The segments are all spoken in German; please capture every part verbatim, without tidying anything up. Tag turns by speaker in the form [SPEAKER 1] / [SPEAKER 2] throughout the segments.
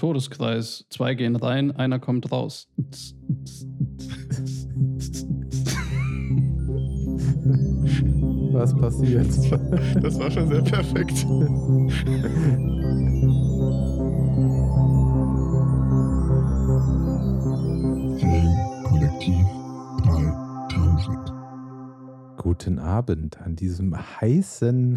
[SPEAKER 1] Todeskreis. Zwei gehen rein, einer kommt raus.
[SPEAKER 2] Was passiert?
[SPEAKER 3] Das war, das war schon sehr perfekt.
[SPEAKER 4] Filmkollektiv dreitausend.
[SPEAKER 2] Guten Abend an diesem heißen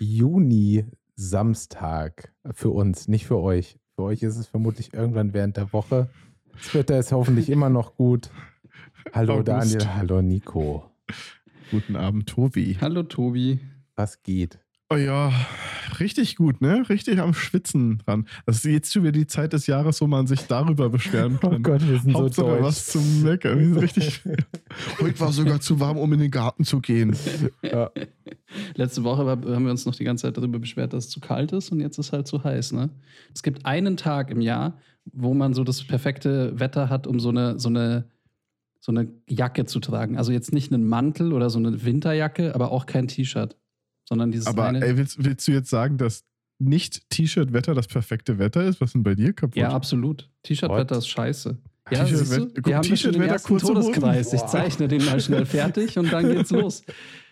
[SPEAKER 2] Juni-Samstag. Für uns, nicht für euch. Für euch ist es vermutlich irgendwann während der Woche. Das Wetter ist hoffentlich immer noch gut. Hallo
[SPEAKER 3] August.
[SPEAKER 2] Daniel, hallo Nico.
[SPEAKER 3] Guten Abend, Tobi.
[SPEAKER 1] Hallo Tobi.
[SPEAKER 2] Was geht?
[SPEAKER 3] Oh ja, richtig gut, ne? Richtig am Schwitzen dran. Das ist jetzt schon wieder die Zeit des Jahres, wo man sich darüber beschweren kann.
[SPEAKER 2] Oh Gott, wir sind
[SPEAKER 3] Hauptsache
[SPEAKER 2] so deutsch.
[SPEAKER 3] was zum Meckern. Wir sind richtig. Heute war sogar zu warm, um in den Garten zu gehen.
[SPEAKER 2] Ja.
[SPEAKER 1] Letzte Woche haben wir uns noch die ganze Zeit darüber beschwert, dass es zu kalt ist und jetzt ist es halt zu heiß, ne? Es gibt einen Tag im Jahr, wo man so das perfekte Wetter hat, um so eine, so eine, so eine Jacke zu tragen. Also jetzt nicht einen Mantel oder so eine Winterjacke, aber auch kein T-Shirt. Sondern dieses
[SPEAKER 3] Aber
[SPEAKER 1] eine.
[SPEAKER 3] ey, willst, willst du jetzt sagen, dass nicht T-Shirt-Wetter das perfekte Wetter ist? Was ist denn bei dir kaputt?
[SPEAKER 1] Ja, absolut. T-Shirt-Wetter
[SPEAKER 2] What?
[SPEAKER 1] ist scheiße. Ja,
[SPEAKER 3] T-Shirt-
[SPEAKER 1] siehst du,
[SPEAKER 3] guck,
[SPEAKER 1] wir haben da schon den
[SPEAKER 3] T-Shirt-Wetter,
[SPEAKER 1] ersten
[SPEAKER 3] kurze Hosen.
[SPEAKER 1] Todeskreis. Ich
[SPEAKER 2] Boah.
[SPEAKER 1] zeichne den mal schnell fertig und dann geht's los.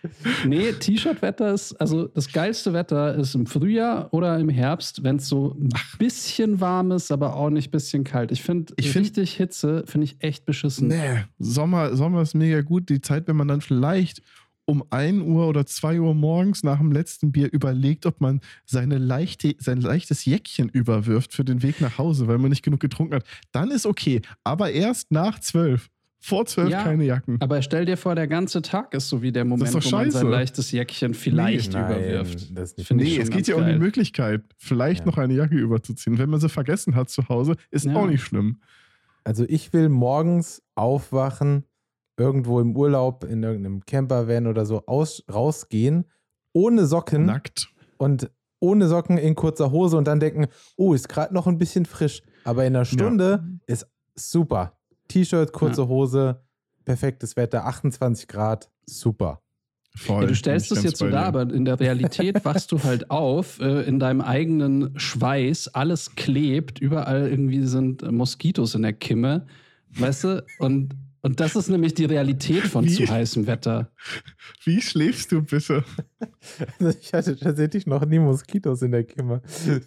[SPEAKER 1] Nee, T-Shirt-Wetter ist, also das geilste Wetter ist im Frühjahr oder im Herbst, wenn es so ein bisschen warm ist, aber auch nicht ein bisschen kalt. Ich finde,
[SPEAKER 3] Ich find-
[SPEAKER 1] richtig Hitze finde ich echt beschissen.
[SPEAKER 3] Nee, Sommer, Sommer ist mega gut. Die Zeit, wenn man dann vielleicht um ein Uhr oder zwei Uhr morgens nach dem letzten Bier überlegt, ob man seine leichte, sein leichtes Jäckchen überwirft für den Weg nach Hause, weil man nicht genug getrunken hat, dann ist okay. Aber erst nach zwölf. Vor zwölf
[SPEAKER 1] Ja,
[SPEAKER 3] keine Jacken.
[SPEAKER 1] Aber stell dir vor, der ganze Tag ist so wie der Moment,
[SPEAKER 3] doch
[SPEAKER 1] wo man sein
[SPEAKER 3] scheiße.
[SPEAKER 1] leichtes Jäckchen vielleicht
[SPEAKER 2] Nein,
[SPEAKER 1] überwirft.
[SPEAKER 2] das ist nicht
[SPEAKER 1] Finde ich
[SPEAKER 3] Nee,
[SPEAKER 1] schon
[SPEAKER 3] es
[SPEAKER 1] ganz
[SPEAKER 3] geht ja um die
[SPEAKER 1] geil.
[SPEAKER 3] Möglichkeit, vielleicht
[SPEAKER 2] Ja.
[SPEAKER 3] noch eine Jacke überzuziehen. Wenn man sie vergessen hat zu Hause, ist
[SPEAKER 1] Ja.
[SPEAKER 3] auch nicht schlimm.
[SPEAKER 2] Also ich will morgens aufwachen, irgendwo im Urlaub, in irgendeinem Campervan oder so, aus, rausgehen, ohne Socken
[SPEAKER 3] Nackt.
[SPEAKER 2] und ohne Socken in kurzer Hose und dann denken, oh, ist gerade noch ein bisschen frisch. Aber in einer Stunde ist super. T-Shirt, kurze
[SPEAKER 1] Ja.
[SPEAKER 2] Hose, perfektes Wetter, achtundzwanzig Grad, super.
[SPEAKER 3] Voll.
[SPEAKER 1] Ja, du stellst
[SPEAKER 3] Bin
[SPEAKER 1] es
[SPEAKER 3] ich
[SPEAKER 1] jetzt so
[SPEAKER 3] ganz bei
[SPEAKER 1] dar,
[SPEAKER 3] dir.
[SPEAKER 1] aber in der Realität wachst du halt auf, äh, in deinem eigenen Schweiß, alles klebt, überall irgendwie sind äh, Moskitos in der Kimme, weißt du? Und, und das ist nämlich die Realität von
[SPEAKER 3] Wie?
[SPEAKER 1] zu heißem Wetter.
[SPEAKER 3] Wie schläfst du bitte?
[SPEAKER 2] Also ich hatte tatsächlich noch nie Moskitos in der Kimme.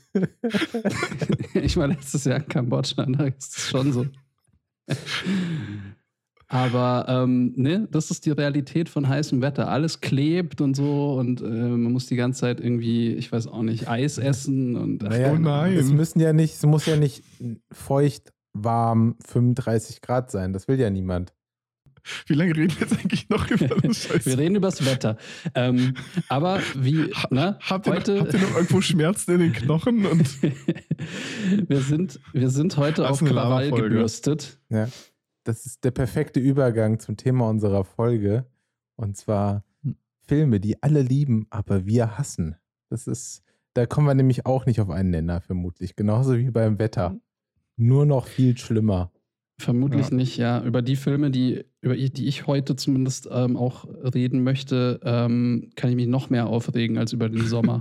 [SPEAKER 1] Ich war letztes Jahr in Kambodscha, da ist es schon so. Aber ähm, ne, das ist die Realität von heißem Wetter. Alles klebt und so und äh, man muss die ganze Zeit irgendwie, ich weiß auch nicht, Eis essen und ach,
[SPEAKER 2] Naja,
[SPEAKER 3] Oh nein.
[SPEAKER 2] es müssen ja nicht, es muss ja nicht feucht, warm, fünfunddreißig Grad sein. Das will ja niemand.
[SPEAKER 3] Wie lange reden wir jetzt eigentlich noch über das Scheiße?
[SPEAKER 1] Wir reden übers Wetter. Ähm, aber wie, ne,
[SPEAKER 3] Habt ihr,
[SPEAKER 1] heute,
[SPEAKER 3] noch, habt ihr noch irgendwo Schmerzen in den Knochen? Und
[SPEAKER 1] wir, sind, wir sind heute
[SPEAKER 3] Das
[SPEAKER 1] auf
[SPEAKER 3] ist eine
[SPEAKER 1] Krawall
[SPEAKER 3] Lava-Folge.
[SPEAKER 1] gebürstet.
[SPEAKER 2] Ja. Das ist der perfekte Übergang zum Thema unserer Folge. Und zwar Filme, die alle lieben, aber wir hassen. Das ist, da kommen wir nämlich auch nicht auf einen Nenner, vermutlich. Genauso wie beim Wetter. Nur noch viel schlimmer.
[SPEAKER 1] Vermutlich
[SPEAKER 3] Ja.
[SPEAKER 1] nicht, ja. Über die Filme, die, über die ich heute zumindest ähm, auch reden möchte, ähm, kann ich mich noch mehr aufregen als über den Sommer.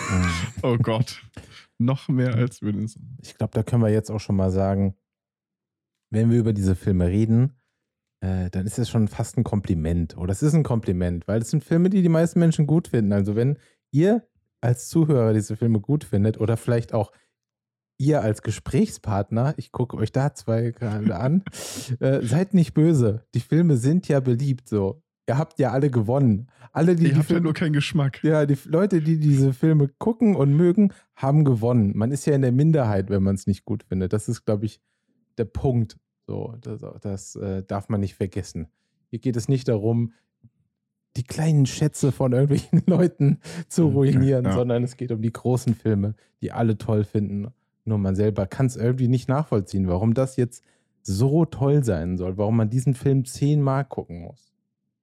[SPEAKER 3] oh Gott. Noch mehr als wir den Sommer.
[SPEAKER 2] Ich glaube, da können wir jetzt auch schon mal sagen, wenn wir über diese Filme reden, äh, dann ist das schon fast ein Kompliment. Oder es ist ein Kompliment, weil es sind Filme, die die meisten Menschen gut finden. Also wenn ihr als Zuhörer diese Filme gut findet oder vielleicht auch ihr als Gesprächspartner, ich gucke euch da zwei gerade an, äh, seid nicht böse. Die Filme sind ja beliebt so. Ihr habt ja alle gewonnen. Alle, die
[SPEAKER 3] Ihr
[SPEAKER 2] die
[SPEAKER 3] habt ja
[SPEAKER 2] Filme
[SPEAKER 3] nur keinen Geschmack.
[SPEAKER 2] Ja, die Leute, die diese Filme gucken und mögen, haben gewonnen. Man ist ja in der Minderheit, wenn man es nicht gut findet. Das ist, glaube ich, der Punkt. So, das das äh, darf man nicht vergessen. Hier geht es nicht darum, die kleinen Schätze von irgendwelchen Leuten zu ruinieren,
[SPEAKER 3] Ja.
[SPEAKER 2] sondern es geht um die großen Filme, die alle toll finden. Nur man selber kann es irgendwie nicht nachvollziehen, warum das jetzt so toll sein soll, warum man diesen Film zehnmal gucken muss.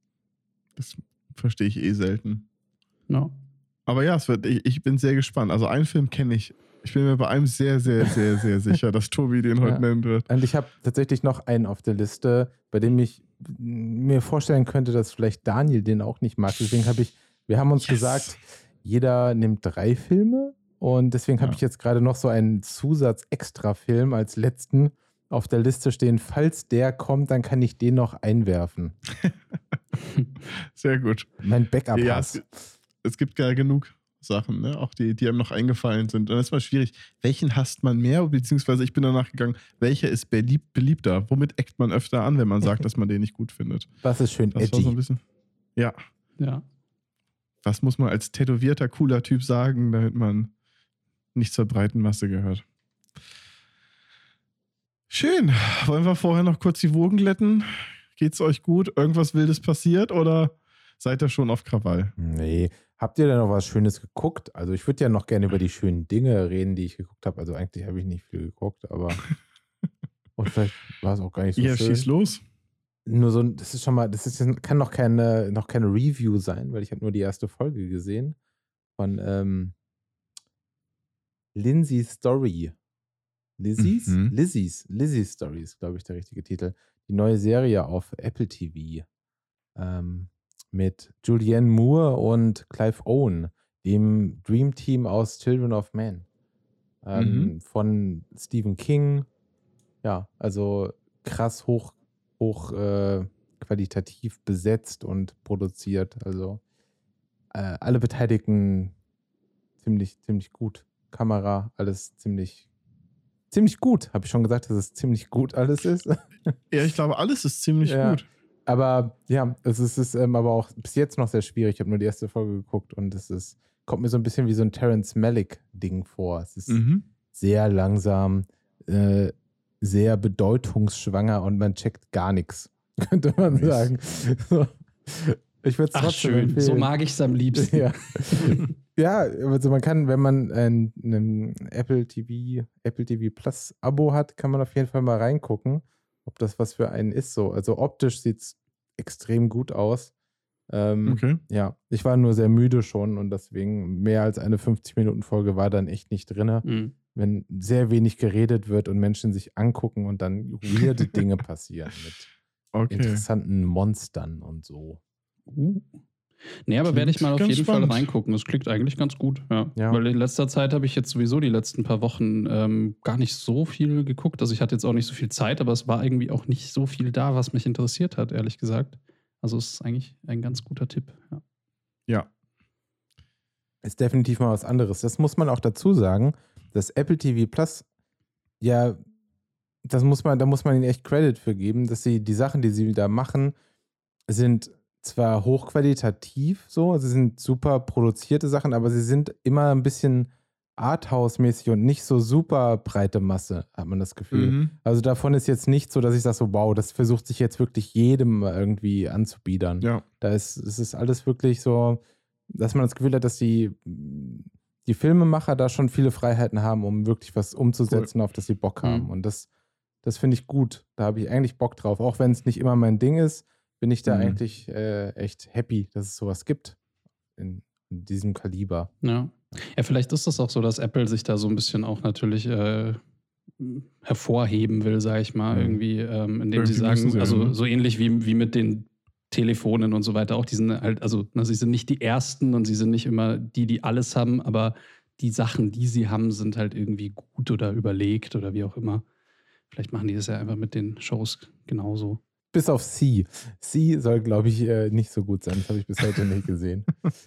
[SPEAKER 3] Das verstehe ich eh selten.
[SPEAKER 1] No.
[SPEAKER 3] Aber ja, es wird, ich, ich bin sehr gespannt. Also einen Film kenne ich. Ich bin mir bei einem sehr, sehr, sehr, sehr sicher, dass Tobi den heute
[SPEAKER 2] Ja.
[SPEAKER 3] nennen wird.
[SPEAKER 2] Und ich habe tatsächlich noch einen auf der Liste, bei dem ich mir vorstellen könnte, dass vielleicht Daniel den auch nicht mag. Deswegen habe ich, wir haben uns
[SPEAKER 3] Yes.
[SPEAKER 2] gesagt, jeder nimmt drei Filme Und deswegen habe
[SPEAKER 3] Ja.
[SPEAKER 2] ich jetzt gerade noch so einen Zusatz-Extra-Film als letzten auf der Liste stehen. Falls der kommt, dann kann ich den noch einwerfen.
[SPEAKER 3] Sehr gut.
[SPEAKER 2] Mein Backup
[SPEAKER 3] Ja, es,
[SPEAKER 2] Hass.
[SPEAKER 3] es gibt ja genug Sachen, ne? Auch die, die einem noch eingefallen sind. Und dann ist mal schwierig, welchen hasst man mehr, beziehungsweise ich bin danach gegangen, welcher ist beliebt, beliebter? Womit eckt man öfter an, wenn man sagt, dass man den nicht gut findet?
[SPEAKER 2] Was ist schön
[SPEAKER 3] Das war so ein
[SPEAKER 2] edgy.
[SPEAKER 3] bisschen. Ja,
[SPEAKER 1] Ja.
[SPEAKER 3] was muss man als tätowierter, cooler Typ sagen, damit man nicht zur breiten Masse gehört? Schön. Wollen wir vorher noch kurz die Wogen glätten? Geht's euch gut? Irgendwas Wildes passiert oder seid ihr schon auf Krawall?
[SPEAKER 2] Nee. Habt ihr denn noch was Schönes geguckt? Also ich würde ja noch gerne über die schönen Dinge reden, die ich geguckt habe. Also eigentlich habe ich nicht viel geguckt, aber und vielleicht war es auch gar nicht so
[SPEAKER 3] Ja,
[SPEAKER 2] schön.
[SPEAKER 3] schieß los.
[SPEAKER 2] Nur so, ein- das ist schon mal, das ist, jetzt- kann noch keine, noch keine Review sein, weil ich habe nur die erste Folge gesehen von ähm, Lindsay Story. Lizzie's?
[SPEAKER 3] Mhm.
[SPEAKER 2] Lizzie's. Lizzie's Story ist, glaube ich, der richtige Titel. Die neue Serie auf Apple T V. Ähm, mit Julianne Moore und Clive Owen, dem Dream Team aus Children of Men. Ähm,
[SPEAKER 3] Mhm.
[SPEAKER 2] Von Stephen King. Ja, also krass hoch, hoch äh, qualitativ besetzt und produziert. Also äh, alle Beteiligten ziemlich, ziemlich gut. Kamera, alles ziemlich, ziemlich gut. Habe ich schon gesagt, dass es ziemlich gut alles ist.
[SPEAKER 3] Ja, ich glaube, alles ist ziemlich
[SPEAKER 2] Ja.
[SPEAKER 3] gut.
[SPEAKER 2] Aber ja, es ist, es ist ähm, aber auch bis jetzt noch sehr schwierig. Ich habe nur die erste Folge geguckt und es ist, kommt mir so ein bisschen wie so ein Terrence Malick-Ding vor. Es ist
[SPEAKER 3] Mhm.
[SPEAKER 2] sehr langsam, äh, sehr bedeutungsschwanger und man checkt gar nichts, könnte man
[SPEAKER 3] Nice.
[SPEAKER 2] sagen. So. Ich würde es
[SPEAKER 1] Ach,
[SPEAKER 2] trotzdem
[SPEAKER 1] schön.
[SPEAKER 2] empfehlen.
[SPEAKER 1] So mag ich es am liebsten.
[SPEAKER 2] Ja. Ja, also man kann, wenn man ein, ein Apple T V, Apple T V Plus Abo hat, kann man auf jeden Fall mal reingucken, ob das was für einen ist. So. Also optisch sieht es extrem gut aus. Ähm,
[SPEAKER 3] Okay.
[SPEAKER 2] Ja, ich war nur sehr müde schon und deswegen mehr als eine fünfzig-Minuten-Folge war dann echt nicht drin.
[SPEAKER 1] Mhm.
[SPEAKER 2] Wenn sehr wenig geredet wird und Menschen sich angucken und dann weirde Dinge passieren mit
[SPEAKER 3] Okay.
[SPEAKER 2] interessanten Monstern und so.
[SPEAKER 1] Uh. Nee, aber werde ich mal auf
[SPEAKER 3] Klingt
[SPEAKER 1] jeden
[SPEAKER 3] ganz
[SPEAKER 1] Fall
[SPEAKER 3] spannend.
[SPEAKER 1] reingucken. Das klingt eigentlich ganz gut. Ja.
[SPEAKER 2] Ja.
[SPEAKER 1] Weil in letzter Zeit habe ich jetzt sowieso die letzten paar Wochen ähm, gar nicht so viel geguckt. Also ich hatte jetzt auch nicht so viel Zeit, aber es war irgendwie auch nicht so viel da, was mich interessiert hat, ehrlich gesagt. Also es ist eigentlich ein ganz guter Tipp. Ja.
[SPEAKER 3] Ja.
[SPEAKER 2] Ist definitiv mal was anderes. Das muss man auch dazu sagen, dass Apple T V Plus, ja, das muss man, da muss man ihnen echt Credit für geben, dass sie die Sachen, die sie da machen, sind zwar hochqualitativ so, sie sind super produzierte Sachen, aber sie sind immer ein bisschen Arthouse-mäßig und nicht so super breite Masse, hat man das Gefühl.
[SPEAKER 3] Mhm.
[SPEAKER 2] Also davon ist jetzt nicht so, dass ich sage so, wow, das versucht sich jetzt wirklich jedem irgendwie anzubiedern.
[SPEAKER 3] Ja.
[SPEAKER 2] Da ist, es ist alles wirklich so, dass man das Gefühl hat, dass die, die Filmemacher da schon viele Freiheiten haben, um wirklich was umzusetzen, auf das sie Bock haben.
[SPEAKER 1] Mhm.
[SPEAKER 2] Und das, das finde ich gut. Da habe ich eigentlich Bock drauf. Auch wenn es nicht immer mein Ding ist, bin ich da
[SPEAKER 3] Mhm.
[SPEAKER 2] eigentlich äh, echt happy, dass es sowas gibt in, in diesem Kaliber.
[SPEAKER 1] Ja. Ja, vielleicht ist das auch so, dass Apple sich da so ein bisschen auch natürlich äh, hervorheben will, sage ich mal,
[SPEAKER 2] Mhm.
[SPEAKER 1] irgendwie, ähm, indem sie
[SPEAKER 3] Irgendwie müssen
[SPEAKER 1] sagen,
[SPEAKER 3] sie ja,
[SPEAKER 1] also
[SPEAKER 3] ne?
[SPEAKER 1] so ähnlich wie, wie mit den Telefonen und so weiter, auch die sind halt, also na, sie sind nicht die Ersten und sie sind nicht immer die, die alles haben, aber die Sachen, die sie haben, sind halt irgendwie gut oder überlegt oder wie auch immer. Vielleicht machen die das ja einfach mit den Shows genauso.
[SPEAKER 2] Bis auf C. C soll, glaube ich, äh, nicht so gut sein. Das habe ich bis heute nicht gesehen.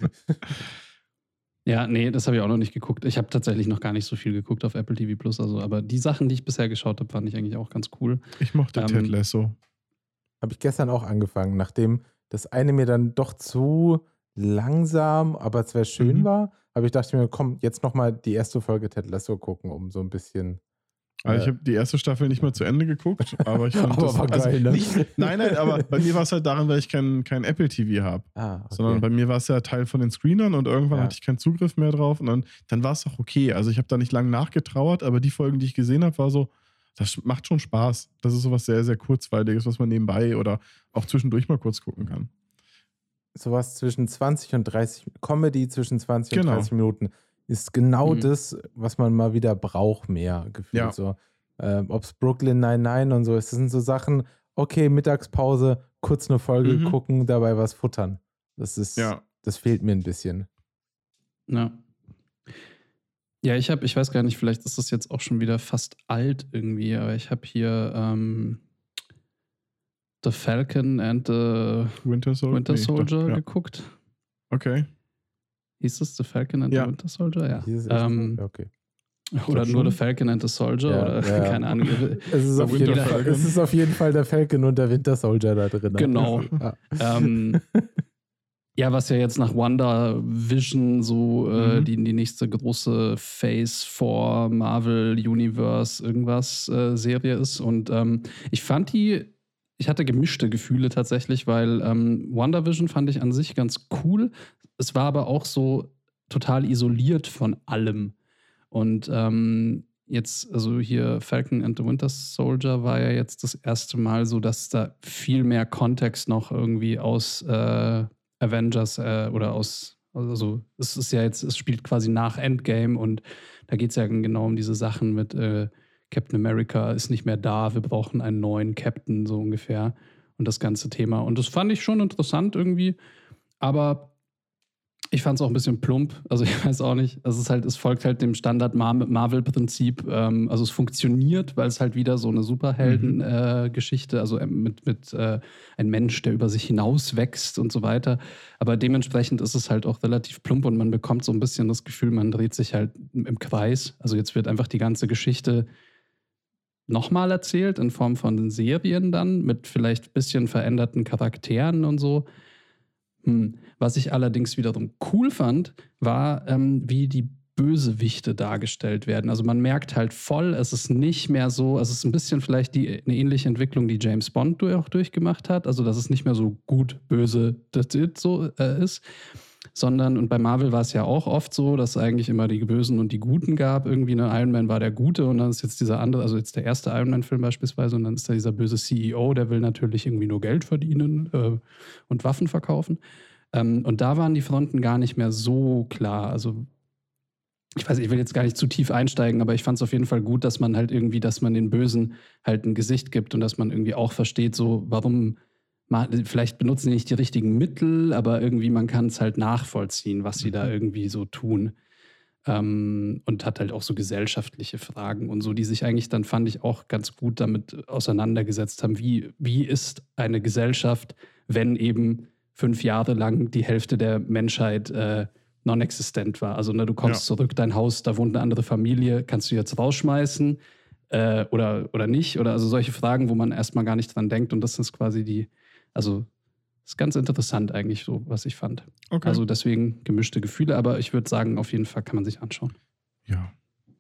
[SPEAKER 1] Ja, nee, das habe ich auch noch nicht geguckt. Ich habe tatsächlich noch gar nicht so viel geguckt auf Apple T V Plus, also, aber die Sachen, die ich bisher geschaut habe, fand ich eigentlich auch ganz cool.
[SPEAKER 3] Ich mochte
[SPEAKER 1] Ähm,
[SPEAKER 3] Ted Lasso.
[SPEAKER 2] Habe ich gestern auch angefangen, nachdem das eine mir dann doch zu langsam, aber zwar schön
[SPEAKER 3] Mhm.
[SPEAKER 2] war, aber ich dachte mir, komm, jetzt nochmal die erste Folge Ted Lasso gucken, um so ein bisschen.
[SPEAKER 3] Also ich
[SPEAKER 2] äh,
[SPEAKER 3] habe die erste Staffel nicht mal zu Ende geguckt, aber ich fand
[SPEAKER 2] Aber
[SPEAKER 3] das
[SPEAKER 2] war geil, ne?
[SPEAKER 3] nicht, nein, nein, aber bei mir war es halt daran, weil ich kein, kein Apple T V habe.
[SPEAKER 2] Ah, okay.
[SPEAKER 3] Sondern bei mir war es ja Teil von den Screenern und irgendwann
[SPEAKER 2] Ja.
[SPEAKER 3] hatte ich keinen Zugriff mehr drauf und dann, dann war es auch okay. Also ich habe da nicht lange nachgetrauert, aber die Folgen, die ich gesehen habe, war so, das macht schon Spaß. Das ist sowas sehr, sehr Kurzweiliges, was man nebenbei oder auch zwischendurch mal kurz gucken kann.
[SPEAKER 2] Sowas zwischen zwanzig und dreißig, Comedy zwischen zwanzig
[SPEAKER 3] Genau.
[SPEAKER 2] und dreißig Minuten ist genau
[SPEAKER 1] Mhm.
[SPEAKER 2] das, was man mal wieder braucht, mehr gefühlt.
[SPEAKER 3] Ja.
[SPEAKER 2] So, ähm, ob es Brooklyn Nine-Nine und so ist, das sind so Sachen, okay, Mittagspause, kurz eine Folge
[SPEAKER 3] Mhm.
[SPEAKER 2] gucken, dabei was futtern. Das ist,
[SPEAKER 3] Ja.
[SPEAKER 2] das fehlt mir ein bisschen.
[SPEAKER 1] Ja. Ja, ich habe, ich weiß gar nicht, vielleicht ist das jetzt auch schon wieder fast alt irgendwie, aber ich habe hier ähm, The Falcon and the
[SPEAKER 3] Winter Soldier.
[SPEAKER 1] Winter
[SPEAKER 3] Nee,
[SPEAKER 1] Soldier
[SPEAKER 3] doch, ja.
[SPEAKER 1] geguckt.
[SPEAKER 3] Okay.
[SPEAKER 1] Hieß es The Falcon and
[SPEAKER 3] Ja.
[SPEAKER 1] the Winter Soldier? Ja.
[SPEAKER 2] Hieß es echt
[SPEAKER 1] Ähm,
[SPEAKER 2] so? Okay.
[SPEAKER 1] oder
[SPEAKER 3] das
[SPEAKER 1] nur
[SPEAKER 3] schon?
[SPEAKER 1] The Falcon and the Soldier
[SPEAKER 2] Ja,
[SPEAKER 1] oder
[SPEAKER 2] ja.
[SPEAKER 1] keine Ahnung.
[SPEAKER 2] Es ist, auf
[SPEAKER 3] Winter
[SPEAKER 2] jeden Fall,
[SPEAKER 3] Falcon.
[SPEAKER 2] es ist auf jeden Fall der Falcon und der Winter Soldier da drin.
[SPEAKER 1] Genau.
[SPEAKER 2] Ja.
[SPEAKER 1] ähm, ja, was ja jetzt nach WandaVision so äh,
[SPEAKER 3] Mhm.
[SPEAKER 1] die, die nächste große Phase vier Marvel Universe irgendwas äh, Serie ist. Und ähm, ich fand die, ich hatte gemischte Gefühle tatsächlich, weil ähm, WandaVision fand ich an sich ganz cool. Es war aber auch so total isoliert von allem. Und ähm, jetzt, also hier Falcon and the Winter Soldier war ja jetzt das erste Mal so, dass da viel mehr Kontext noch irgendwie aus äh, Avengers äh, oder aus, also es ist ja jetzt, es spielt quasi nach Endgame und da geht es ja genau um diese Sachen mit äh, Captain America ist nicht mehr da, wir brauchen einen neuen Captain, so ungefähr. Und das ganze Thema. Und das fand ich schon interessant irgendwie, aber ich fand es auch ein bisschen plump. Also ich weiß auch nicht. Also es ist halt, es folgt halt dem Standard Marvel-Prinzip. Ähm, also es funktioniert, weil es halt wieder so eine Superhelden-Geschichte, äh, also äh, mit, mit äh, ein Mensch, der über sich hinaus wächst und so weiter. Aber dementsprechend ist es halt auch relativ plump und man bekommt so ein bisschen das Gefühl, man dreht sich halt im, im Kreis. Also jetzt wird einfach die ganze Geschichte nochmal erzählt in Form von Serien dann mit vielleicht ein bisschen veränderten Charakteren und so. Hm. Was ich allerdings wiederum cool fand, war, ähm, wie die Bösewichte dargestellt werden. Also man merkt halt voll, es ist nicht mehr so, es ist ein bisschen vielleicht die, eine ähnliche Entwicklung, die James Bond du- auch durchgemacht hat. Also dass es nicht mehr so gut, böse, that's it so äh, ist. Sondern, und bei Marvel war es ja auch oft so, dass es eigentlich immer die Bösen und die Guten gab. Irgendwie eine Iron Man war der Gute und dann ist jetzt dieser andere, also jetzt der erste Iron Man-Film beispielsweise und dann ist da dieser böse C E O, der will natürlich irgendwie nur Geld verdienen äh, und Waffen verkaufen. Ähm, und da waren die Fronten gar nicht mehr so klar. Also ich weiß, ich will jetzt gar nicht zu tief einsteigen, aber ich fand es auf jeden Fall gut, dass man halt irgendwie, dass man den Bösen halt ein Gesicht gibt und dass man irgendwie auch versteht, so warum, vielleicht benutzen die nicht die richtigen Mittel, aber irgendwie man kann es halt nachvollziehen, was sie da irgendwie so tun. Ähm, und hat halt auch so gesellschaftliche Fragen und so, die sich eigentlich dann, fand ich, auch ganz gut damit auseinandergesetzt haben. Wie, wie ist eine Gesellschaft, wenn eben fünf Jahre lang die Hälfte der Menschheit äh, non-existent war? Also ne, du kommst
[SPEAKER 3] Ja.
[SPEAKER 1] zurück, dein Haus, da wohnt eine andere Familie, kannst du jetzt rausschmeißen äh, oder, oder nicht? Oder also solche Fragen, wo man erstmal gar nicht dran denkt und das ist quasi die, also ist ganz interessant eigentlich so, was ich fand.
[SPEAKER 3] Okay.
[SPEAKER 1] Also deswegen gemischte Gefühle, aber ich würde sagen, auf jeden Fall kann man sich anschauen.
[SPEAKER 3] Ja.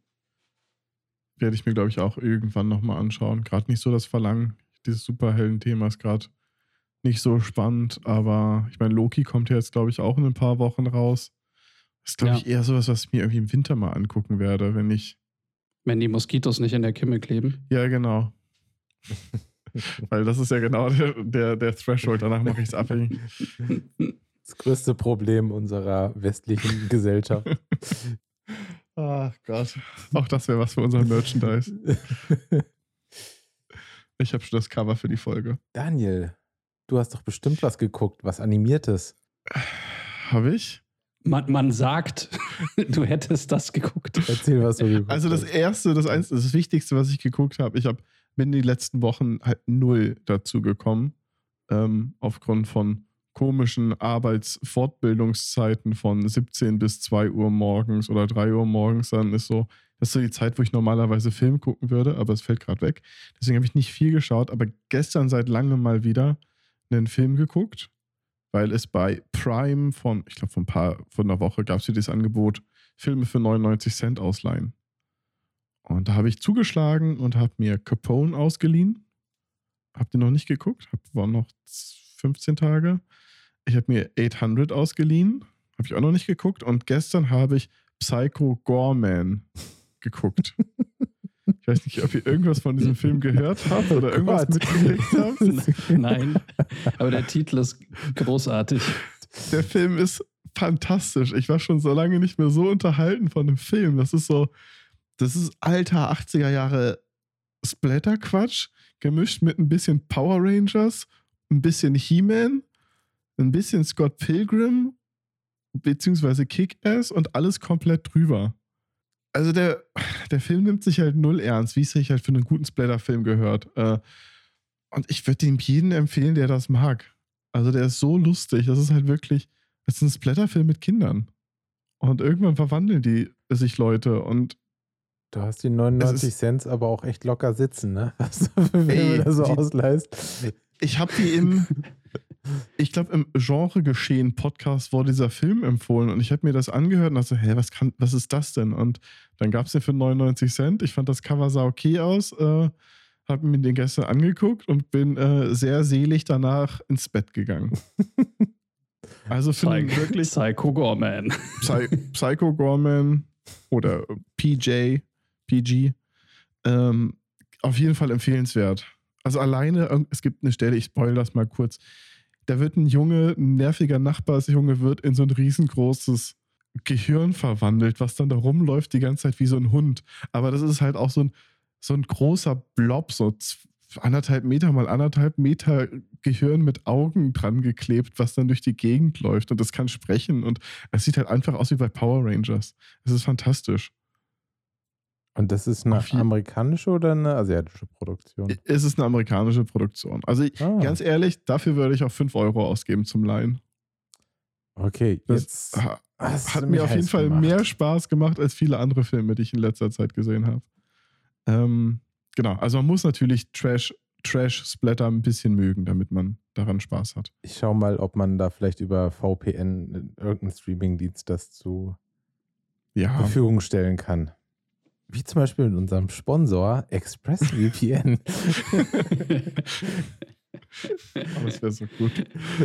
[SPEAKER 3] Werde ich mir, glaube ich, auch irgendwann nochmal anschauen. Gerade nicht so das Verlangen. Dieses Superhelden-Thema ist gerade nicht so spannend, aber ich meine, Loki kommt ja jetzt, glaube ich, auch in ein paar Wochen raus. Das ist, glaube
[SPEAKER 1] Ja.
[SPEAKER 3] ich, eher sowas, was ich mir irgendwie im Winter mal angucken werde, wenn ich.
[SPEAKER 1] Wenn die Moskitos nicht in der Kimme kleben.
[SPEAKER 3] Ja, genau. Weil das ist ja genau der, der, der Threshold. Danach mache ich es abhängig.
[SPEAKER 2] Das größte Problem unserer westlichen Gesellschaft.
[SPEAKER 3] Ach Gott. Auch das wäre was für unser Merchandise. Ich habe schon das Cover für die Folge.
[SPEAKER 2] Daniel, du hast doch bestimmt was geguckt, was Animiertes.
[SPEAKER 3] Habe ich?
[SPEAKER 1] Man, man sagt, du hättest das geguckt.
[SPEAKER 2] Erzähl, was du geguckt
[SPEAKER 3] Also das
[SPEAKER 2] hast.
[SPEAKER 3] Erste, das Einzige, das Wichtigste, was ich geguckt habe, ich hab, bin in den letzten Wochen halt null dazu gekommen, ähm, aufgrund von komischen Arbeitsfortbildungszeiten von siebzehn bis zwei Uhr morgens oder drei Uhr morgens, dann ist so, das ist so die Zeit, wo ich normalerweise Film gucken würde, aber es fällt gerade weg. Deswegen habe ich nicht viel geschaut, aber gestern seit langem mal wieder einen Film geguckt, weil es bei Prime von, ich glaube, von ein paar, von einer Woche gab es hier das Angebot, Filme für neunundneunzig Cent ausleihen. Und da habe ich zugeschlagen und habe mir Capone ausgeliehen. Habt ihr noch nicht geguckt? Hab, waren noch fünfzehn Tage. Ich habe mir achthundert ausgeliehen. Habe ich auch noch nicht geguckt. Und gestern habe ich Psycho Goreman geguckt. Ich weiß nicht, ob ihr irgendwas von diesem Film gehört habt oder irgendwas
[SPEAKER 2] Gott.
[SPEAKER 3] mitgekriegt habt.
[SPEAKER 1] Nein, aber der Titel ist großartig.
[SPEAKER 3] Der Film ist fantastisch. Ich war schon so lange nicht mehr so unterhalten von dem Film. Das ist so, das ist alter achtziger Jahre Splatter-Quatsch, gemischt mit ein bisschen Power Rangers, ein bisschen He-Man, ein bisschen Scott Pilgrim, beziehungsweise Kick-Ass und alles komplett drüber. Also der, der Film nimmt sich halt null ernst, wie es sich halt für einen guten Splatter-Film gehört. Äh, Und ich würde ihm jeden empfehlen, der das mag. Also der ist so lustig. Das ist halt wirklich, es ist ein Splatterfilm mit Kindern. Und irgendwann verwandeln die sich Leute. Und
[SPEAKER 2] Du hast die neunundneunzig
[SPEAKER 3] ist-
[SPEAKER 2] Cent aber auch echt locker sitzen, ne? Was du für Filme
[SPEAKER 3] Ey,
[SPEAKER 2] da so
[SPEAKER 3] die-
[SPEAKER 2] ausleihst.
[SPEAKER 3] ich habe die im, ich glaube im Genre-Geschehen-Podcast wurde dieser Film empfohlen. Und ich habe mir das angehört und dachte, hä, was, kann, was ist das denn? Und dann gab es den für neunundneunzig Cent. Ich fand das Cover sah okay aus. Äh, habe mir den gestern angeguckt und bin äh, sehr selig danach ins Bett gegangen. Also finde ich wirklich
[SPEAKER 1] Psycho Gorman.
[SPEAKER 3] Psy Psycho Gorman oder P J, P G. Ähm, auf jeden Fall empfehlenswert. Also alleine, es gibt eine Stelle, ich spoil das mal kurz. Da wird ein Junge, ein nerviger Nachbarsjunge wird in so ein riesengroßes Gehirn verwandelt, was dann da rumläuft die ganze Zeit wie so ein Hund. Aber das ist halt auch so ein, so ein großer Blob, so anderthalb Meter mal anderthalb Meter Gehirn mit Augen dran geklebt, was dann durch die Gegend läuft und das kann sprechen und es sieht halt einfach aus wie bei Power Rangers. Es ist fantastisch.
[SPEAKER 2] Und das ist eine
[SPEAKER 3] Auf jeden-
[SPEAKER 2] amerikanische oder eine asiatische Produktion?
[SPEAKER 3] Es ist eine amerikanische Produktion. Also ich,
[SPEAKER 2] Ah.
[SPEAKER 3] ganz ehrlich, dafür würde ich auch fünf Euro ausgeben zum Leihen.
[SPEAKER 2] Okay,
[SPEAKER 3] Das
[SPEAKER 2] jetzt
[SPEAKER 3] ha-
[SPEAKER 2] hast
[SPEAKER 3] hat
[SPEAKER 2] du
[SPEAKER 3] mir
[SPEAKER 2] mich
[SPEAKER 3] auf jeden
[SPEAKER 2] heiß
[SPEAKER 3] Fall
[SPEAKER 2] gemacht.
[SPEAKER 3] mehr Spaß gemacht als viele andere Filme, die ich in letzter Zeit gesehen habe. Ähm, genau, also man muss natürlich Trash, Trash-Splatter ein bisschen mögen, damit man daran Spaß hat.
[SPEAKER 2] Ich schau mal, ob man da vielleicht über V P N, irgendeinen Streamingdienst, das zur
[SPEAKER 3] Ja,
[SPEAKER 2] Verfügung stellen kann. Wie zum Beispiel in unserem Sponsor ExpressVPN.
[SPEAKER 3] aber es wäre so gut.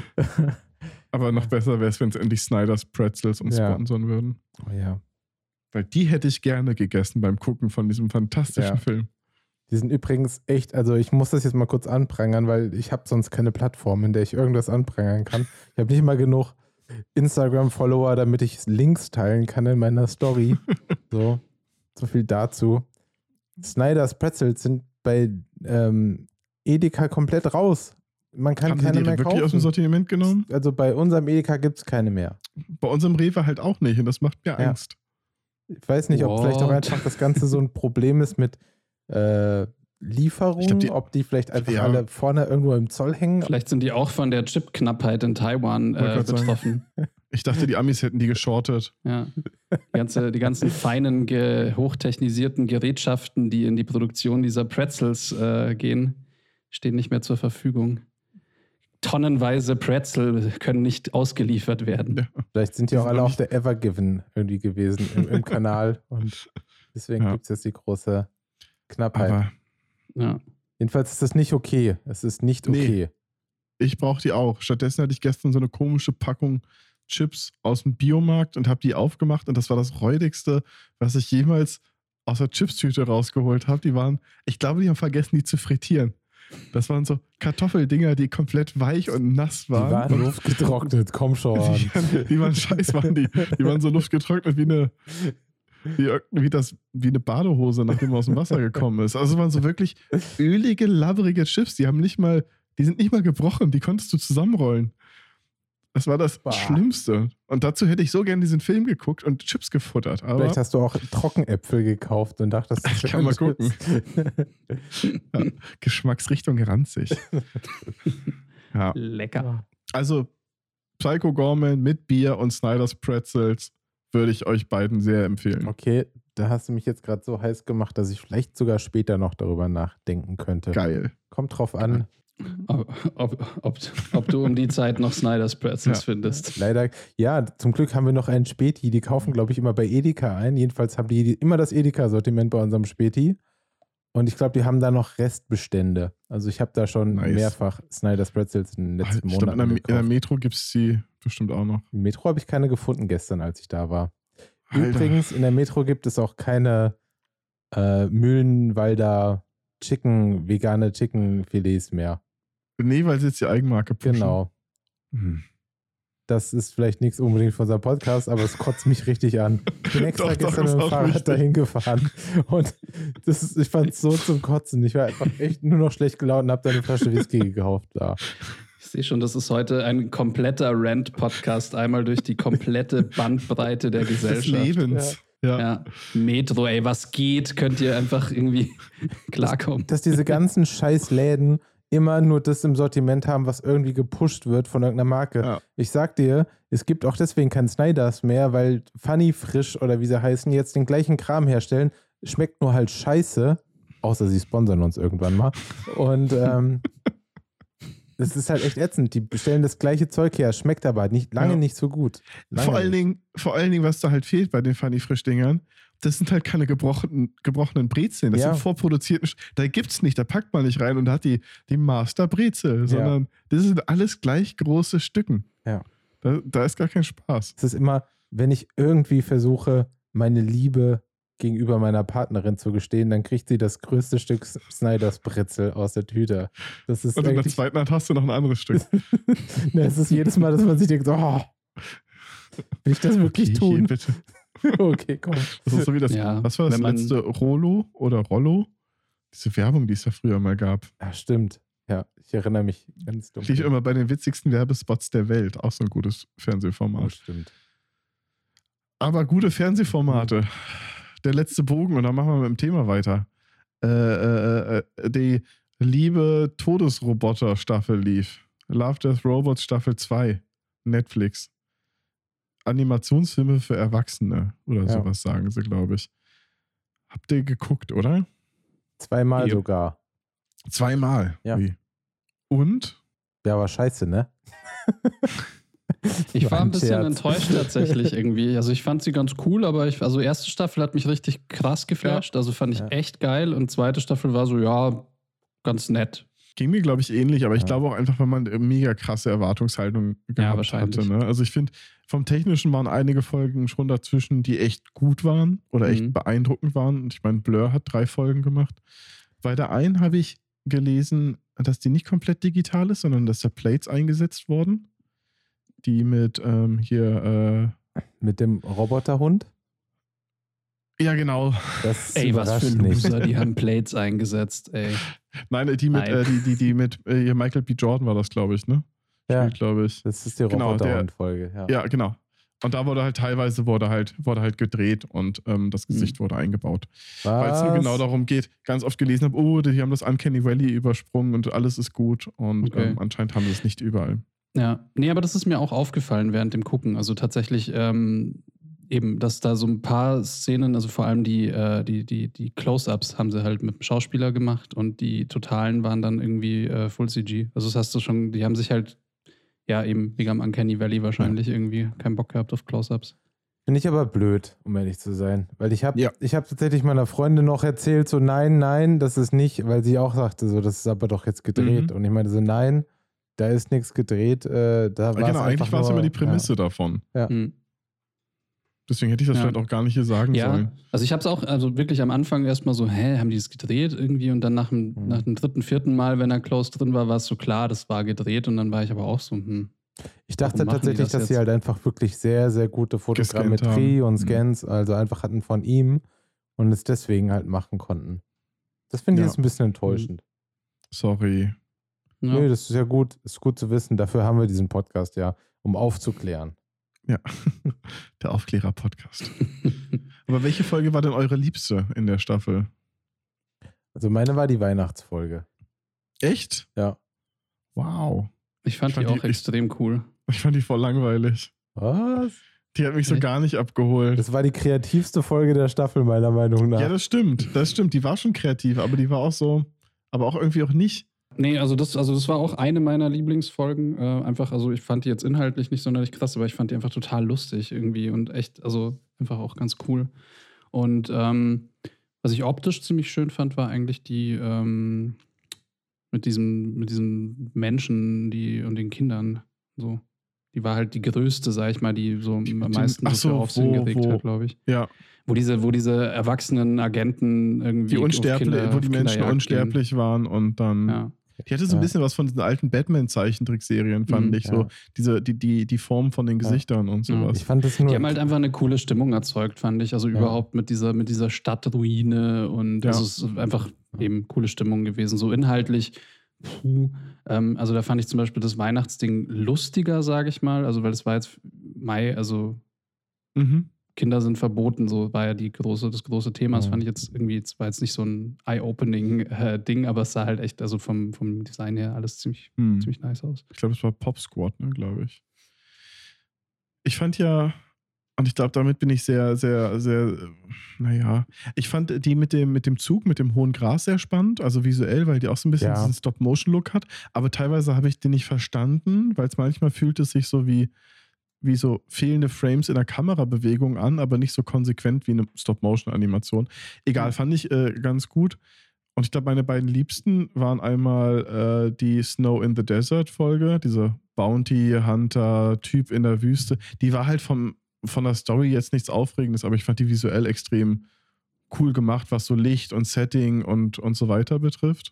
[SPEAKER 3] Aber noch besser wäre es, wenn es endlich Snyder's Pretzels uns
[SPEAKER 2] Ja.
[SPEAKER 3] sponsern würden.
[SPEAKER 2] Oh ja.
[SPEAKER 3] Weil die hätte ich gerne gegessen beim Gucken von diesem fantastischen
[SPEAKER 2] Ja.
[SPEAKER 3] Film.
[SPEAKER 2] Die sind übrigens echt, also ich muss das jetzt mal kurz anprangern, weil ich habe sonst keine Plattform, in der ich irgendwas anprangern kann. Ich habe nicht mal genug Instagram-Follower, damit ich Links teilen kann in meiner Story. So, so viel dazu. Snyder's Pretzels sind bei ähm, Edeka komplett raus. Man kann
[SPEAKER 3] Haben sie
[SPEAKER 2] keine
[SPEAKER 3] die
[SPEAKER 2] mehr
[SPEAKER 3] wirklich aus dem
[SPEAKER 2] kaufen.
[SPEAKER 3] Sortiment genommen?
[SPEAKER 2] Also bei unserem Edeka gibt es keine mehr.
[SPEAKER 3] Bei unserem Rewe halt auch nicht und das macht mir
[SPEAKER 2] Ja.
[SPEAKER 3] Angst.
[SPEAKER 2] Ich weiß nicht, ob
[SPEAKER 1] What?
[SPEAKER 2] vielleicht auch einfach das Ganze so ein Problem ist mit äh, Lieferungen,
[SPEAKER 3] Ich glaub, die-
[SPEAKER 2] ob die vielleicht einfach
[SPEAKER 3] Ja.
[SPEAKER 2] alle vorne irgendwo im Zoll hängen.
[SPEAKER 1] Vielleicht sind die auch von der Chipknappheit in Taiwan
[SPEAKER 3] Wollte
[SPEAKER 1] äh,
[SPEAKER 3] grad sagen.
[SPEAKER 1] betroffen.
[SPEAKER 3] Ich dachte, die Amis hätten die geschortet.
[SPEAKER 1] Ja. Die, ganze, die ganzen feinen, ge, hochtechnisierten Gerätschaften, die in die Produktion dieser Pretzels äh, gehen, stehen nicht mehr zur Verfügung. Tonnenweise Pretzel können nicht ausgeliefert werden.
[SPEAKER 3] Ja.
[SPEAKER 2] Vielleicht sind die
[SPEAKER 3] Die
[SPEAKER 2] auch
[SPEAKER 3] sind
[SPEAKER 2] alle
[SPEAKER 3] auch
[SPEAKER 2] auf der Evergiven irgendwie gewesen im, im Kanal und deswegen
[SPEAKER 3] Ja.
[SPEAKER 2] gibt es jetzt die große Knappheit.
[SPEAKER 3] Aber
[SPEAKER 1] Ja.
[SPEAKER 2] Jedenfalls ist das nicht okay. Es ist nicht
[SPEAKER 3] Nee.
[SPEAKER 2] okay.
[SPEAKER 3] ich brauche die auch. Stattdessen hatte ich gestern so eine komische Packung Chips aus dem Biomarkt und habe die aufgemacht und das war das räudigste, was ich jemals aus der Chipstüte rausgeholt habe. Die waren, ich glaube, die haben vergessen, die zu frittieren. Das waren so Kartoffeldinger, die komplett weich und nass
[SPEAKER 2] Die
[SPEAKER 3] waren.
[SPEAKER 2] waren
[SPEAKER 3] Und
[SPEAKER 2] luftgetrocknet, komm schon.
[SPEAKER 3] Die, die waren scheiß, waren die. Die waren so luftgetrocknet wie eine, wie, wie, das, wie eine Badehose, nachdem man aus dem Wasser gekommen ist. Also es waren so wirklich ölige, labbrige Chips. Die haben nicht mal, die sind nicht mal gebrochen. Die konntest du zusammenrollen. Das war das
[SPEAKER 2] Bah.
[SPEAKER 3] Schlimmste. Und dazu hätte ich so gern diesen Film geguckt und Chips gefuttert. Aber
[SPEAKER 2] Vielleicht hast du auch Trockenäpfel gekauft und dachtest, das
[SPEAKER 3] Ich kann mal
[SPEAKER 2] wären
[SPEAKER 3] gucken.
[SPEAKER 2] Chips.
[SPEAKER 3] ja, Geschmacksrichtung ranzig. Ja.
[SPEAKER 1] Lecker.
[SPEAKER 3] Also Psycho Gorman mit Bier und Snyder's Pretzels würde ich euch beiden sehr empfehlen.
[SPEAKER 2] Okay, da hast du mich jetzt gerade so heiß gemacht, dass ich vielleicht sogar später noch darüber nachdenken könnte.
[SPEAKER 3] Geil.
[SPEAKER 2] Kommt drauf an.
[SPEAKER 1] Ob, ob, ob, ob du um die Zeit noch Snyder's Pretzels
[SPEAKER 3] Ja.
[SPEAKER 1] findest.
[SPEAKER 2] Leider, ja, zum Glück haben wir noch einen Späti. Die kaufen, glaube ich, immer bei Edeka ein. Jedenfalls haben die immer das Edeka-Sortiment bei unserem Späti. Und ich glaube, die haben da noch Restbestände. Also ich habe da schon
[SPEAKER 3] Nice.
[SPEAKER 2] mehrfach Snyder's Pretzels in den letzten
[SPEAKER 3] Ich glaube, in,
[SPEAKER 2] Monaten
[SPEAKER 3] der- in der
[SPEAKER 2] gekauft.
[SPEAKER 3] Metro gibt es sie bestimmt auch noch.
[SPEAKER 2] Im Metro habe ich keine gefunden gestern, als ich da war.
[SPEAKER 3] Alter.
[SPEAKER 2] Übrigens, in der Metro gibt es auch keine äh, Mühlenwalder Chicken, vegane Chicken-Filets mehr.
[SPEAKER 3] Nee, weil sie jetzt die Eigenmarke pushen.
[SPEAKER 2] Genau.
[SPEAKER 3] Hm.
[SPEAKER 2] Das ist vielleicht nichts unbedingt für unser Podcast, aber es kotzt mich richtig an. Ich bin extra
[SPEAKER 3] Doch, doch,
[SPEAKER 2] gestern
[SPEAKER 3] ist
[SPEAKER 2] mit dem
[SPEAKER 3] auch
[SPEAKER 2] Fahrrad
[SPEAKER 3] wichtig.
[SPEAKER 2] dahin gefahren und das ist, ich fand es so zum Kotzen. Ich war einfach echt nur noch schlecht gelaunt und habe da eine Flasche Whisky gekauft. Da.
[SPEAKER 1] Ich sehe schon, das ist heute ein kompletter Rant-Podcast, einmal durch die komplette Bandbreite der
[SPEAKER 3] Des
[SPEAKER 1] Gesellschaft.
[SPEAKER 3] Lebens. Ja.
[SPEAKER 1] Ja. Metro, ey, was geht? Könnt ihr einfach irgendwie klarkommen?
[SPEAKER 2] Dass diese ganzen scheiß Läden immer nur das im Sortiment haben, was irgendwie gepusht wird von irgendeiner Marke.
[SPEAKER 3] Ja.
[SPEAKER 2] Ich sag dir, es gibt auch deswegen kein Snyders mehr, weil Funny Frisch oder wie sie heißen, jetzt den gleichen Kram herstellen. Schmeckt nur halt scheiße. Außer sie sponsern uns irgendwann mal. Und ähm, das ist halt echt ätzend. Die bestellen das gleiche Zeug her, schmeckt aber nicht, lange
[SPEAKER 3] Ja.
[SPEAKER 2] nicht so gut. Lange
[SPEAKER 3] Vor allen,
[SPEAKER 2] nicht.
[SPEAKER 3] Dingen, vor allen Dingen, was da halt fehlt bei den Funny Frisch-Dingern, das sind halt keine gebrochenen, gebrochenen Brezeln. Das
[SPEAKER 2] Ja.
[SPEAKER 3] sind vorproduzierten. Sch- Da gibt's nicht, da packt man nicht rein und hat die, die Master-Brezel, sondern das sind alles gleich große Stücken.
[SPEAKER 2] Ja.
[SPEAKER 3] Da, da ist gar kein Spaß.
[SPEAKER 2] Es ist immer, wenn ich irgendwie versuche, meine Liebe gegenüber meiner Partnerin zu gestehen, dann kriegt sie das größte Stück Snyders Brezel aus der Tüte. Das ist
[SPEAKER 3] Und in der
[SPEAKER 2] eigentlich,
[SPEAKER 3] zweiten Hand hast du noch ein anderes Stück.
[SPEAKER 2] ne, es ist jedes Mal, dass man sich denkt, oh, will ich das wirklich
[SPEAKER 3] Okay,
[SPEAKER 2] tun?
[SPEAKER 3] bitte.
[SPEAKER 2] Okay, komm.
[SPEAKER 3] Das ist so wie das,
[SPEAKER 1] Ja,
[SPEAKER 3] was war das
[SPEAKER 1] wenn man-
[SPEAKER 3] letzte Rollo oder Rollo? Diese Werbung, die es ja früher mal gab.
[SPEAKER 2] Ja, stimmt. Ja, ich erinnere mich ganz dunkel.
[SPEAKER 3] Lief immer bei den witzigsten Werbespots der Welt. Auch so ein gutes
[SPEAKER 2] Oh,
[SPEAKER 3] Fernsehformat.
[SPEAKER 2] stimmt.
[SPEAKER 3] Aber gute Fernsehformate. Der letzte Bogen und dann machen wir mit dem Thema weiter. Äh, äh, äh, die Liebe Todesroboter Staffel lief. Love Death Robots Staffel zwei. Netflix. Animationsfilme für Erwachsene oder
[SPEAKER 2] Ja.
[SPEAKER 3] sowas sagen sie, glaube ich. Habt ihr geguckt, oder?
[SPEAKER 2] Zweimal
[SPEAKER 1] Ja.
[SPEAKER 2] sogar.
[SPEAKER 3] Zweimal.
[SPEAKER 2] Ja.
[SPEAKER 3] Ui. Und?
[SPEAKER 2] Ja, war scheiße, ne?
[SPEAKER 1] Ich war ein bisschen
[SPEAKER 2] Scherz.
[SPEAKER 1] enttäuscht tatsächlich irgendwie. Also ich fand sie ganz cool, aber ich, also erste Staffel hat mich richtig krass geflasht. Also fand ich
[SPEAKER 2] Ja.
[SPEAKER 1] echt geil. Und zweite Staffel war so, ja, ganz nett.
[SPEAKER 3] Ging mir, glaube ich, ähnlich, aber ich
[SPEAKER 2] Ja.
[SPEAKER 3] glaube auch einfach, weil man eine mega krasse Erwartungshaltung gehabt
[SPEAKER 1] wahrscheinlich.
[SPEAKER 3] hatte. Ne? Also ich finde, vom Technischen waren einige Folgen schon dazwischen, die echt gut waren oder echt
[SPEAKER 1] Mhm.
[SPEAKER 3] beeindruckend waren. Und ich meine, Blur hat drei Folgen gemacht. Bei der einen habe ich gelesen, dass die nicht komplett digital ist, sondern dass da Plates eingesetzt wurden. Die mit ähm, hier,
[SPEAKER 2] Mit dem Roboterhund?
[SPEAKER 3] äh, ja genau,
[SPEAKER 2] Das
[SPEAKER 1] Ey, was für
[SPEAKER 2] überrascht nicht.
[SPEAKER 1] Loser, die haben Plates eingesetzt, ey.
[SPEAKER 3] nein, die mit,
[SPEAKER 1] Nein.
[SPEAKER 3] äh, die, die, die mit äh, hier Michael B. Jordan war das, glaube ich, ne?
[SPEAKER 2] Ja,
[SPEAKER 3] Spielt, glaube ich.
[SPEAKER 2] das ist die
[SPEAKER 3] Genau, der-
[SPEAKER 2] Roboterhund-Folge. Ja.
[SPEAKER 3] Ja, genau. Und da wurde halt teilweise wurde halt, wurde halt gedreht und ähm, das Gesicht
[SPEAKER 1] Mhm.
[SPEAKER 3] wurde eingebaut. Weil es nur
[SPEAKER 2] Was?
[SPEAKER 3] genau darum geht, ganz oft gelesen habe, oh, die haben das Uncanny Valley übersprungen und alles ist gut. Und
[SPEAKER 1] Okay.
[SPEAKER 3] ähm, anscheinend haben sie es nicht überall.
[SPEAKER 1] Ja, nee, aber das ist mir auch aufgefallen während dem Gucken. Also tatsächlich ähm, eben, dass da so ein paar Szenen, also vor allem die, äh, die, die, die Close-Ups haben sie halt mit dem Schauspieler gemacht und die Totalen waren dann irgendwie äh, Full C G. Also das hast du schon, die haben sich halt, ja eben, wegen am Uncanny Valley wahrscheinlich irgendwie keinen Bock gehabt auf Close-Ups.
[SPEAKER 2] Finde ich aber blöd, um ehrlich zu sein. Weil ich habe
[SPEAKER 3] Ja.
[SPEAKER 2] ich hab tatsächlich meiner Freundin noch erzählt, so nein, nein, das ist nicht, weil sie auch sagte, so, das ist aber doch jetzt gedreht.
[SPEAKER 3] Mhm.
[SPEAKER 2] Und ich meinte so, nein, da ist nichts gedreht. Äh, da
[SPEAKER 3] Aber
[SPEAKER 2] war's
[SPEAKER 3] genau, eigentlich
[SPEAKER 2] einfach
[SPEAKER 3] war es
[SPEAKER 2] nur-
[SPEAKER 3] immer die Prämisse davon.
[SPEAKER 1] Hm.
[SPEAKER 3] Deswegen hätte ich das
[SPEAKER 1] Ja.
[SPEAKER 3] vielleicht auch gar nicht hier sagen
[SPEAKER 1] Ja,
[SPEAKER 3] sollen.
[SPEAKER 1] also ich habe es auch, also wirklich am Anfang erstmal so, hä, haben die das gedreht irgendwie? Und dann nach dem,
[SPEAKER 2] Mhm.
[SPEAKER 1] nach dem dritten, vierten Mal, wenn er close drin war, war es so klar, das war gedreht. Und dann war ich aber auch so, hm.
[SPEAKER 2] Ich dachte
[SPEAKER 1] Warum machen die
[SPEAKER 2] tatsächlich,
[SPEAKER 1] das
[SPEAKER 2] dass sie
[SPEAKER 1] jetzt?
[SPEAKER 2] halt einfach wirklich sehr, sehr gute Fotogrammetrie
[SPEAKER 3] haben.
[SPEAKER 2] und
[SPEAKER 3] Mhm.
[SPEAKER 2] Scans, also einfach hatten von ihm und es deswegen halt machen konnten. Das finde ich
[SPEAKER 3] Ja.
[SPEAKER 2] jetzt ein bisschen enttäuschend.
[SPEAKER 3] Sorry.
[SPEAKER 1] Ja.
[SPEAKER 2] Nö, das ist ja gut, ist gut zu wissen. Dafür haben wir diesen Podcast ja, um aufzuklären.
[SPEAKER 3] Ja. Der Aufklärer-Podcast. Aber welche Folge war denn eure liebste in der Staffel?
[SPEAKER 2] Also meine war die Weihnachtsfolge.
[SPEAKER 3] Echt?
[SPEAKER 2] Ja.
[SPEAKER 3] Wow.
[SPEAKER 1] Ich fand
[SPEAKER 3] Ich fand
[SPEAKER 1] die
[SPEAKER 3] die
[SPEAKER 1] auch extrem cool.
[SPEAKER 3] Ich fand die voll langweilig.
[SPEAKER 2] Was?
[SPEAKER 3] Die hat mich so
[SPEAKER 1] Echt?
[SPEAKER 3] gar nicht abgeholt.
[SPEAKER 2] Das war die kreativste Folge der Staffel, meiner Meinung nach.
[SPEAKER 3] Ja, das stimmt. Das stimmt. Die war schon kreativ, aber die war auch so, aber auch irgendwie auch nicht.
[SPEAKER 1] Nee, also das, also das war auch eine meiner Lieblingsfolgen. Äh, einfach, also ich fand die jetzt inhaltlich nicht sonderlich krass, aber ich fand die einfach total lustig irgendwie und echt, also einfach auch ganz cool. Und ähm, was ich optisch ziemlich schön fand, war eigentlich die ähm, mit diesem, mit diesen Menschen, die und den Kindern. So. Die war halt die größte, sag ich mal, die so
[SPEAKER 3] Die
[SPEAKER 1] am
[SPEAKER 3] mit den-
[SPEAKER 1] meisten
[SPEAKER 3] ach
[SPEAKER 1] so
[SPEAKER 3] so,
[SPEAKER 1] für Aufsehen
[SPEAKER 3] wo-
[SPEAKER 1] geregt
[SPEAKER 3] wo-
[SPEAKER 1] hat, glaube ich.
[SPEAKER 3] Ja,
[SPEAKER 1] Wo diese, wo diese erwachsenen Agenten irgendwie.
[SPEAKER 3] die
[SPEAKER 1] auf
[SPEAKER 3] unsterblich,
[SPEAKER 1] Kinder-
[SPEAKER 3] wo die
[SPEAKER 1] auf
[SPEAKER 3] Menschen
[SPEAKER 1] Kinderjagd
[SPEAKER 3] unsterblich waren und dann.
[SPEAKER 1] Gehen. Ja.
[SPEAKER 3] Die hatte so ein
[SPEAKER 2] Ja.
[SPEAKER 3] bisschen was von diesen alten Batman-Zeichentrickserien, fand
[SPEAKER 1] Mhm.
[SPEAKER 3] ich. So
[SPEAKER 2] Ja.
[SPEAKER 3] diese, die, die, die Form von den Gesichtern und sowas.
[SPEAKER 2] Ich fand das nur.
[SPEAKER 1] Die haben halt einfach eine coole Stimmung erzeugt, fand ich. Also
[SPEAKER 2] Ja.
[SPEAKER 1] überhaupt mit dieser, mit dieser Stadtruine und
[SPEAKER 3] Ja.
[SPEAKER 1] also es ist einfach eben coole Stimmung gewesen. So inhaltlich, puh. Ähm, also da fand ich zum Beispiel das Weihnachtsding lustiger, sage ich mal. Also weil es war jetzt Mai, also
[SPEAKER 3] Mhm.
[SPEAKER 1] Kinder sind verboten, so war ja die große, das große Thema. Das
[SPEAKER 2] Mhm.
[SPEAKER 1] fand ich jetzt irgendwie, es war jetzt nicht so ein Eye-Opening-Ding, aber es sah halt echt, also vom, vom Design her alles ziemlich,
[SPEAKER 3] Hm.
[SPEAKER 1] ziemlich nice aus.
[SPEAKER 3] Ich glaube, es war Pop Squad, ne, glaube ich. Ich fand ja, und ich glaube, damit bin ich sehr, sehr, sehr, äh, naja, ich fand die mit dem, mit dem Zug, mit dem hohen Gras sehr spannend, also visuell, weil die auch so ein bisschen
[SPEAKER 2] Ja.
[SPEAKER 3] diesen Stop-Motion-Look hat, aber teilweise habe ich den nicht verstanden, weil es manchmal fühlt es sich so wie, wie so fehlende Frames in der Kamerabewegung an, aber nicht so konsequent wie eine Stop-Motion-Animation. Egal, fand ich äh, ganz gut. Und ich glaube, meine beiden Liebsten waren einmal äh, die Snow in the Desert Folge, diese Bounty Hunter Typ in der Wüste. Die war halt vom, von der Story jetzt nichts Aufregendes, aber ich fand die visuell extrem cool gemacht, was so Licht und Setting und, und so weiter betrifft.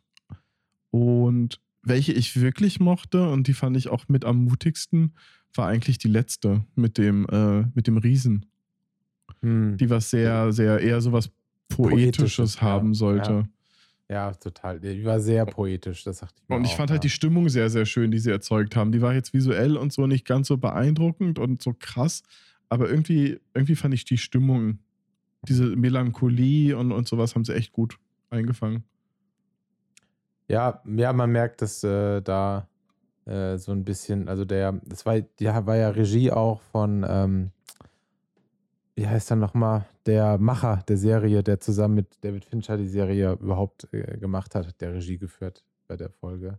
[SPEAKER 3] Und welche ich wirklich mochte und die fand ich auch mit am mutigsten, war eigentlich die letzte mit dem, äh, mit dem Riesen.
[SPEAKER 2] Hm.
[SPEAKER 3] Die was sehr, sehr eher sowas Poetisches
[SPEAKER 2] Poetisches,
[SPEAKER 3] haben
[SPEAKER 2] ja,
[SPEAKER 3] sollte.
[SPEAKER 2] ja. Ja, total. Die war sehr poetisch, das sagte ich mir
[SPEAKER 3] Und ich
[SPEAKER 2] auch,
[SPEAKER 3] fand
[SPEAKER 2] ja.
[SPEAKER 3] halt die Stimmung sehr, sehr schön, die sie erzeugt haben. Die war jetzt visuell und so nicht ganz so beeindruckend und so krass, aber irgendwie, irgendwie fand ich die Stimmung, diese Melancholie und, und sowas haben sie echt gut eingefangen.
[SPEAKER 2] Ja, ja, man merkt, dass äh, da äh, so ein bisschen, also der, das war, die war ja Regie auch von, ähm, wie heißt er nochmal, der Macher der Serie, der zusammen mit David Fincher die Serie überhaupt äh, gemacht hat, hat der Regie geführt bei der Folge.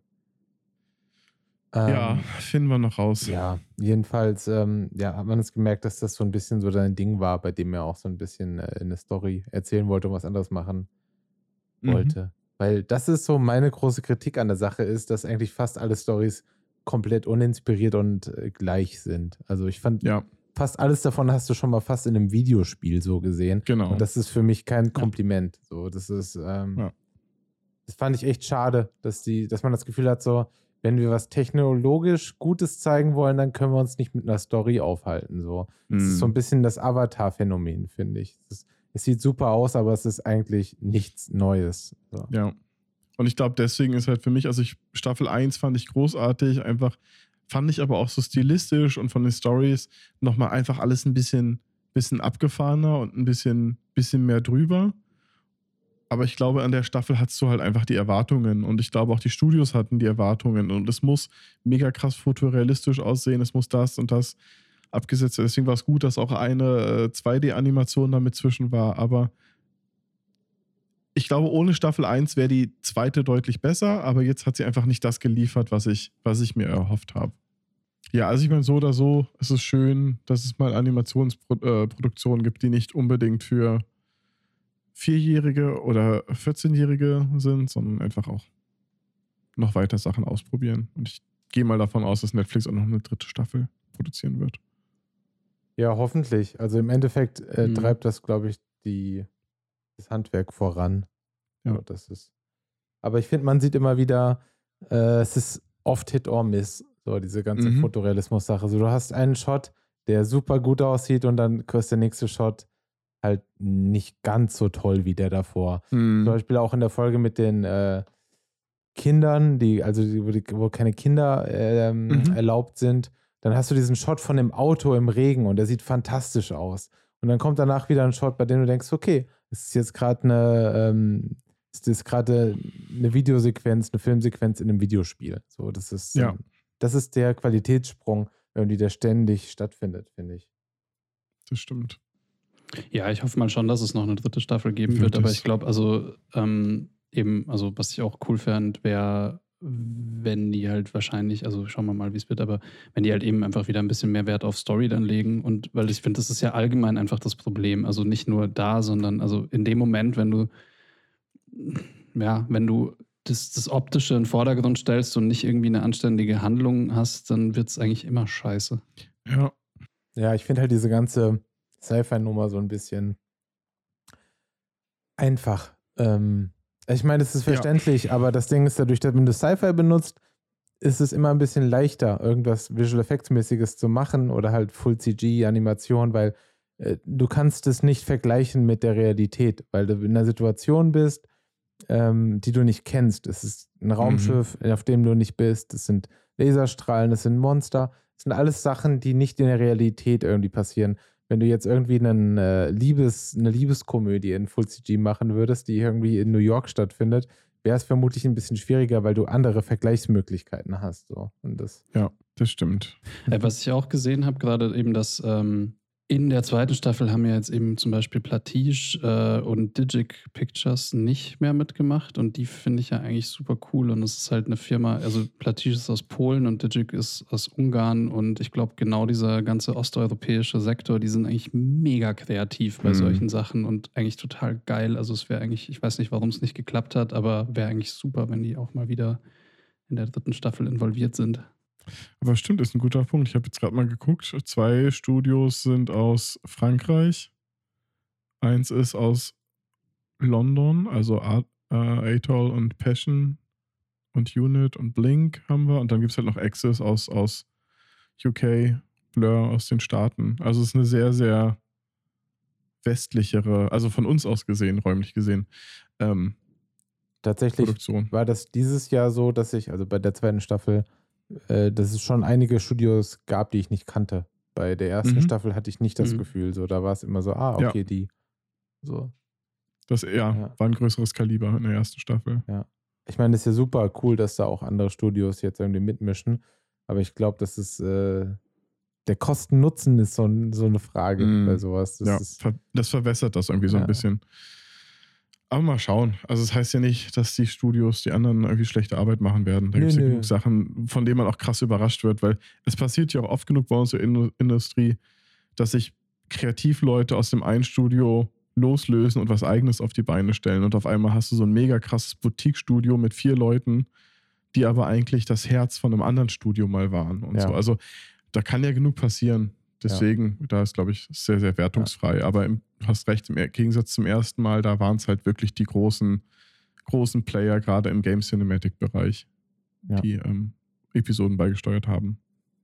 [SPEAKER 2] Ähm,
[SPEAKER 3] Ja, finden wir noch raus.
[SPEAKER 2] Ja, jedenfalls ähm, ja, hat man es gemerkt, dass das so ein bisschen so sein Ding war, bei dem er auch so ein bisschen äh, eine Story erzählen wollte und was anderes machen
[SPEAKER 3] Mhm.
[SPEAKER 2] wollte. Weil das ist so meine große Kritik an der Sache ist, dass eigentlich fast alle Storys komplett uninspiriert und äh, gleich sind. Also ich fand,
[SPEAKER 3] Ja,
[SPEAKER 2] fast alles davon hast du schon mal fast in einem Videospiel so gesehen.
[SPEAKER 3] genau.
[SPEAKER 2] Und das ist für mich kein Kompliment. So, das ist, ähm,
[SPEAKER 3] Ja.
[SPEAKER 2] das fand ich echt schade, dass die, dass man das Gefühl hat, so, wenn wir was technologisch Gutes zeigen wollen, dann können wir uns nicht mit einer Story aufhalten. So. Das ist so ein
[SPEAKER 3] Mhm.
[SPEAKER 2] bisschen das Avatar-Phänomen, finde ich. Es, ist, es sieht super aus, aber es ist eigentlich nichts Neues. So.
[SPEAKER 3] Ja. Und ich glaube, deswegen ist halt für mich, also ich, Staffel eins fand ich großartig, einfach fand ich aber auch so stilistisch und von den Stories nochmal einfach alles ein bisschen, bisschen abgefahrener und ein bisschen, bisschen mehr drüber. Aber ich glaube, an der Staffel hattest du halt einfach die Erwartungen und ich glaube auch die Studios hatten die Erwartungen und es muss mega krass fotorealistisch aussehen, es muss das und das abgesetzt werden. Deswegen war es gut, dass auch eine äh, zwei D-Animation damit zwischen war, aber ich glaube, ohne Staffel eins wäre die zweite deutlich besser, aber jetzt hat sie einfach nicht das geliefert, was ich, was ich mir erhofft habe. Ja, also ich meine, so oder so ist es schön, dass es mal Animationsproduktionen gibt, die nicht unbedingt für Vierjährige oder vierzehnjährige sind, sondern einfach auch noch weiter Sachen ausprobieren. Und ich gehe mal davon aus, dass Netflix auch noch eine dritte Staffel produzieren wird.
[SPEAKER 2] Ja, hoffentlich. Also im Endeffekt äh,
[SPEAKER 1] Mhm.
[SPEAKER 2] treibt das, glaube ich, die, das Handwerk voran.
[SPEAKER 3] Ja.
[SPEAKER 2] So, das ist. Aber ich finde, man sieht immer wieder, äh, es ist oft Hit or Miss, so diese ganze
[SPEAKER 3] Mhm.
[SPEAKER 2] Fotorealismus-Sache. So, du hast einen Shot, der super gut aussieht und dann ist der nächste Shot halt nicht ganz so toll wie der davor. Zum Beispiel auch in der Folge mit den äh, Kindern, die, also die, wo, die, wo keine Kinder ähm,
[SPEAKER 3] Mhm.
[SPEAKER 2] erlaubt sind, dann hast du diesen Shot von dem Auto im Regen und der sieht fantastisch aus. Und dann kommt danach wieder ein Shot, bei dem du denkst, okay, es ist jetzt gerade eine, ähm, es ist gerade eine Videosequenz, eine Filmsequenz in einem Videospiel. So, das ist,
[SPEAKER 3] Ja.
[SPEAKER 2] ähm, das ist der Qualitätssprung, irgendwie, der ständig stattfindet, finde ich.
[SPEAKER 3] Das stimmt.
[SPEAKER 1] Ja, ich hoffe mal schon, dass es noch eine dritte Staffel geben wird,
[SPEAKER 3] Wird
[SPEAKER 1] aber
[SPEAKER 3] es.
[SPEAKER 1] ich glaube, also ähm, eben, also was ich auch cool fände, wäre, wenn die halt wahrscheinlich, also schauen wir mal, wie es wird, aber wenn die halt eben einfach wieder ein bisschen mehr Wert auf Story dann legen und weil ich finde, das ist ja allgemein einfach das Problem, also nicht nur da, sondern also in dem Moment, wenn du ja, wenn du das, das Optische in den Vordergrund stellst und nicht irgendwie eine anständige Handlung hast, dann wird es eigentlich immer scheiße.
[SPEAKER 3] Ja.
[SPEAKER 2] Ja, ich finde halt diese ganze Sci-Fi-Nummer so ein bisschen einfach. Ähm, ich meine, es ist
[SPEAKER 3] Ja.
[SPEAKER 2] verständlich, aber das Ding ist dadurch, dass wenn du Sci-Fi benutzt, ist es immer ein bisschen leichter, irgendwas Visual Effects-mäßiges zu machen oder halt Full C G-Animation, weil äh, du kannst es nicht vergleichen mit der Realität, weil du in einer Situation bist, ähm, die du nicht kennst. Es ist ein Raumschiff, auf dem du nicht bist. Es sind Laserstrahlen, es sind Monster. Es sind alles Sachen, die nicht in der Realität irgendwie passieren. wenn du jetzt irgendwie einen, äh, Liebes, eine Liebeskomödie in Full C G machen würdest, die irgendwie in New York stattfindet, wäre es vermutlich ein bisschen schwieriger, weil du andere Vergleichsmöglichkeiten hast. So. Und das,
[SPEAKER 3] Ja, das stimmt.
[SPEAKER 1] Äh, was ich auch gesehen habe, gerade eben, dass ähm, in der zweiten Staffel haben ja jetzt eben zum Beispiel Platiche äh, und Digic Pictures nicht mehr mitgemacht und die finde ich ja eigentlich super cool und es ist halt eine Firma, also Platiche ist aus Polen und Digic ist aus Ungarn und ich glaube genau dieser ganze osteuropäische Sektor, die sind eigentlich mega kreativ bei
[SPEAKER 3] Mhm.
[SPEAKER 1] solchen Sachen und eigentlich total geil, also es wäre eigentlich, ich weiß nicht, warum es nicht geklappt hat, aber wäre eigentlich super, wenn die auch mal wieder in der dritten Staffel involviert sind.
[SPEAKER 3] Aber stimmt, ist ein guter Punkt. Ich habe jetzt gerade mal geguckt. Zwei Studios sind aus Frankreich. Eins ist aus London, also Art, äh, Atoll und Passion und Unit und Blink haben wir. Und dann gibt es halt noch Axis aus, aus U K, Blur aus den Staaten. Also es ist eine sehr, sehr westlichere, also von uns aus gesehen, räumlich gesehen, ähm,
[SPEAKER 2] tatsächlich
[SPEAKER 3] Produktion.
[SPEAKER 2] war das dieses Jahr so, dass ich, also bei der zweiten Staffel, äh, dass es schon einige Studios gab, die ich nicht kannte. Bei der ersten
[SPEAKER 3] Mhm.
[SPEAKER 2] Staffel hatte ich nicht das
[SPEAKER 1] Mhm.
[SPEAKER 2] Gefühl, so da war es immer so, ah,
[SPEAKER 3] Ja.
[SPEAKER 2] okay, die. So.
[SPEAKER 3] Das ja,
[SPEAKER 2] Ja.
[SPEAKER 3] war ein größeres Kaliber in der ersten Staffel.
[SPEAKER 2] Ich meine, es ist ja super cool, dass da auch andere Studios jetzt irgendwie mitmischen, aber ich glaube, das ist äh, der Kosten-Nutzen ist so, ein, so eine Frage
[SPEAKER 3] Mm,
[SPEAKER 2] bei sowas. Das
[SPEAKER 3] ja,
[SPEAKER 2] ist,
[SPEAKER 3] ver das verwässert das irgendwie so
[SPEAKER 2] Ja.
[SPEAKER 3] ein bisschen. Aber mal schauen. Also es heißt ja nicht, dass die Studios, die anderen irgendwie schlechte Arbeit machen werden. Da
[SPEAKER 2] Nö,
[SPEAKER 3] gibt es ja
[SPEAKER 2] nö.
[SPEAKER 3] genug Sachen, von denen man auch krass überrascht wird, weil es passiert ja auch oft genug bei uns in der Industrie, dass sich Kreativleute aus dem einen Studio loslösen und was Eigenes auf die Beine stellen. Und auf einmal hast du so ein mega krasses Boutique-Studio mit vier Leuten, die aber eigentlich das Herz von einem anderen Studio mal waren und
[SPEAKER 2] Ja.
[SPEAKER 3] so. Also da kann ja genug passieren. Deswegen, da ist, glaube ich, sehr, sehr wertungsfrei. Aber im, du hast recht, im Gegensatz zum ersten Mal, da waren es halt wirklich die großen, großen Player, gerade im Game Cinematic-Bereich,
[SPEAKER 2] Ja.
[SPEAKER 3] die ähm, Episoden beigesteuert haben.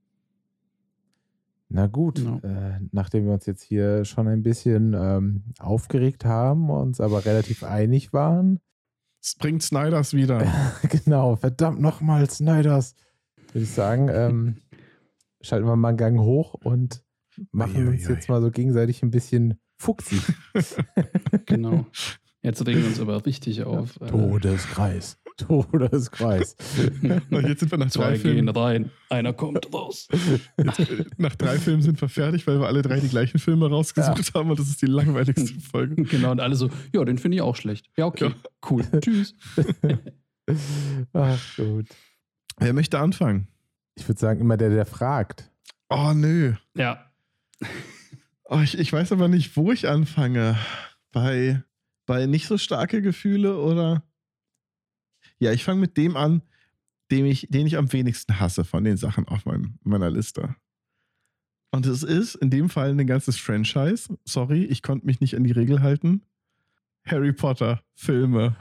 [SPEAKER 2] Na gut,
[SPEAKER 1] Genau.
[SPEAKER 2] äh, nachdem wir uns jetzt hier schon ein bisschen ähm, aufgeregt haben, uns aber relativ einig waren.
[SPEAKER 3] Es bringt Snyders wieder.
[SPEAKER 2] Genau, verdammt nochmal, Snyders. Würde ich sagen, ähm, schalten wir mal einen Gang hoch und machen
[SPEAKER 3] Ui, ui,
[SPEAKER 2] uns
[SPEAKER 3] ui.
[SPEAKER 2] jetzt mal so gegenseitig ein bisschen fuchsig.
[SPEAKER 1] Genau. Jetzt regen wir uns aber richtig auf. äh,
[SPEAKER 2] Todeskreis. Todeskreis.
[SPEAKER 3] Und jetzt sind wir nach drei
[SPEAKER 1] Zwei gehen
[SPEAKER 3] Filmen.
[SPEAKER 1] rein, einer kommt raus.
[SPEAKER 3] Jetzt, äh, nach drei Filmen sind wir fertig, weil wir alle drei die gleichen Filme rausgesucht haben und das ist die langweiligste Folge.
[SPEAKER 1] Genau, und alle so, ja, den finde ich auch schlecht. Ja, okay,
[SPEAKER 3] Ja.
[SPEAKER 1] cool. Tschüss.
[SPEAKER 2] Ach gut.
[SPEAKER 3] Wer möchte anfangen?
[SPEAKER 2] Ich würde sagen, immer der, der fragt.
[SPEAKER 3] Oh, nö.
[SPEAKER 1] Ja.
[SPEAKER 3] Oh, ich, ich weiß aber nicht, wo ich anfange. Bei, bei nicht so starke Gefühle oder? Ja, ich fange mit dem an, dem ich, den ich am wenigsten hasse von den Sachen auf meinem, meiner Liste. Und es ist in dem Fall ein ganzes Franchise. Sorry, ich konnte mich nicht an die Regel halten. Harry Potter Filme.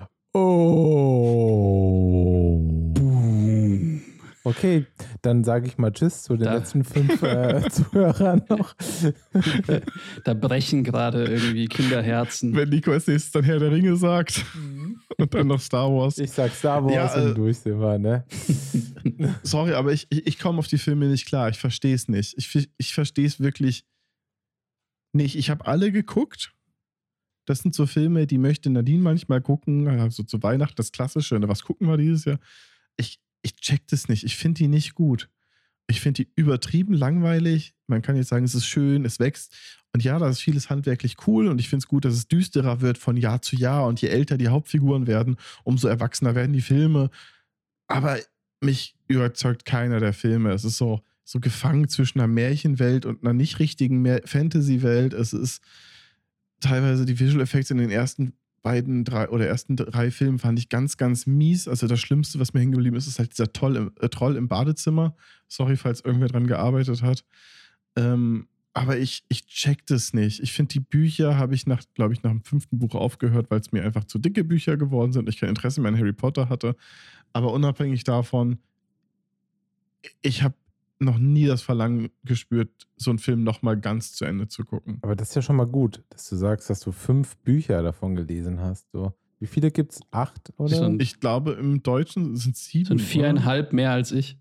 [SPEAKER 2] Oh. Okay, dann sage ich mal Tschüss zu den
[SPEAKER 1] Da-
[SPEAKER 2] letzten fünf äh, Zuhörern noch.
[SPEAKER 1] Da brechen gerade irgendwie Kinderherzen.
[SPEAKER 3] Wenn Nico als nächstes dann Herr der Ringe sagt und dann noch Star Wars.
[SPEAKER 2] Ich sag Star Wars
[SPEAKER 3] Ja, äh,
[SPEAKER 2] und durch sind wir, ne?
[SPEAKER 3] Sorry, aber ich, ich, ich komme auf die Filme nicht klar. Ich verstehe es nicht. Ich, ich verstehe es wirklich nicht. Ich habe alle geguckt. Das sind so Filme, die möchte Nadine manchmal gucken. Also zu Weihnachten das Klassische. Ne? Was gucken wir dieses Jahr? Ich, ich check das nicht. Ich finde die nicht gut. Ich finde die übertrieben langweilig. Man kann jetzt sagen, es ist schön, es wächst. Und ja, da ist vieles handwerklich cool. Und ich finde es gut, dass es düsterer wird von Jahr zu Jahr. Und je älter die Hauptfiguren werden, umso erwachsener werden die Filme. Aber mich überzeugt keiner der Filme. Es ist so, so gefangen zwischen einer Märchenwelt und einer nicht richtigen Mer- Fantasy-Welt. Es ist teilweise die Visual Effects in den ersten beiden, drei oder ersten drei Filmen fand ich ganz, ganz mies. Also das Schlimmste, was mir hängen geblieben ist, ist halt dieser Troll im, äh, Troll im Badezimmer. Sorry, falls irgendwer dran gearbeitet hat. Ähm, aber ich, ich check das nicht. Ich finde, die Bücher habe ich nach, glaube ich, nach dem fünften Buch aufgehört, weil es mir einfach zu dicke Bücher geworden sind und ich kein Interesse mehr an Harry Potter hatte. Aber unabhängig davon, ich habe noch nie das Verlangen gespürt, so einen Film nochmal ganz zu Ende zu gucken.
[SPEAKER 2] Aber das ist ja schon mal gut, dass du sagst, dass du fünf Bücher davon gelesen hast. So. Wie viele gibt's? Acht, oder?
[SPEAKER 1] Schon.
[SPEAKER 3] Ich glaube, im Deutschen sind es sieben.
[SPEAKER 1] Sind viereinhalb mehr als ich.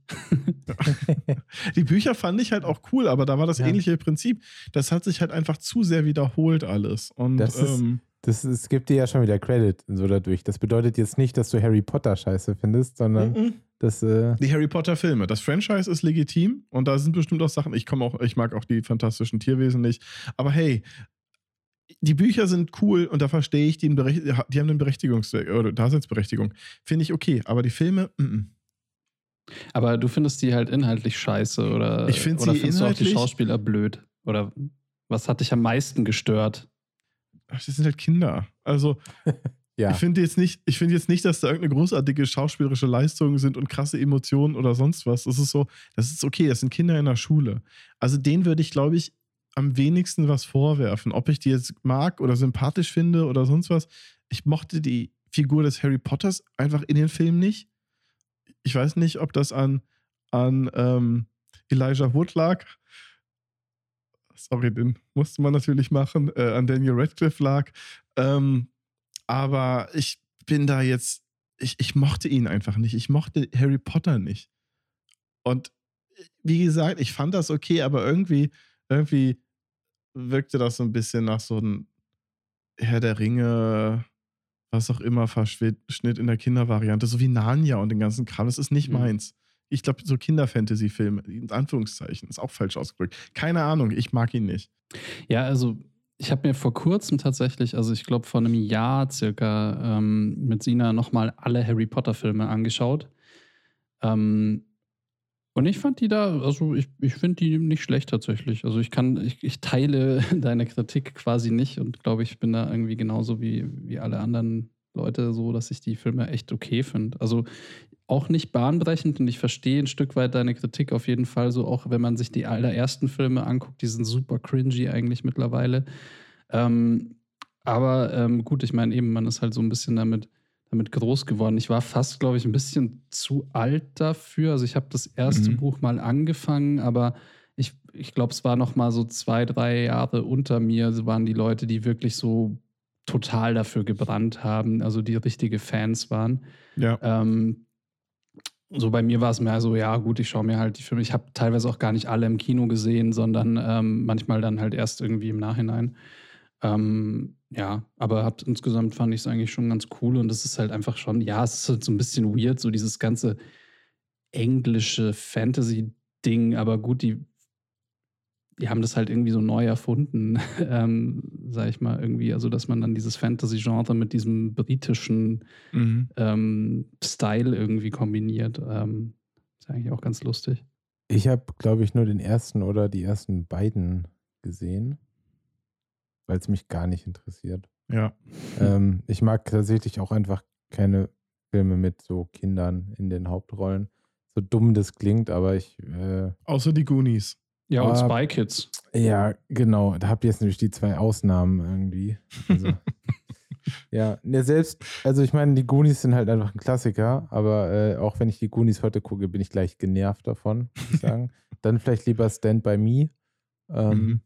[SPEAKER 3] Die Bücher fand ich halt auch cool, aber da war das
[SPEAKER 2] Ja.
[SPEAKER 3] ähnliche Prinzip. Das hat sich halt einfach zu sehr wiederholt alles. Und
[SPEAKER 2] Das ist-
[SPEAKER 3] ähm,
[SPEAKER 2] Das ist, gibt dir ja schon wieder Credit so dadurch. Das bedeutet jetzt nicht, dass du Harry Potter scheiße findest, sondern
[SPEAKER 3] mhm.
[SPEAKER 2] dass. Äh,
[SPEAKER 3] die Harry Potter Filme. Das Franchise ist legitim und da sind bestimmt auch Sachen. Ich komme auch, ich mag auch die fantastischen Tierwesen nicht. Aber hey, die Bücher sind cool und da verstehe ich, die, Berech- die haben eine Berechtigungs- oder Daseinsberechtigung. Finde ich okay. Aber die Filme, mm-mm.
[SPEAKER 1] Aber du findest die halt inhaltlich scheiße oder,
[SPEAKER 3] Ich find
[SPEAKER 1] oder
[SPEAKER 3] sie
[SPEAKER 1] findest du auch die
[SPEAKER 3] inhaltlich-
[SPEAKER 1] Schauspieler blöd? Oder was hat dich am meisten gestört?
[SPEAKER 3] Ach, das sind halt Kinder. Also
[SPEAKER 2] ja.
[SPEAKER 3] ich finde jetzt nicht, ich finde jetzt nicht, dass da irgendeine großartige schauspielerische Leistungen sind und krasse Emotionen oder sonst was. Das ist so, das ist okay, das sind Kinder in der Schule. Also denen würde ich, glaube ich, am wenigsten was vorwerfen. Ob ich die jetzt mag oder sympathisch finde oder sonst was. Ich mochte die Figur des Harry Potters einfach in den Filmen nicht. Ich weiß nicht, ob das an, an ähm, Elijah Wood lag. Sorry, den musste man natürlich machen. Äh, an Daniel Radcliffe lag. Ähm, aber ich bin da jetzt, ich, ich mochte ihn einfach nicht. Ich mochte Harry Potter nicht. Und wie gesagt, ich fand das okay, aber irgendwie, irgendwie wirkte das so ein bisschen nach so einem Herr der Ringe, was auch immer, Verschnitt in der Kindervariante, so wie Narnia und den ganzen Kram. Das ist nicht
[SPEAKER 1] Mhm.
[SPEAKER 3] meins. Ich glaube, so Kinder-Fantasy-Filme, in Anführungszeichen, ist auch falsch ausgedrückt. Keine Ahnung, ich mag ihn nicht.
[SPEAKER 1] Ja, also ich habe mir vor kurzem tatsächlich, also ich glaube vor einem Jahr circa, ähm, mit Sina nochmal alle Harry Potter-Filme angeschaut. Ähm, und ich fand die da, also ich, ich finde die nicht schlecht tatsächlich. Also ich kann, ich, ich teile deine Kritik quasi nicht und glaube, ich bin da irgendwie genauso wie, wie alle anderen Leute so, dass ich die Filme echt okay finde. Also auch nicht bahnbrechend und ich verstehe ein Stück weit deine Kritik auf jeden Fall so, auch wenn man sich die allerersten Filme anguckt, die sind super cringy eigentlich mittlerweile. Ähm, aber ähm, gut, ich meine eben, man ist halt so ein bisschen damit, damit groß geworden. Ich war fast, glaube ich, ein bisschen zu alt dafür. Also ich habe das erste
[SPEAKER 3] Mhm.
[SPEAKER 1] Buch mal angefangen, aber ich, ich glaube, es war noch mal so zwei, drei Jahre unter mir. Also waren die Leute, die wirklich so total dafür gebrannt haben, also die richtige Fans waren.
[SPEAKER 3] Ja.
[SPEAKER 1] Ähm, so bei mir war es mehr so, ja gut, ich schaue mir halt die Filme. Ich habe teilweise auch gar nicht alle im Kino gesehen, sondern ähm, manchmal dann halt erst irgendwie im Nachhinein. Ähm, ja, aber hat, insgesamt fand ich es eigentlich schon ganz cool und es ist halt einfach schon, ja, es ist halt so ein bisschen weird, so dieses ganze englische Fantasy-Ding, aber gut, die, die haben das halt irgendwie so neu erfunden, ähm, sag ich mal, irgendwie, also dass man dann dieses Fantasy-Genre mit diesem britischen
[SPEAKER 3] Mhm.
[SPEAKER 1] ähm, Style irgendwie kombiniert. Ähm, ist eigentlich auch ganz lustig.
[SPEAKER 2] Ich habe, glaube ich, nur den ersten oder die ersten beiden gesehen, weil es mich gar nicht interessiert.
[SPEAKER 3] Ja.
[SPEAKER 2] ähm, ich mag tatsächlich auch einfach keine Filme mit so Kindern in den Hauptrollen. So dumm das klingt, aber ich, äh,
[SPEAKER 3] Außer die Goonies.
[SPEAKER 1] Ja, und
[SPEAKER 2] Ah,
[SPEAKER 1] Spy Kids.
[SPEAKER 2] ja, genau, da habt ihr jetzt natürlich die zwei Ausnahmen irgendwie. Also, ja, ne, selbst, also ich meine, die Goonies sind halt einfach ein Klassiker, aber äh, auch wenn ich die Goonies heute gucke, bin ich gleich genervt davon, muss ich sagen. Dann vielleicht lieber Stand By Me. Ähm,
[SPEAKER 3] Mhm.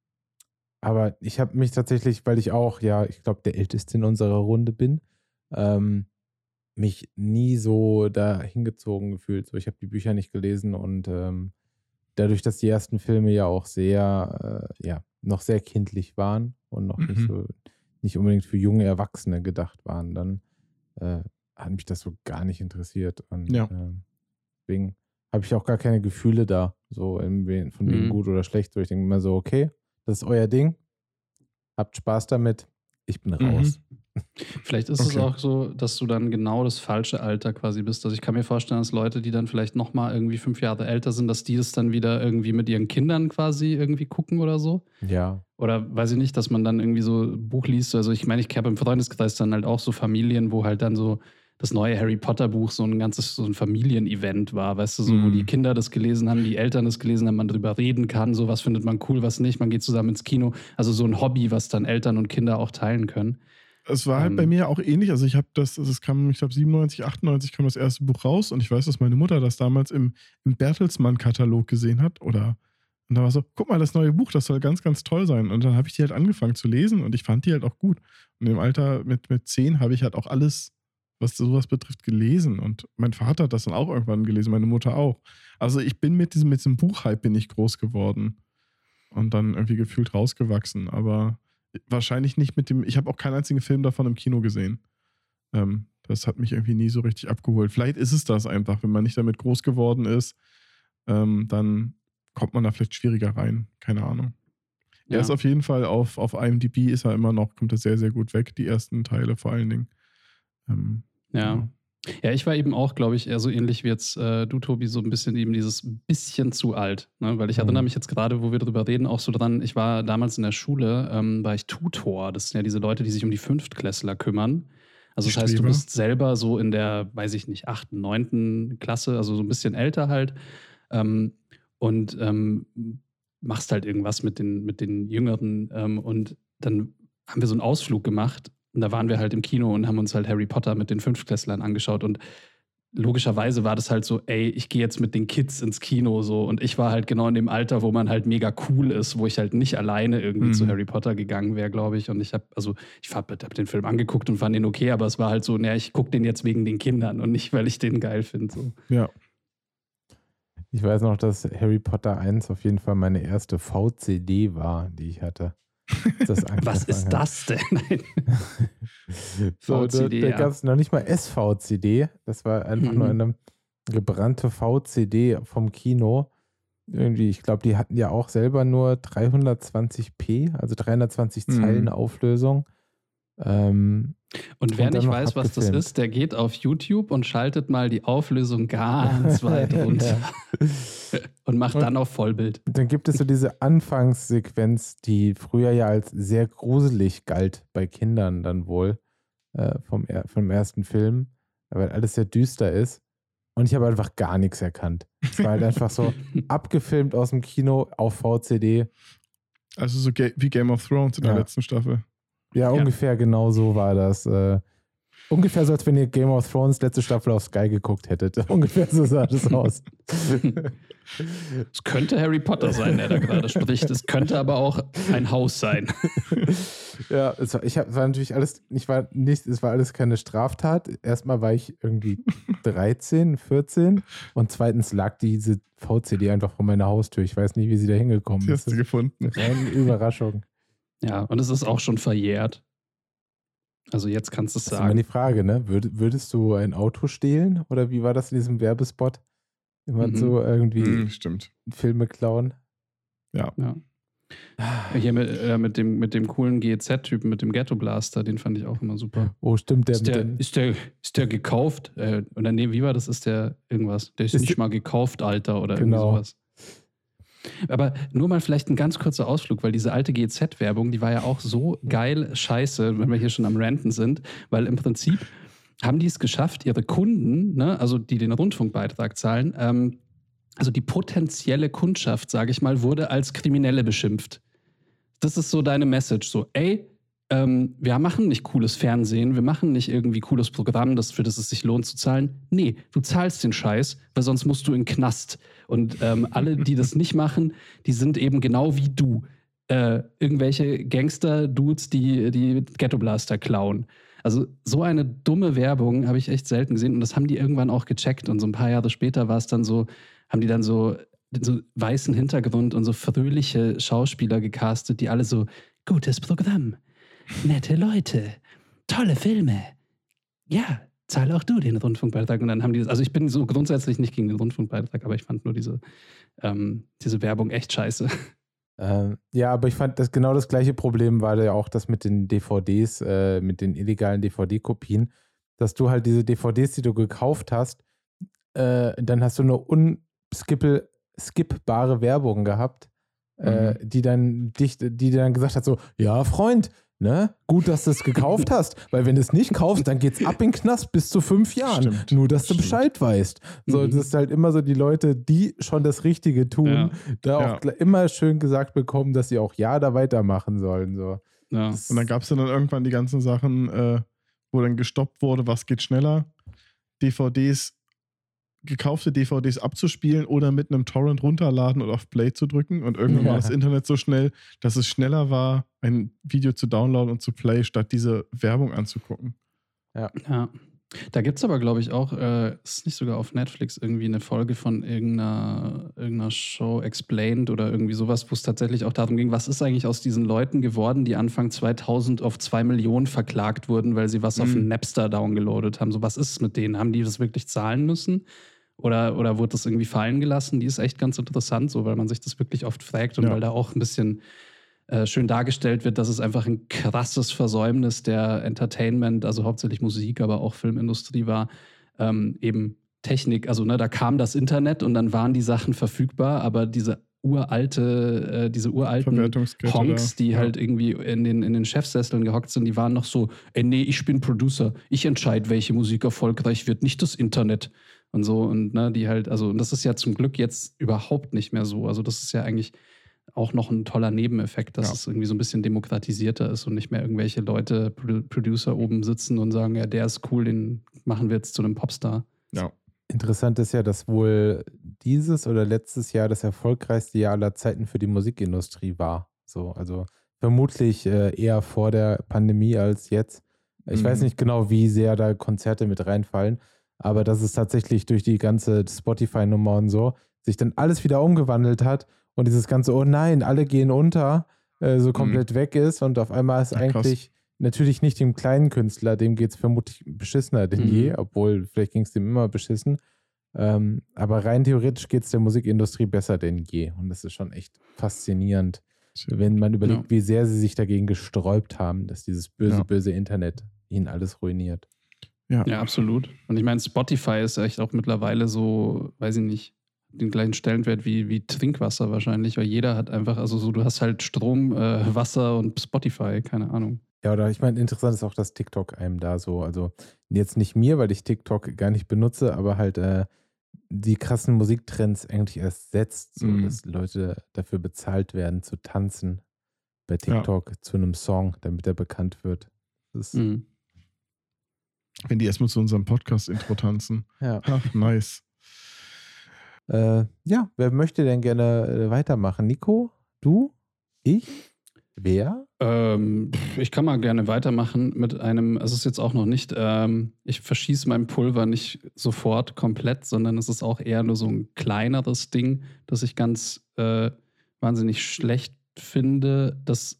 [SPEAKER 2] Aber ich habe mich tatsächlich, weil ich auch, ja, ich glaube, der Älteste in unserer Runde bin, ähm, mich nie so da hingezogen gefühlt. So, ich habe die Bücher nicht gelesen und ähm, dadurch, dass die ersten Filme ja auch sehr, äh, ja, noch sehr kindlich waren und noch nicht
[SPEAKER 3] Mhm.
[SPEAKER 2] so, nicht unbedingt für junge Erwachsene gedacht waren, dann äh, hat mich das so gar nicht interessiert. Und
[SPEAKER 3] Ja.
[SPEAKER 2] ähm, deswegen habe ich auch gar keine Gefühle da, so im We- von wegen
[SPEAKER 1] Mhm.
[SPEAKER 2] gut oder schlecht. So, ich denke immer so, okay, das ist euer Ding. Habt Spaß damit. Ich bin raus.
[SPEAKER 1] Vielleicht ist es
[SPEAKER 3] Okay.
[SPEAKER 1] auch so, dass du dann genau das falsche Alter quasi bist. Also ich kann mir vorstellen, dass Leute, die dann vielleicht noch mal irgendwie fünf Jahre älter sind, dass die das dann wieder irgendwie mit ihren Kindern quasi irgendwie gucken oder so.
[SPEAKER 2] Ja.
[SPEAKER 1] Oder weiß ich nicht, dass man dann irgendwie so ein Buch liest. Also ich meine, ich habe im Freundeskreis dann halt auch so Familien, wo halt dann so das neue Harry Potter Buch so ein ganzes so ein Familienevent war, weißt du, so wo
[SPEAKER 3] Mhm.
[SPEAKER 1] die Kinder das gelesen haben, die Eltern das gelesen haben, man drüber reden kann, so was findet man cool, was nicht, man geht zusammen ins Kino. Also so ein Hobby, was dann Eltern und Kinder auch teilen können.
[SPEAKER 3] Es war halt
[SPEAKER 1] Ähm,
[SPEAKER 3] bei mir auch ähnlich. Also ich habe das, also es kam, ich glaube siebenundneunzig, achtundneunzig kam das erste Buch raus und ich weiß, dass meine Mutter das damals im, im Bertelsmann-Katalog gesehen hat oder Und dann war so, guck mal, das neue Buch, das soll ganz, ganz toll sein. Und dann habe ich die halt angefangen zu lesen und ich fand die halt auch gut. Und im Alter mit, mit zehn habe ich halt auch alles, was sowas betrifft, gelesen. Und mein Vater hat das dann auch irgendwann gelesen, meine Mutter auch. Also ich bin mit diesem, mit diesem Buchhype bin ich groß geworden. Und dann irgendwie gefühlt rausgewachsen. Aber wahrscheinlich nicht mit dem, ich habe auch keinen einzigen Film davon im Kino gesehen. Ähm, das hat mich irgendwie nie so richtig abgeholt. Vielleicht ist es das einfach, wenn man nicht damit groß geworden ist, ähm, dann kommt man da vielleicht schwieriger rein. Keine Ahnung. Ja. Er ist auf jeden Fall auf, auf I M D B ist er immer noch, kommt er sehr, sehr gut weg, die ersten Teile vor allen Dingen. Ähm,
[SPEAKER 1] ja.
[SPEAKER 3] ja.
[SPEAKER 1] Ja, ich war eben auch, glaube ich, eher so ähnlich wie jetzt äh, du, Tobi, so ein bisschen eben dieses bisschen zu alt. Ne? Weil ich
[SPEAKER 2] Mhm.
[SPEAKER 1] erinnere mich jetzt gerade, wo wir drüber reden, auch so dran, ich war damals in der Schule, ähm, war ich Tutor. Das sind ja diese Leute, die sich um die Fünftklässler kümmern. Also das heißt, du
[SPEAKER 3] Streber.
[SPEAKER 1] bist selber so in der, weiß ich nicht, achten, neunten Klasse, also so ein bisschen älter halt. Ähm, und ähm, machst halt irgendwas mit den, mit den Jüngeren. Ähm, und dann haben wir so einen Ausflug gemacht. Und da waren wir halt im Kino und haben uns halt Harry Potter mit den Fünftklässlern angeschaut. Und logischerweise war das halt so, ey, ich gehe jetzt mit den Kids ins Kino so. Und ich war halt genau in dem Alter, wo man halt mega cool ist, wo ich halt nicht alleine irgendwie
[SPEAKER 3] Mhm.
[SPEAKER 1] zu Harry Potter gegangen wäre, glaube ich. Und ich habe, also ich habe hab den Film angeguckt und fand ihn okay, aber es war halt so, naja, ich gucke den jetzt wegen den Kindern und nicht, weil ich den geil finde. So.
[SPEAKER 3] Ja.
[SPEAKER 2] Ich weiß noch, dass Harry Potter eins auf jeden Fall meine erste V C D war, die ich hatte. Das
[SPEAKER 1] Was ist das denn? Nein.
[SPEAKER 2] So,
[SPEAKER 1] V C D,
[SPEAKER 2] da da
[SPEAKER 1] ja.
[SPEAKER 2] gab es noch nicht mal S V C D. Das war einfach
[SPEAKER 1] Mhm.
[SPEAKER 2] nur eine gebrannte V C D vom Kino. Irgendwie, ich glaube, die hatten ja auch selber nur dreihundertzwanzig p, also dreihundertzwanzig
[SPEAKER 3] Mhm.
[SPEAKER 2] Zeilen Auflösung. Ähm,
[SPEAKER 1] Und wer
[SPEAKER 2] Und dann
[SPEAKER 1] nicht
[SPEAKER 2] noch
[SPEAKER 1] weiß, was das
[SPEAKER 2] abgefilmt.
[SPEAKER 1] ist, der geht auf YouTube und schaltet mal die Auflösung ganz weit runter und macht
[SPEAKER 2] Und-
[SPEAKER 1] dann auf Vollbild.
[SPEAKER 2] Dann gibt es so diese Anfangssequenz, die früher ja als sehr gruselig galt bei Kindern dann wohl äh, vom, er vom ersten Film, weil alles sehr düster ist. Und ich habe einfach gar nichts erkannt. Es war halt einfach so abgefilmt aus dem Kino auf V C D.
[SPEAKER 3] Also so ga wie Game of Thrones in der
[SPEAKER 2] Ja.
[SPEAKER 3] letzten Staffel.
[SPEAKER 2] Ja, ungefähr genau so war das. Äh, ungefähr so, als wenn ihr Game of Thrones letzte Staffel auf Sky geguckt hättet. Ungefähr so sah das aus.
[SPEAKER 1] Es könnte Harry Potter sein, der da gerade spricht. Es könnte aber auch ein Haus sein.
[SPEAKER 2] Ja, es war, ich hab, war natürlich alles, ich war nicht, es war alles keine Straftat. Erstmal war ich irgendwie dreizehn, vierzehn und zweitens lag diese V C D einfach vor meiner Haustür. Ich weiß nicht, wie sie da hingekommen
[SPEAKER 3] Die
[SPEAKER 2] ist.
[SPEAKER 3] hast du
[SPEAKER 2] Das
[SPEAKER 3] gefunden.
[SPEAKER 2] ist eine Überraschung.
[SPEAKER 1] Ja, und es ist auch schon verjährt. Also jetzt kannst du es
[SPEAKER 2] Das ist immer
[SPEAKER 1] sagen.
[SPEAKER 2] die Frage, ne? Würd, würdest du ein Auto stehlen? Oder wie war das in diesem Werbespot? Immer
[SPEAKER 1] Mhm.
[SPEAKER 2] so irgendwie
[SPEAKER 3] Mhm, stimmt.
[SPEAKER 2] Filme klauen?
[SPEAKER 1] Ja. Hier mit, äh, mit, dem, mit dem coolen G E Z-Typen, mit dem Ghetto Blaster, den fand ich auch immer super.
[SPEAKER 2] Oh, stimmt, der
[SPEAKER 1] Ist
[SPEAKER 2] mit
[SPEAKER 1] der,
[SPEAKER 2] den.
[SPEAKER 1] ist der, ist der gekauft? Äh, oder nee, wie war das? Ist der irgendwas? Der ist,
[SPEAKER 2] Ist
[SPEAKER 1] nicht
[SPEAKER 2] der-
[SPEAKER 1] mal gekauft, Alter, oder
[SPEAKER 2] Genau.
[SPEAKER 1] irgendwie sowas. Aber nur mal vielleicht ein ganz kurzer Ausflug, weil diese alte G E Z-Werbung, die war ja auch so geil scheiße, wenn wir hier schon am Ranten sind, weil im Prinzip haben die es geschafft, ihre Kunden, ne, also die den Rundfunkbeitrag zahlen, ähm, also die potenzielle Kundschaft, sage ich mal, wurde als Kriminelle beschimpft. Das ist so deine Message, so, ey, ähm, wir machen nicht cooles Fernsehen, wir machen nicht irgendwie cooles Programm, das, für das es sich lohnt zu zahlen. Nee, du zahlst den Scheiß, weil sonst musst du in den Knast. Und ähm, alle, die das nicht machen, die sind eben genau wie du. Äh, irgendwelche Gangster-Dudes, die die Ghetto-Blaster klauen. Also so eine dumme Werbung habe ich echt selten gesehen. Und das haben die irgendwann auch gecheckt. Und so ein paar Jahre später war es dann so, haben die dann so, so weißen Hintergrund und so fröhliche Schauspieler gecastet, die alle so, gutes Programm, nette Leute, tolle Filme. Ja, zahl auch du den Rundfunkbeitrag. Und dann haben die, also ich bin so grundsätzlich nicht gegen den Rundfunkbeitrag, aber ich fand nur diese, ähm, diese Werbung echt scheiße.
[SPEAKER 2] Ähm, ja, aber ich fand, das genau das gleiche Problem war da ja auch das mit den D V Ds, äh, mit den illegalen D V D-Kopien, dass du halt diese D V Ds, die du gekauft hast, äh, dann hast du eine unskippel skippbare Werbung gehabt, äh, die dann dich, die dir dann gesagt hat so, ja, Freund, ne, gut, dass du es gekauft hast, weil wenn du es nicht kaufst, dann geht's ab in den Knast bis zu fünf Jahren.
[SPEAKER 3] Stimmt.
[SPEAKER 2] Nur, dass du
[SPEAKER 3] Stimmt.
[SPEAKER 2] Bescheid weißt. So,
[SPEAKER 1] Mhm.
[SPEAKER 2] das ist halt immer so die Leute, die schon das Richtige tun,
[SPEAKER 1] Ja.
[SPEAKER 2] da
[SPEAKER 3] Ja.
[SPEAKER 2] auch gl- immer schön gesagt bekommen, dass sie auch ja da weitermachen sollen. So.
[SPEAKER 1] Ja.
[SPEAKER 2] Das,
[SPEAKER 3] Und dann gab es dann irgendwann die ganzen Sachen, äh, wo dann gestoppt wurde, was geht schneller. D V Ds gekaufte D V Ds abzuspielen oder mit einem Torrent runterladen und auf Play zu drücken. Und irgendwann
[SPEAKER 2] Ja.
[SPEAKER 3] war das Internet so schnell, dass es schneller war, ein Video zu downloaden und zu play, statt diese Werbung anzugucken.
[SPEAKER 1] Ja. Da gibt es aber, glaube ich, auch, äh, ist nicht sogar auf Netflix irgendwie eine Folge von irgendeiner, irgendeiner Show Explained oder irgendwie sowas, wo es tatsächlich auch darum ging, was ist eigentlich aus diesen Leuten geworden, die Anfang zweitausend auf zwei Millionen verklagt wurden, weil sie was auf
[SPEAKER 3] Mhm.
[SPEAKER 1] Napster downgeloadet haben. So, was ist es mit denen? Haben die das wirklich zahlen müssen? Oder, oder wurde das irgendwie fallen gelassen? Die ist echt ganz interessant, so, weil man sich das wirklich oft fragt und
[SPEAKER 3] Ja.
[SPEAKER 1] weil da auch ein bisschen äh, schön dargestellt wird, dass es einfach ein krasses Versäumnis der Entertainment, also hauptsächlich Musik, aber auch Filmindustrie war, ähm, eben Technik. Also ne, da kam das Internet und dann waren die Sachen verfügbar, aber diese uralte, äh, diese uralten
[SPEAKER 3] Verwertungskette
[SPEAKER 1] Honks,
[SPEAKER 3] da.
[SPEAKER 1] die
[SPEAKER 3] Ja.
[SPEAKER 1] halt irgendwie in den, in den Chefsesseln gehockt sind, die waren noch so, ey, nee, ich bin Producer, ich entscheide, welche Musik erfolgreich wird, nicht das Internet. Und so, und ne, die halt, also, und das ist ja zum Glück jetzt überhaupt nicht mehr so. Also, das ist ja eigentlich auch noch ein toller Nebeneffekt, dass
[SPEAKER 3] Ja.
[SPEAKER 1] es irgendwie so ein bisschen demokratisierter ist und nicht mehr irgendwelche Leute, Produ- Producer oben sitzen und sagen, ja, der ist cool, den machen wir jetzt zu einem Popstar.
[SPEAKER 3] Ja.
[SPEAKER 2] Interessant ist ja, dass wohl dieses oder letztes Jahr das erfolgreichste Jahr aller Zeiten für die Musikindustrie war. So, also vermutlich äh, eher vor der Pandemie als jetzt. Ich
[SPEAKER 3] Mhm.
[SPEAKER 2] weiß nicht genau, wie sehr da Konzerte mit reinfallen, aber dass es tatsächlich durch die ganze Spotify-Nummer und so sich dann alles wieder umgewandelt hat und dieses ganze, oh nein, alle gehen unter, äh, so komplett weg ist und auf einmal ist
[SPEAKER 3] Ja, krass.
[SPEAKER 2] eigentlich natürlich nicht dem kleinen Künstler, dem geht es vermutlich beschissener denn
[SPEAKER 1] Mhm.
[SPEAKER 2] je, obwohl vielleicht ging es dem immer beschissen. Ähm, aber rein theoretisch geht es der Musikindustrie besser denn je. Und das ist schon echt faszinierend, wenn man überlegt,
[SPEAKER 1] Ja.
[SPEAKER 2] wie sehr sie sich dagegen gesträubt haben, dass dieses böse,
[SPEAKER 3] Ja.
[SPEAKER 2] böse Internet ihnen alles ruiniert.
[SPEAKER 3] Ja.
[SPEAKER 1] Ja, absolut. Und ich meine, Spotify ist echt auch mittlerweile so, weiß ich nicht, den gleichen Stellenwert wie, wie Trinkwasser wahrscheinlich, weil jeder hat einfach, also so, du hast halt Strom, äh, Wasser und Spotify, keine Ahnung.
[SPEAKER 2] Ja, oder ich meine, interessant ist auch, dass TikTok einem da so, also jetzt nicht mir, weil ich TikTok gar nicht benutze, aber halt äh, die krassen Musiktrends eigentlich erst setzt, so
[SPEAKER 3] Mhm.
[SPEAKER 2] dass Leute dafür bezahlt werden, zu tanzen bei TikTok zu einem Song, damit er bekannt wird. Das ist,
[SPEAKER 1] Mhm.
[SPEAKER 3] Wenn die erstmal zu unserem Podcast-Intro tanzen.
[SPEAKER 2] ja.
[SPEAKER 3] Ach, nice.
[SPEAKER 2] Äh, ja, wer möchte denn gerne äh, weitermachen? Nico? Du? Ich? Wer?
[SPEAKER 1] Ähm, pff, ich kann mal gerne weitermachen mit einem, es ist jetzt auch noch nicht, ähm, ich verschieße mein Pulver nicht sofort komplett, sondern es ist auch eher nur so ein kleineres Ding, das ich ganz äh, wahnsinnig schlecht finde, das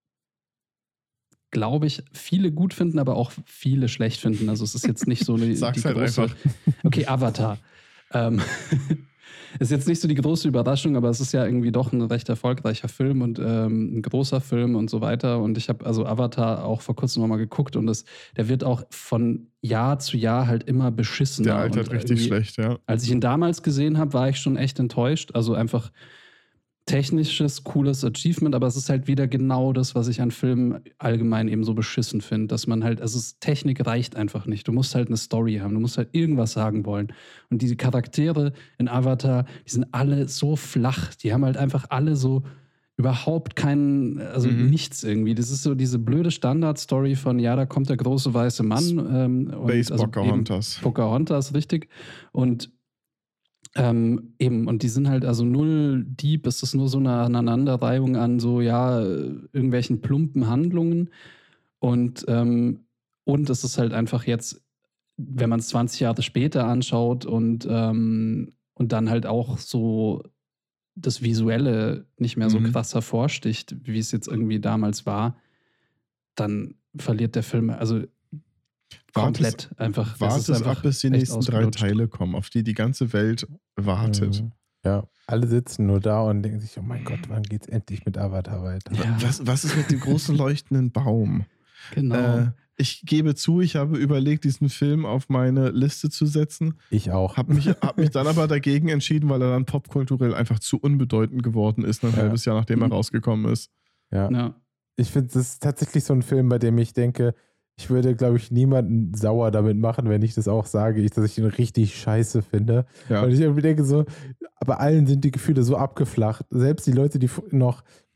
[SPEAKER 1] glaube ich, viele gut finden, aber auch viele schlecht finden. Also es ist jetzt nicht so eine
[SPEAKER 3] Sag's
[SPEAKER 1] die
[SPEAKER 3] halt
[SPEAKER 1] große,
[SPEAKER 3] einfach.
[SPEAKER 1] Okay, Avatar. Ähm, ist jetzt nicht so die große Überraschung, aber es ist ja irgendwie doch ein recht erfolgreicher Film und ähm, ein großer Film und so weiter. Und ich habe also Avatar auch vor kurzem nochmal geguckt und das, der wird auch von Jahr zu Jahr halt immer beschissener.
[SPEAKER 3] Der altert
[SPEAKER 1] und
[SPEAKER 3] richtig
[SPEAKER 1] irgendwie-
[SPEAKER 3] schlecht, ja.
[SPEAKER 1] Als ich ihn damals gesehen habe, war ich schon echt enttäuscht. Also einfach technisches, cooles Achievement, aber es ist halt wieder genau das, was ich an Filmen allgemein eben so beschissen finde, dass man halt, also es, Technik reicht einfach nicht. Du musst halt eine Story haben, du musst halt irgendwas sagen wollen. Und diese Charaktere in Avatar, die sind alle so flach, die haben halt einfach alle so überhaupt keinen, also
[SPEAKER 3] Mhm.
[SPEAKER 1] nichts irgendwie. Das ist so diese blöde Standard-Story von, ja, da kommt der große weiße Mann. Ähm, und
[SPEAKER 3] Space
[SPEAKER 1] also eben-
[SPEAKER 3] Pocahontas.
[SPEAKER 1] Pocahontas, richtig. Und ähm, eben, und die sind halt also null deep, es ist nur so eine Aneinanderreihung an so, ja, äh, irgendwelchen plumpen Handlungen. Und, ähm, und es ist halt einfach jetzt, wenn man es zwanzig Jahre später anschaut und, ähm, und dann halt auch so das Visuelle nicht mehr so
[SPEAKER 3] Mhm.
[SPEAKER 1] krass hervorsticht, wie es jetzt irgendwie damals war, dann verliert der Film, also komplett einfach.
[SPEAKER 3] Wart
[SPEAKER 1] ist
[SPEAKER 3] es
[SPEAKER 1] einfach
[SPEAKER 3] ab, bis die
[SPEAKER 1] echt
[SPEAKER 3] nächsten drei
[SPEAKER 1] ausgelutscht.
[SPEAKER 3] Teile kommen, auf die die ganze Welt wartet.
[SPEAKER 2] Mhm. Ja, alle sitzen nur da und denken sich, oh mein Gott, wann geht's endlich mit Avatar weiter?
[SPEAKER 1] Ja,
[SPEAKER 3] Was, was ist mit dem großen leuchtenden Baum?
[SPEAKER 1] genau.
[SPEAKER 3] Äh, ich gebe zu, ich habe überlegt, diesen Film auf meine Liste zu setzen,
[SPEAKER 2] Ich auch.
[SPEAKER 3] habe mich, hab mich dann aber dagegen entschieden, weil er dann popkulturell einfach zu unbedeutend geworden ist, ein
[SPEAKER 2] Ja.
[SPEAKER 3] halbes Jahr nachdem er
[SPEAKER 1] Mhm.
[SPEAKER 3] rausgekommen ist.
[SPEAKER 2] Ja.
[SPEAKER 1] ja.
[SPEAKER 2] Ich finde, das ist tatsächlich so ein Film, bei dem ich denke, ich würde, glaube ich, niemanden sauer damit machen, wenn ich das auch sage, ich, dass ich ihn richtig scheiße finde.
[SPEAKER 3] Ja.
[SPEAKER 2] Und ich irgendwie denke so, aber allen sind die Gefühle so abgeflacht. Selbst die Leute, die f- noch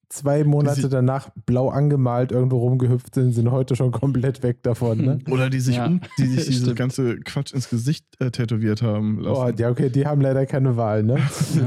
[SPEAKER 2] zwei Monate
[SPEAKER 3] sich-
[SPEAKER 2] danach blau angemalt irgendwo rumgehüpft sind, sind heute schon komplett weg davon. Ne?
[SPEAKER 3] Oder die sich,
[SPEAKER 1] Ja,
[SPEAKER 3] um, die sich dieses
[SPEAKER 1] stimmt.
[SPEAKER 3] ganze Quatsch ins Gesicht äh, tätowiert haben lassen.
[SPEAKER 2] Oh, ja, okay, die haben leider keine Wahl, ne?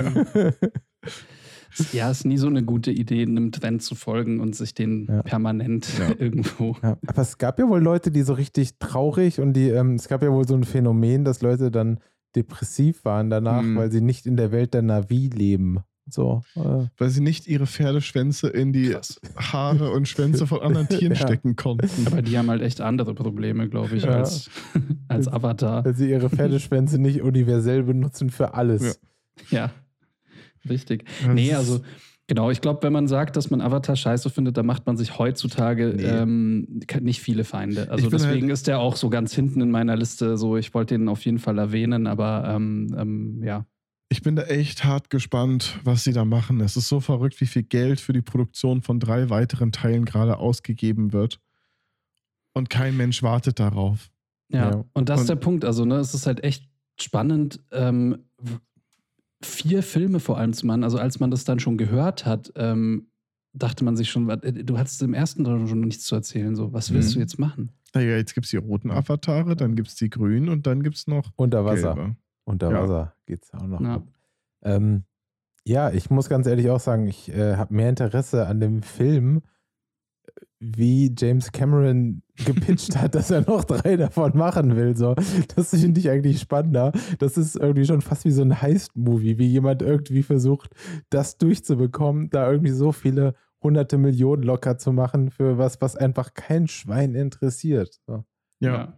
[SPEAKER 1] Ja, ist nie so eine gute Idee, einem Trend zu folgen und sich den
[SPEAKER 2] Ja.
[SPEAKER 1] permanent
[SPEAKER 3] Ja.
[SPEAKER 1] irgendwo.
[SPEAKER 2] Ja, aber es gab ja wohl Leute, die so richtig traurig und die, ähm, es gab ja wohl so ein Phänomen, dass Leute dann depressiv waren danach,
[SPEAKER 3] Hm.
[SPEAKER 2] weil sie nicht in der Welt der Navi leben. So, äh,
[SPEAKER 3] Weil sie nicht ihre Pferdeschwänze in die
[SPEAKER 1] Krass.
[SPEAKER 3] Haare und Schwänze von anderen Tieren
[SPEAKER 2] Ja.
[SPEAKER 3] stecken konnten.
[SPEAKER 1] Aber die haben halt echt andere Probleme, glaube ich,
[SPEAKER 2] Ja.
[SPEAKER 1] als, als Avatar.
[SPEAKER 2] weil sie ihre Pferdeschwänze nicht universell benutzen für alles.
[SPEAKER 1] Ja, richtig.
[SPEAKER 3] Das
[SPEAKER 1] Nee,
[SPEAKER 3] ist-
[SPEAKER 1] also genau, ich glaube, wenn man sagt, dass man Avatar scheiße findet, dann macht man sich heutzutage
[SPEAKER 3] Nee.
[SPEAKER 1] ähm, nicht viele Feinde. Also
[SPEAKER 3] Ich bin
[SPEAKER 1] deswegen
[SPEAKER 3] halt-
[SPEAKER 1] ist der auch so ganz hinten in meiner Liste. So, ich wollte den auf jeden Fall erwähnen, aber ähm, ähm, ja.
[SPEAKER 3] Ich bin da echt hart gespannt, was sie da machen. Es ist so verrückt, wie viel Geld für die Produktion von drei weiteren Teilen gerade ausgegeben wird. Und kein Mensch wartet darauf.
[SPEAKER 1] Ja,
[SPEAKER 2] Ja.
[SPEAKER 1] und das ist
[SPEAKER 3] Und-
[SPEAKER 1] der Punkt. Also, ne, es ist halt echt spannend, ähm, w- vier Filme vor allem zu machen. Also, als man das dann schon gehört hat, ähm, dachte man sich schon, wat- äh, du hattest im ersten Teil schon nichts zu erzählen. So, was willst
[SPEAKER 3] Mhm.
[SPEAKER 1] du jetzt machen?
[SPEAKER 3] Naja, jetzt gibt es die roten Avatare, dann gibt es die grünen und dann gibt es noch
[SPEAKER 2] Unter Wasser.
[SPEAKER 3] gelbe.
[SPEAKER 2] Unter
[SPEAKER 3] Ja.
[SPEAKER 2] Wasser geht es auch noch.
[SPEAKER 1] Ja.
[SPEAKER 2] ab. Ähm, ja, ich muss ganz ehrlich auch sagen, ich äh, habe mehr Interesse an dem Film, wie James Cameron gepitcht hat, dass er noch drei davon machen will. So. Das finde ich eigentlich spannender. Das ist irgendwie schon fast wie so ein Heist-Movie, wie jemand irgendwie versucht, das durchzubekommen, da irgendwie so viele hunderte Millionen locker zu machen für was, was einfach kein Schwein interessiert. So.
[SPEAKER 3] Ja.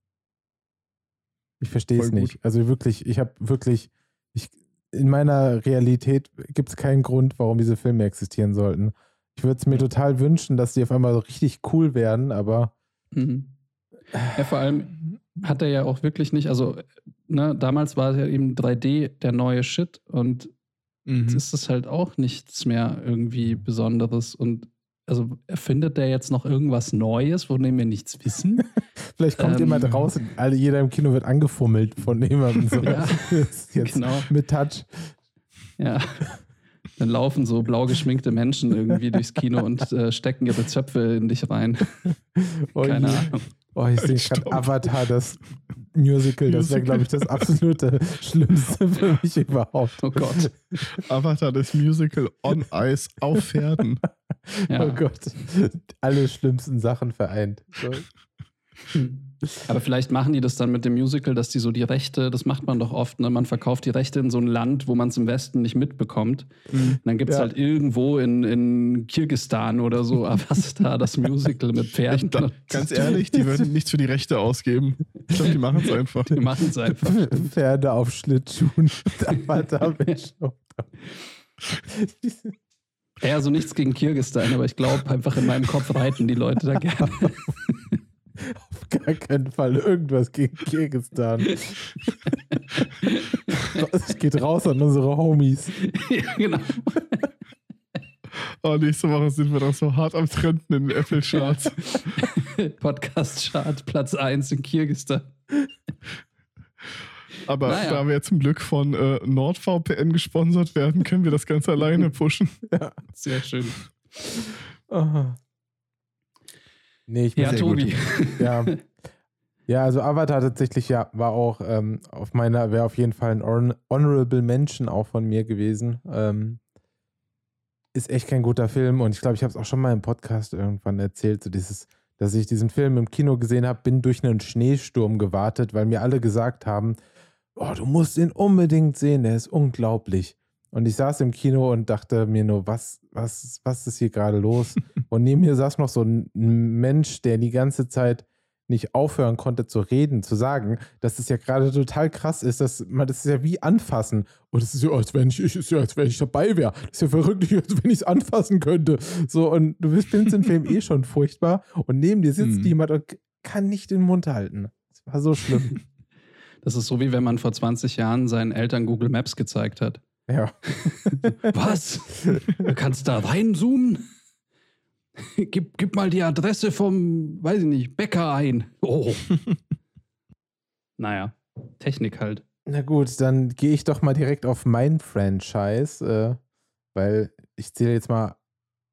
[SPEAKER 2] Ich verstehe es
[SPEAKER 3] Voll gut.
[SPEAKER 2] nicht. Also wirklich, ich habe wirklich, ich, in meiner Realität gibt es keinen Grund, warum diese Filme existieren sollten. Ich würde es mir total wünschen, dass die auf einmal so richtig cool werden, aber
[SPEAKER 1] Mhm. Ja, vor allem hat er ja auch wirklich nicht, also ne, damals war es ja eben drei D der neue Shit und jetzt
[SPEAKER 3] Mhm.
[SPEAKER 1] ist es halt auch nichts mehr irgendwie Besonderes und also erfindet der jetzt noch irgendwas Neues, von dem wir nichts wissen?
[SPEAKER 2] vielleicht kommt
[SPEAKER 1] Ähm,
[SPEAKER 2] jemand raus und alle, jeder im Kino wird angefummelt von jemandem. So.
[SPEAKER 1] Ja,
[SPEAKER 2] Jetzt
[SPEAKER 1] genau.
[SPEAKER 2] mit Touch.
[SPEAKER 1] Ja. Dann laufen so blau geschminkte Menschen irgendwie durchs Kino und äh, stecken ihre Zöpfe in dich rein.
[SPEAKER 2] Oh,
[SPEAKER 1] Keine
[SPEAKER 2] je.
[SPEAKER 1] Ahnung.
[SPEAKER 2] Oh, ich sehe
[SPEAKER 3] Stopp.
[SPEAKER 2] gerade Avatar, das Musical. Das wäre,
[SPEAKER 3] Musical.
[SPEAKER 2] glaube ich, das absolute Schlimmste für mich überhaupt.
[SPEAKER 1] Oh Gott.
[SPEAKER 3] Avatar, das Musical on Ice auf Pferden.
[SPEAKER 1] Ja.
[SPEAKER 2] Oh Gott. Alle schlimmsten Sachen vereint. So.
[SPEAKER 1] Aber vielleicht machen die das dann mit dem Musical, dass die so die Rechte, das macht man doch oft, ne? Man verkauft die Rechte in so ein Land, wo man es im Westen nicht mitbekommt. Und dann gibt es
[SPEAKER 2] Ja.
[SPEAKER 1] halt irgendwo in, in Kirgisistan oder so Avatar das Musical mit Pferden.
[SPEAKER 3] Ich glaub, ganz ehrlich, die würden nichts für die Rechte ausgeben. Ich glaube, die machen es einfach.
[SPEAKER 1] Wir machen es einfach.
[SPEAKER 2] Pferde auf Schlittschuhen. Avatar mit Snow Dogg.
[SPEAKER 1] Ja, also nichts gegen Kirgisistan, aber ich glaube einfach in meinem Kopf reiten die Leute da gerne.
[SPEAKER 2] Auf gar keinen Fall irgendwas gegen Kirgisistan. Es geht raus an unsere Homies.
[SPEAKER 1] Ja, genau.
[SPEAKER 3] Oh, nächste Woche sind wir doch so hart am Trenden in den Apple-Charts.
[SPEAKER 1] Podcast-Chart, Platz eins in Kirgisistan.
[SPEAKER 3] Aber
[SPEAKER 1] Naja.
[SPEAKER 3] da wir jetzt zum Glück von äh, NordVPN gesponsert werden, können wir das Ganze alleine pushen.
[SPEAKER 1] Sehr schön.
[SPEAKER 2] Aha. Nee, ich bin
[SPEAKER 1] Ja,
[SPEAKER 2] sehr
[SPEAKER 1] Tobi.
[SPEAKER 2] gut. Ja. Ja, also Avatar tatsächlich, ja, war auch ähm, auf meiner, wäre auf jeden Fall ein Hon- Honorable Mention auch von mir gewesen. Ähm, ist echt kein guter Film und ich glaube, ich habe es auch schon mal im Podcast irgendwann erzählt, so dieses, dass ich diesen Film im Kino gesehen habe, bin durch einen Schneesturm gewartet, weil mir alle gesagt haben, oh, du musst ihn unbedingt sehen, der ist unglaublich. Und ich saß im Kino und dachte mir nur, was, was, was ist hier gerade los? Und neben mir saß noch so ein Mensch, der die ganze Zeit nicht aufhören konnte zu reden, zu sagen, dass es ja gerade total krass ist, dass man, das ist ja wie anfassen. Und es ist ja, als wenn ich, ich ist ja, als wenn ich dabei wäre. Das ist ja verrückt, als wenn ich es anfassen könnte. So, und du findest den Film eh schon furchtbar. Und neben dir sitzt
[SPEAKER 3] Mhm.
[SPEAKER 2] jemand und kann nicht den Mund halten. Das war so schlimm.
[SPEAKER 1] Das ist so, wie wenn man vor zwanzig Jahren seinen Eltern Google Maps gezeigt hat.
[SPEAKER 2] Ja.
[SPEAKER 1] Was? Du kannst da reinzoomen? Gib, gib mal die Adresse vom, weiß ich nicht, Bäcker ein. Oh. Naja, Technik halt.
[SPEAKER 2] Na gut, dann gehe ich doch mal direkt auf mein Franchise, äh, weil ich zähle jetzt mal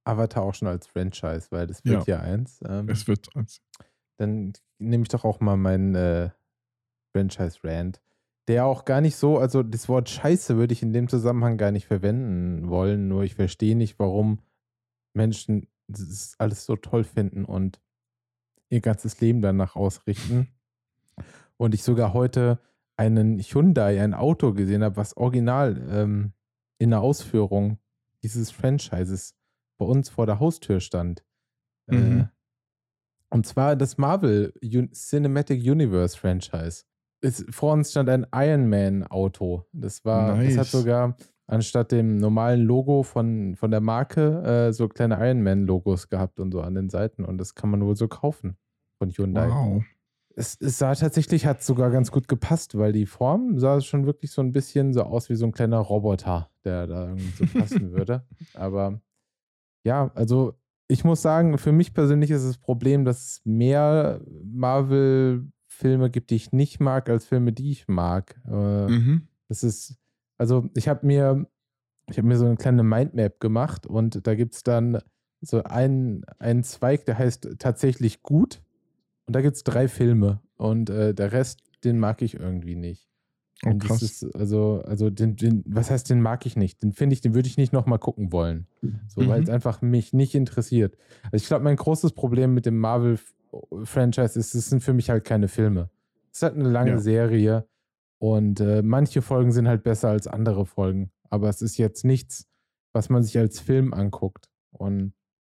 [SPEAKER 2] Avatar auch schon als Franchise, weil das wird ja, eins. Ähm,
[SPEAKER 3] Es wird eins.
[SPEAKER 2] dann nehme ich doch auch mal meinen äh, Franchise-Rant, der auch gar nicht so, also das Wort Scheiße würde ich in dem Zusammenhang gar nicht verwenden wollen, nur ich verstehe nicht, warum Menschen das alles so toll finden und ihr ganzes Leben danach ausrichten. Und ich sogar heute einen Hyundai, ein Auto gesehen habe, was original ähm, in der Ausführung dieses Franchises bei uns vor der Haustür stand. Äh,
[SPEAKER 3] Mhm.
[SPEAKER 2] und zwar das Marvel Un- Cinematic Universe Franchise. Es, vor uns stand ein Iron Man Auto. Das war, das hat
[SPEAKER 3] Nice.
[SPEAKER 2] sogar anstatt dem normalen Logo von, von der Marke äh, so kleine Iron Man Logos gehabt und so an den Seiten. Und das kann man wohl so kaufen von Hyundai.
[SPEAKER 3] Wow.
[SPEAKER 2] Es, es sah tatsächlich, hat sogar ganz gut gepasst, weil die Form sah schon wirklich so ein bisschen so aus wie so ein kleiner Roboter, der da irgendwie so passen würde. Aber ja, also ich muss sagen, für mich persönlich ist das Problem, dass es mehr Marvel-Filme gibt, die ich nicht mag, als Filme, die ich mag. Äh,
[SPEAKER 3] Mhm.
[SPEAKER 2] Das ist, also ich habe mir, ich habe mir so eine kleine Mindmap gemacht und da gibt es dann so einen, einen Zweig, der heißt tatsächlich gut. Und da gibt es drei Filme und äh, der Rest, den mag ich irgendwie nicht.
[SPEAKER 3] Oh,
[SPEAKER 2] Und das
[SPEAKER 3] krass.
[SPEAKER 2] ist, also, also den, den, was heißt, den mag ich nicht? Den finde ich, den würde ich nicht nochmal gucken wollen. So, weil
[SPEAKER 3] Mhm.
[SPEAKER 2] es einfach mich nicht interessiert. Also ich glaube, mein großes Problem mit dem Marvel-Franchise ist, es sind für mich halt keine Filme. Es ist halt eine lange
[SPEAKER 3] Ja.
[SPEAKER 2] Serie und äh, manche Folgen sind halt besser als andere Folgen. Aber es ist jetzt nichts, was man sich als Film anguckt. Und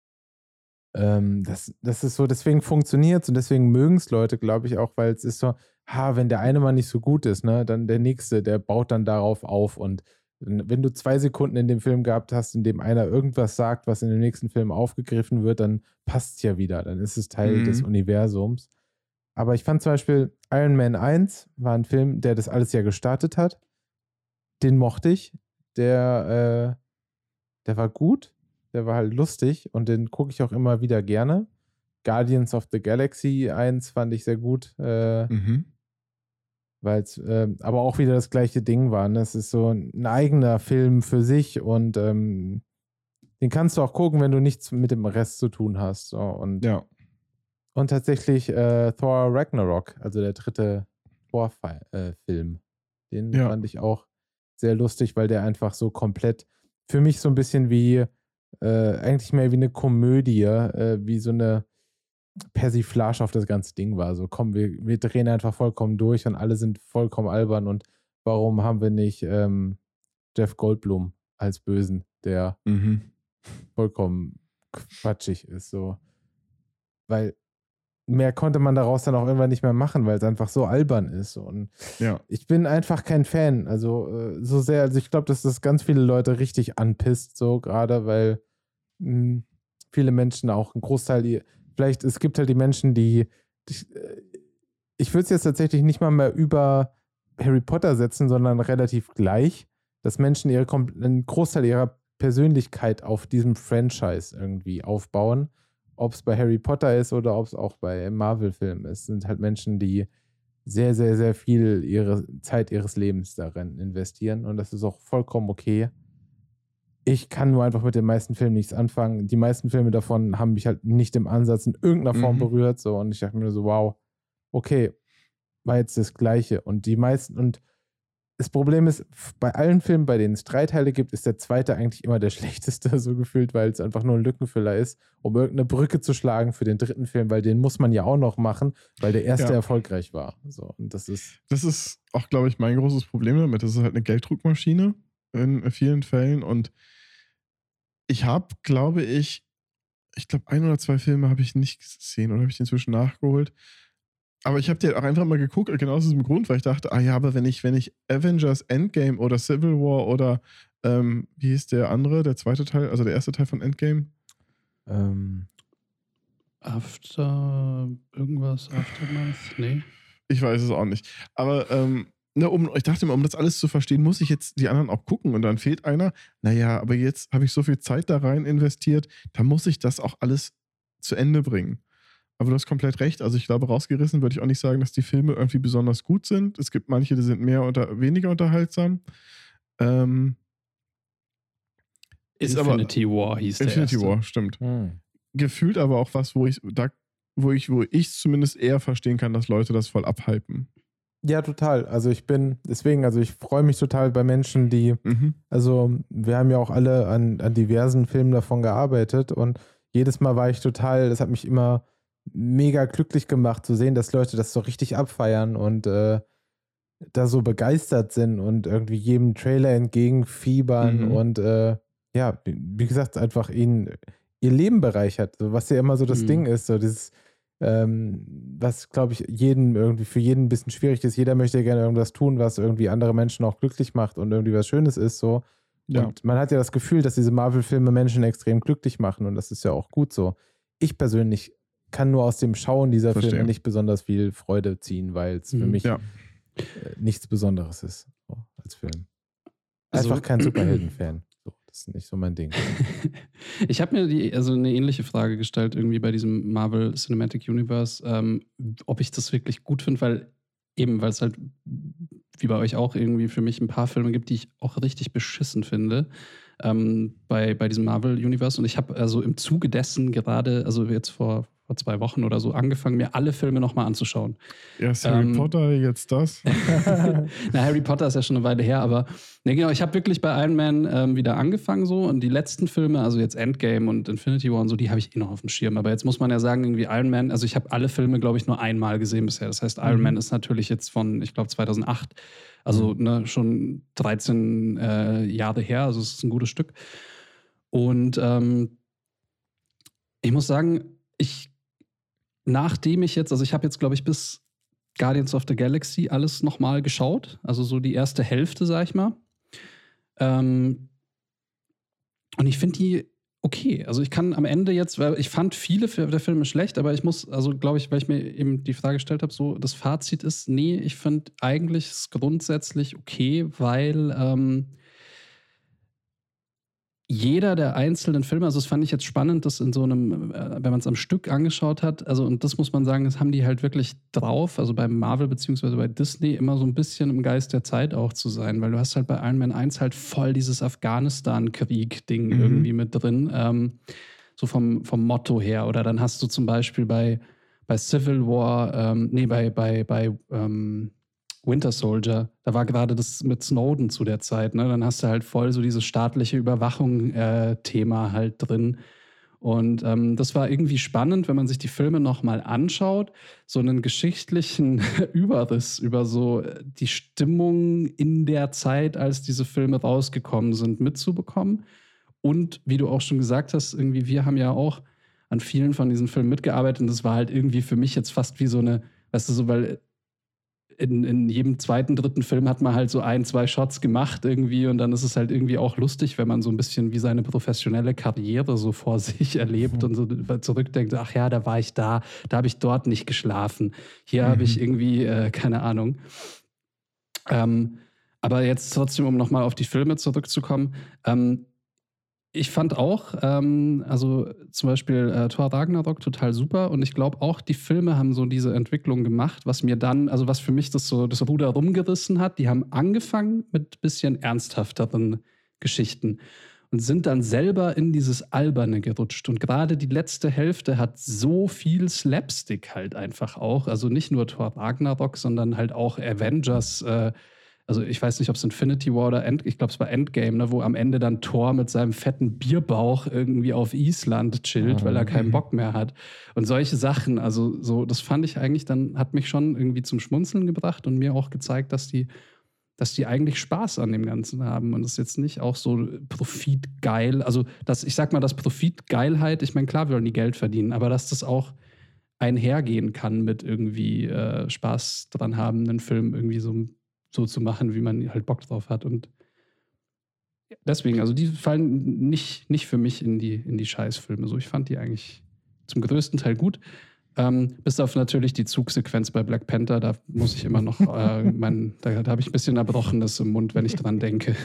[SPEAKER 2] ähm, das, das ist so, deswegen funktioniert es und deswegen mögen es Leute, glaube ich, auch, weil es ist so, ha, wenn der eine mal nicht so gut ist, ne, dann der nächste, der baut dann darauf auf. Und wenn du zwei Sekunden in dem Film gehabt hast, in dem einer irgendwas sagt, was in dem nächsten Film aufgegriffen wird, dann passt es ja wieder. Dann ist es Teil des
[SPEAKER 3] Mhm.
[SPEAKER 2] Universums. Aber ich fand zum Beispiel Iron Man eins war ein Film, der das alles ja gestartet hat. Den mochte ich. Der, äh, der war gut. Der war halt lustig und den gucke ich auch immer wieder gerne. Guardians of the Galaxy eins fand ich sehr gut, äh,
[SPEAKER 3] Mhm.
[SPEAKER 2] weil es äh, aber auch wieder das gleiche Ding war. Ne? Es ist so ein eigener Film für sich und ähm, den kannst du auch gucken, wenn du nichts mit dem Rest zu tun hast. So. Und,
[SPEAKER 3] Ja.
[SPEAKER 2] und tatsächlich äh, Thor Ragnarok, also der dritte Thor-Film, den
[SPEAKER 3] Ja.
[SPEAKER 2] fand ich auch sehr lustig, weil der einfach so komplett für mich so ein bisschen wie äh, eigentlich mehr wie eine Komödie, äh, wie so eine Persiflage auf das ganze Ding war. So, komm, wir, wir drehen einfach vollkommen durch und alle sind vollkommen albern und warum haben wir nicht ähm, Jeff Goldblum als Bösen, der
[SPEAKER 3] Mhm.
[SPEAKER 2] vollkommen quatschig ist, so. Weil mehr konnte man daraus dann auch irgendwann nicht mehr machen, weil es einfach so albern ist. Und
[SPEAKER 3] Ja.
[SPEAKER 2] ich bin einfach kein Fan. Also äh, so sehr, also ich glaube, dass das ganz viele Leute richtig anpisst, so gerade, weil mh, viele Menschen auch ein Großteil, die, vielleicht, es gibt halt die Menschen, die, die ich würde es jetzt tatsächlich nicht mal mehr über Harry Potter setzen, sondern relativ gleich, dass Menschen ihre, einen Großteil ihrer Persönlichkeit auf diesem Franchise irgendwie aufbauen. Ob es bei Harry Potter ist oder ob es auch bei Marvel-Filmen ist, sind halt Menschen, die sehr, sehr, sehr viel ihre Zeit ihres Lebens darin investieren und das ist auch vollkommen okay. Ich kann nur einfach mit den meisten Filmen nichts anfangen. Die meisten Filme davon haben mich halt nicht im Ansatz in irgendeiner Form
[SPEAKER 3] Mhm.
[SPEAKER 2] berührt. So, und ich dachte mir so, wow, okay, war jetzt das Gleiche. Und die meisten, und das Problem ist, bei allen Filmen, bei denen es drei Teile gibt, ist der zweite eigentlich immer der schlechteste, so gefühlt, weil es einfach nur ein Lückenfüller ist, um irgendeine Brücke zu schlagen für den dritten Film, weil den muss man ja auch noch machen, weil der erste
[SPEAKER 3] Ja.
[SPEAKER 2] erfolgreich war. So, und das ist.
[SPEAKER 3] Das ist auch, glaube ich, mein großes Problem damit. Das ist halt eine Gelddruckmaschine in vielen Fällen. Und ich habe, glaube ich, ich glaube, ein oder zwei Filme habe ich nicht gesehen oder habe ich inzwischen nachgeholt. Aber ich habe die halt auch einfach mal geguckt, genau aus diesem Grund, weil ich dachte, ah ja, aber wenn ich, wenn ich Avengers Endgame oder Civil War oder ähm, wie hieß der andere, der zweite Teil, also der erste Teil von Endgame?
[SPEAKER 2] Ähm,
[SPEAKER 1] After irgendwas, Aftermath? Nee.
[SPEAKER 3] Ich weiß es auch nicht. Aber ähm, ne, um, ich dachte mir, um das alles zu verstehen, muss ich jetzt die anderen auch gucken. Und dann fehlt einer. Naja, aber jetzt habe ich so viel Zeit da rein investiert, da muss ich das auch alles zu Ende bringen. Aber du hast komplett recht. Also ich glaube, rausgerissen würde ich auch nicht sagen, dass die Filme irgendwie besonders gut sind. Es gibt manche, die sind mehr oder weniger unterhaltsam. Ähm, Ist aber-
[SPEAKER 1] Infinity War hieß der
[SPEAKER 3] Infinity
[SPEAKER 1] erste.
[SPEAKER 3] War, stimmt.
[SPEAKER 2] Hm.
[SPEAKER 3] Gefühlt aber auch was, wo ich da, wo ich, wo ich zumindest eher verstehen kann, dass Leute das voll abhypen.
[SPEAKER 2] Ja, total. Also ich bin, deswegen, also ich freue mich total bei Menschen, die,
[SPEAKER 3] Mhm.
[SPEAKER 2] also wir haben ja auch alle an, an diversen Filmen davon gearbeitet und jedes Mal war ich total, das hat mich immer mega glücklich gemacht zu sehen, dass Leute das so richtig abfeiern und äh, da so begeistert sind und irgendwie jedem Trailer entgegenfiebern
[SPEAKER 3] Mhm.
[SPEAKER 2] und äh, ja, wie gesagt, einfach ihnen ihr Leben bereichert, so, was ja immer so das
[SPEAKER 1] Mhm.
[SPEAKER 2] Ding ist, so dieses, ähm, was glaube ich jeden irgendwie für jeden ein bisschen schwierig ist. Jeder möchte gerne irgendwas tun, was irgendwie andere Menschen auch glücklich macht und irgendwie was Schönes ist, so.
[SPEAKER 3] Ja.
[SPEAKER 2] Und man hat ja das Gefühl, dass diese Marvel-Filme Menschen extrem glücklich machen und das ist ja auch gut so. Ich persönlich kann nur aus dem Schauen dieser
[SPEAKER 3] Verstehe.
[SPEAKER 2] Filme nicht besonders viel Freude ziehen, weil es für
[SPEAKER 1] Mhm.
[SPEAKER 2] mich
[SPEAKER 3] Ja.
[SPEAKER 2] äh, nichts Besonderes ist so, als Film.
[SPEAKER 1] Also-
[SPEAKER 2] Einfach kein Superhelden-Fan. So, das ist nicht so mein Ding.
[SPEAKER 1] Ich habe mir die, also eine ähnliche Frage gestellt, irgendwie bei diesem Marvel Cinematic Universe, ähm, ob ich das wirklich gut finde, weil eben, weil es halt wie bei euch auch irgendwie für mich ein paar Filme gibt, die ich auch richtig beschissen finde ähm, bei, bei diesem Marvel Universe. Und ich habe also im Zuge dessen gerade, also jetzt vor, vor zwei Wochen oder so, angefangen, mir alle Filme nochmal anzuschauen.
[SPEAKER 3] Erst Harry
[SPEAKER 1] Ähm,
[SPEAKER 3] Potter, jetzt das.
[SPEAKER 1] Na, Harry Potter ist ja schon eine Weile her, aber ne, genau, ich habe wirklich bei Iron Man ähm, wieder angefangen so und die letzten Filme, also jetzt Endgame und Infinity War und so, die habe ich eh noch auf dem Schirm. Aber jetzt muss man ja sagen, irgendwie Iron Man, also ich habe alle Filme, glaube ich, nur einmal gesehen bisher. Das heißt, Iron
[SPEAKER 3] Mhm.
[SPEAKER 1] Man ist natürlich jetzt von, ich glaube, zweitausendacht, also ne, schon dreizehn äh, Jahre her, also es ist ein gutes Stück. Und ähm, ich muss sagen, ich, nachdem ich jetzt, also ich habe jetzt, glaube ich, bis Guardians of the Galaxy alles nochmal geschaut. Also so die erste Hälfte, sag ich mal. Ähm, und ich finde die okay. Also ich kann am Ende jetzt, weil ich fand viele der Filme schlecht, aber ich muss, also glaube ich, weil ich mir eben die Frage gestellt habe, so das Fazit ist, nee, ich finde eigentlich es grundsätzlich okay, weil ähm, jeder der einzelnen Filme, also das fand ich jetzt spannend, das in so einem, äh, wenn man es am Stück angeschaut hat, also und das muss man sagen, das haben die halt wirklich drauf, also bei Marvel beziehungsweise bei Disney immer so ein bisschen im Geist der Zeit auch zu sein, weil du hast halt bei Iron Man eins halt voll dieses Afghanistan-Krieg-Ding
[SPEAKER 3] Mhm.
[SPEAKER 1] irgendwie mit drin, ähm, so vom, vom Motto her. Oder dann hast du zum Beispiel bei, bei Civil War, ähm, nee, bei, bei, bei ähm, Winter Soldier, da war gerade das mit Snowden zu der Zeit, ne? Dann hast du halt voll so dieses staatliche Überwachung-Thema halt drin. Und ähm, das war irgendwie spannend, wenn man sich die Filme nochmal anschaut, so einen geschichtlichen Überriss über so äh, die Stimmung in der Zeit, als diese Filme rausgekommen sind, mitzubekommen. Und wie du auch schon gesagt hast, irgendwie, wir haben ja auch an vielen von diesen Filmen mitgearbeitet und das war halt irgendwie für mich jetzt fast wie so eine, weißt du, so, weil in, in jedem zweiten, dritten Film hat man halt so ein, zwei Shots gemacht irgendwie und dann ist es halt irgendwie auch lustig, wenn man so ein bisschen wie seine professionelle Karriere so vor sich erlebt und so zurückdenkt, ach ja, da war ich da, da habe ich dort nicht geschlafen, hier
[SPEAKER 3] Mhm.
[SPEAKER 1] habe ich irgendwie, äh, keine Ahnung. Ähm, aber jetzt trotzdem, um nochmal auf die Filme zurückzukommen, ähm, ich fand auch, ähm, also zum Beispiel äh, Thor Ragnarok total super und ich glaube auch, die Filme haben so diese Entwicklung gemacht, was mir dann, also was für mich das so das Ruder rumgerissen hat. Die haben angefangen mit bisschen ernsthafteren Geschichten und sind dann selber in dieses Alberne gerutscht. Und gerade die letzte Hälfte hat so viel Slapstick halt einfach auch. Also nicht nur Thor Ragnarok, sondern halt auch Avengers, äh, also ich weiß nicht, ob es Infinity War oder End, ich glaube, es war Endgame, ne, wo am Ende dann Thor mit seinem fetten Bierbauch irgendwie auf Island chillt,
[SPEAKER 2] Mhm.
[SPEAKER 1] weil er keinen Bock mehr hat. Und solche Sachen, also so, das fand ich eigentlich dann, hat mich schon irgendwie zum Schmunzeln gebracht und mir auch gezeigt, dass die, dass die eigentlich Spaß an dem Ganzen haben und es jetzt nicht auch so profitgeil, also das, ich sag mal, das Profitgeilheit, ich meine, klar, wir wollen die Geld verdienen, aber dass das auch einhergehen kann mit irgendwie äh, Spaß dran haben, einen Film irgendwie so so zu machen, wie man halt Bock drauf hat. Und deswegen, also die fallen nicht, nicht für mich in die, in die Scheißfilme. So, ich fand die eigentlich zum größten Teil gut. Ähm, bis auf natürlich die Zugsequenz bei Black Panther, da muss ich immer noch, äh, mein, da, da habe ich ein bisschen Erbrochenes im Mund, wenn ich dran denke.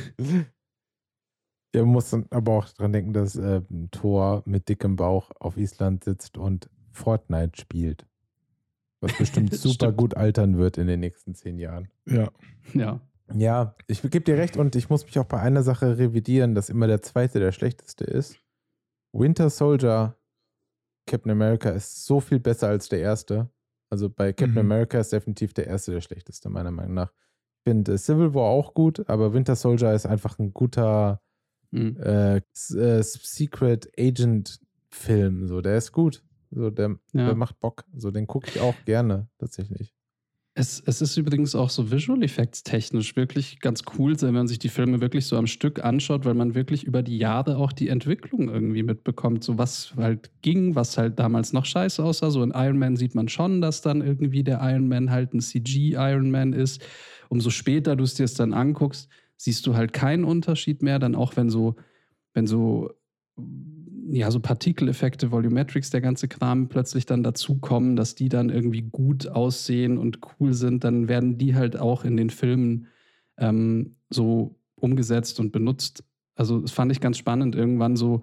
[SPEAKER 2] Ja, man muss dann aber auch dran denken, dass äh, Thor mit dickem Bauch auf Island sitzt und Fortnite spielt. Was bestimmt super
[SPEAKER 1] Stimmt.
[SPEAKER 2] gut altern wird in den nächsten zehn Jahren.
[SPEAKER 3] Ja.
[SPEAKER 1] Ja.
[SPEAKER 2] Ja, ich gebe dir recht und ich muss mich auch bei einer Sache revidieren, dass immer der zweite der schlechteste ist. Winter Soldier, Captain America ist so viel besser als der erste. Also bei Captain
[SPEAKER 3] Mhm.
[SPEAKER 2] America ist definitiv der erste der schlechteste, meiner Meinung nach. Ich finde Civil War auch gut, aber Winter Soldier ist einfach ein guter
[SPEAKER 1] Mhm.
[SPEAKER 2] äh, S- äh, Secret Agent Film. So, der ist gut. So, der,
[SPEAKER 1] Ja.
[SPEAKER 2] der macht Bock. So, den gucke ich auch gerne, tatsächlich.
[SPEAKER 1] Es, es ist übrigens auch so Visual Effects technisch wirklich ganz cool, wenn man sich die Filme wirklich so am Stück anschaut, weil man wirklich über die Jahre auch die Entwicklung irgendwie mitbekommt, so was halt ging, was halt damals noch scheiße aussah. So in Iron Man sieht man schon, dass dann irgendwie der Iron Man halt ein C G Iron Man ist. Umso später du es dir dann anguckst, siehst du halt keinen Unterschied mehr, dann auch wenn so, wenn so ja, so Partikeleffekte, Volumetrics, der ganze Kram plötzlich dann dazukommen, dass die dann irgendwie gut aussehen und cool sind, dann werden die halt auch in den Filmen ähm, so umgesetzt und benutzt. Also das fand ich ganz spannend, irgendwann so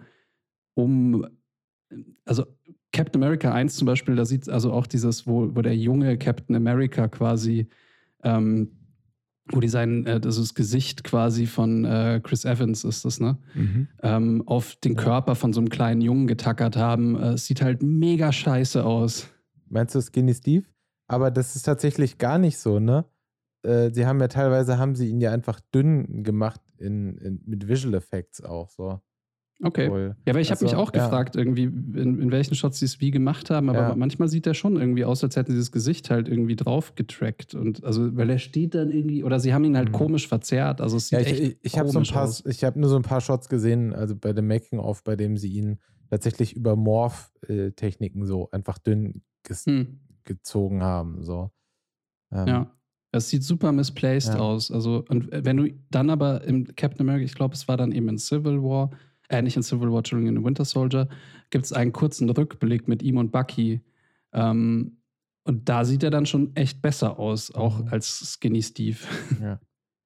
[SPEAKER 1] um, also Captain America eins zum Beispiel, da sieht also auch dieses, wo, wo der junge Captain America quasi ähm, wo die sein, äh, das ist Gesicht quasi von äh, Chris Evans ist das, ne?
[SPEAKER 3] Mhm.
[SPEAKER 1] Ähm, auf den
[SPEAKER 2] Ja.
[SPEAKER 1] Körper von so einem kleinen Jungen getackert haben. Äh, es sieht halt mega scheiße aus.
[SPEAKER 2] Meinst du Skinny Steve? Aber das ist tatsächlich gar nicht so, ne? Äh, sie haben ja teilweise, haben sie ihn ja einfach dünn gemacht in, in, mit Visual Effects auch so.
[SPEAKER 1] Okay.
[SPEAKER 2] Voll.
[SPEAKER 1] Ja, aber ich habe
[SPEAKER 2] Also,
[SPEAKER 1] mich auch
[SPEAKER 2] ja.
[SPEAKER 1] gefragt, irgendwie, in, in welchen Shots sie es wie gemacht haben, aber
[SPEAKER 2] Ja.
[SPEAKER 1] manchmal sieht der schon irgendwie aus, als hätten sie das Gesicht halt irgendwie drauf getrackt. Und also, weil er steht dann irgendwie, oder sie haben ihn halt
[SPEAKER 2] Mhm.
[SPEAKER 1] komisch verzerrt. Also es sieht
[SPEAKER 2] Ja, ich,
[SPEAKER 1] echt
[SPEAKER 2] ich, ich habe so ein
[SPEAKER 1] komisch
[SPEAKER 2] paar,
[SPEAKER 1] aus.
[SPEAKER 2] ich habe nur so ein paar Shots gesehen, also bei dem Making-of, bei dem sie ihn tatsächlich über Morph-Techniken so einfach dünn ges
[SPEAKER 1] Hm.
[SPEAKER 2] gezogen haben. So. Ähm,
[SPEAKER 1] Ja. Es sieht super misplaced
[SPEAKER 2] Ja.
[SPEAKER 1] aus. Also, und wenn du dann aber im Captain America, ich glaube, es war dann eben in Civil War, äh, nicht in Civil War, Entschuldigung, in Winter Soldier, gibt es einen kurzen Rückblick mit ihm und Bucky. Ähm, und da sieht er dann schon echt besser aus, auch
[SPEAKER 2] Mhm.
[SPEAKER 1] als Skinny Steve.
[SPEAKER 2] Ja.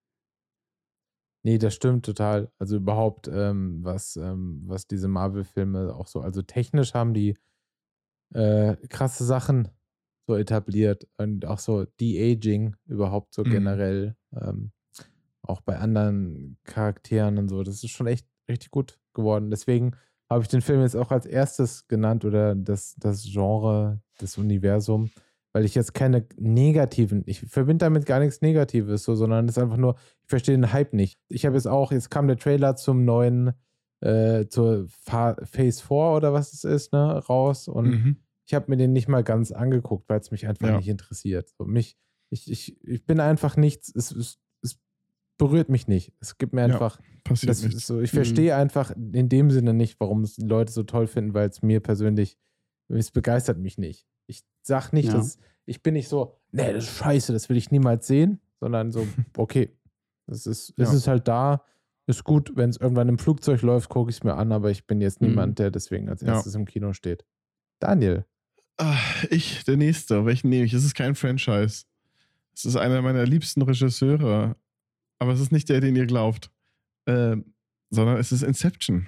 [SPEAKER 2] Nee, das stimmt total. Also überhaupt, ähm, was, ähm, was diese Marvel-Filme auch so, also technisch haben die äh, krasse Sachen so etabliert und auch so De-Aging überhaupt so
[SPEAKER 3] Mhm.
[SPEAKER 2] generell, ähm, auch bei anderen Charakteren und so. Das ist schon echt richtig gut geworden. Deswegen habe ich den Film jetzt auch als erstes genannt oder das, das Genre, das Universum, weil ich jetzt keine negativen, ich verbinde damit gar nichts Negatives, so, sondern es ist einfach nur, ich verstehe den Hype nicht. Ich habe jetzt auch, jetzt kam der Trailer zum neuen, äh, zur Fa Phase vier oder was es ist, ne, raus und
[SPEAKER 3] Mhm.
[SPEAKER 2] ich habe mir den nicht mal ganz angeguckt, weil es mich einfach
[SPEAKER 3] Ja.
[SPEAKER 2] nicht interessiert. So, mich, ich, ich, ich bin einfach nichts, es, es, es berührt mich nicht. Es gibt mir
[SPEAKER 3] Ja,
[SPEAKER 2] einfach,
[SPEAKER 3] Passiert
[SPEAKER 2] das
[SPEAKER 3] nichts.
[SPEAKER 2] ist so, ich
[SPEAKER 1] Mhm.
[SPEAKER 2] verstehe einfach in dem Sinne nicht, warum es die Leute so toll finden, weil es mir persönlich, es begeistert mich nicht. Ich sag nicht,
[SPEAKER 1] Ja.
[SPEAKER 2] dass, ich bin nicht so, nee, das ist scheiße, das will ich niemals sehen, sondern so, okay, es ist, es
[SPEAKER 3] Ja.
[SPEAKER 2] ist halt da, ist gut, wenn es irgendwann im Flugzeug läuft, gucke ich es mir an, aber ich bin jetzt
[SPEAKER 1] Mhm.
[SPEAKER 2] niemand, der deswegen als
[SPEAKER 3] Ja.
[SPEAKER 2] erstes im Kino steht. Daniel.
[SPEAKER 3] Ah, ich, der nächste. Welchen nehme ich? Es ist kein Franchise. Es ist einer meiner liebsten Regisseure. Aber es ist nicht der, den ihr glaubt. Ähm, sondern es ist Inception.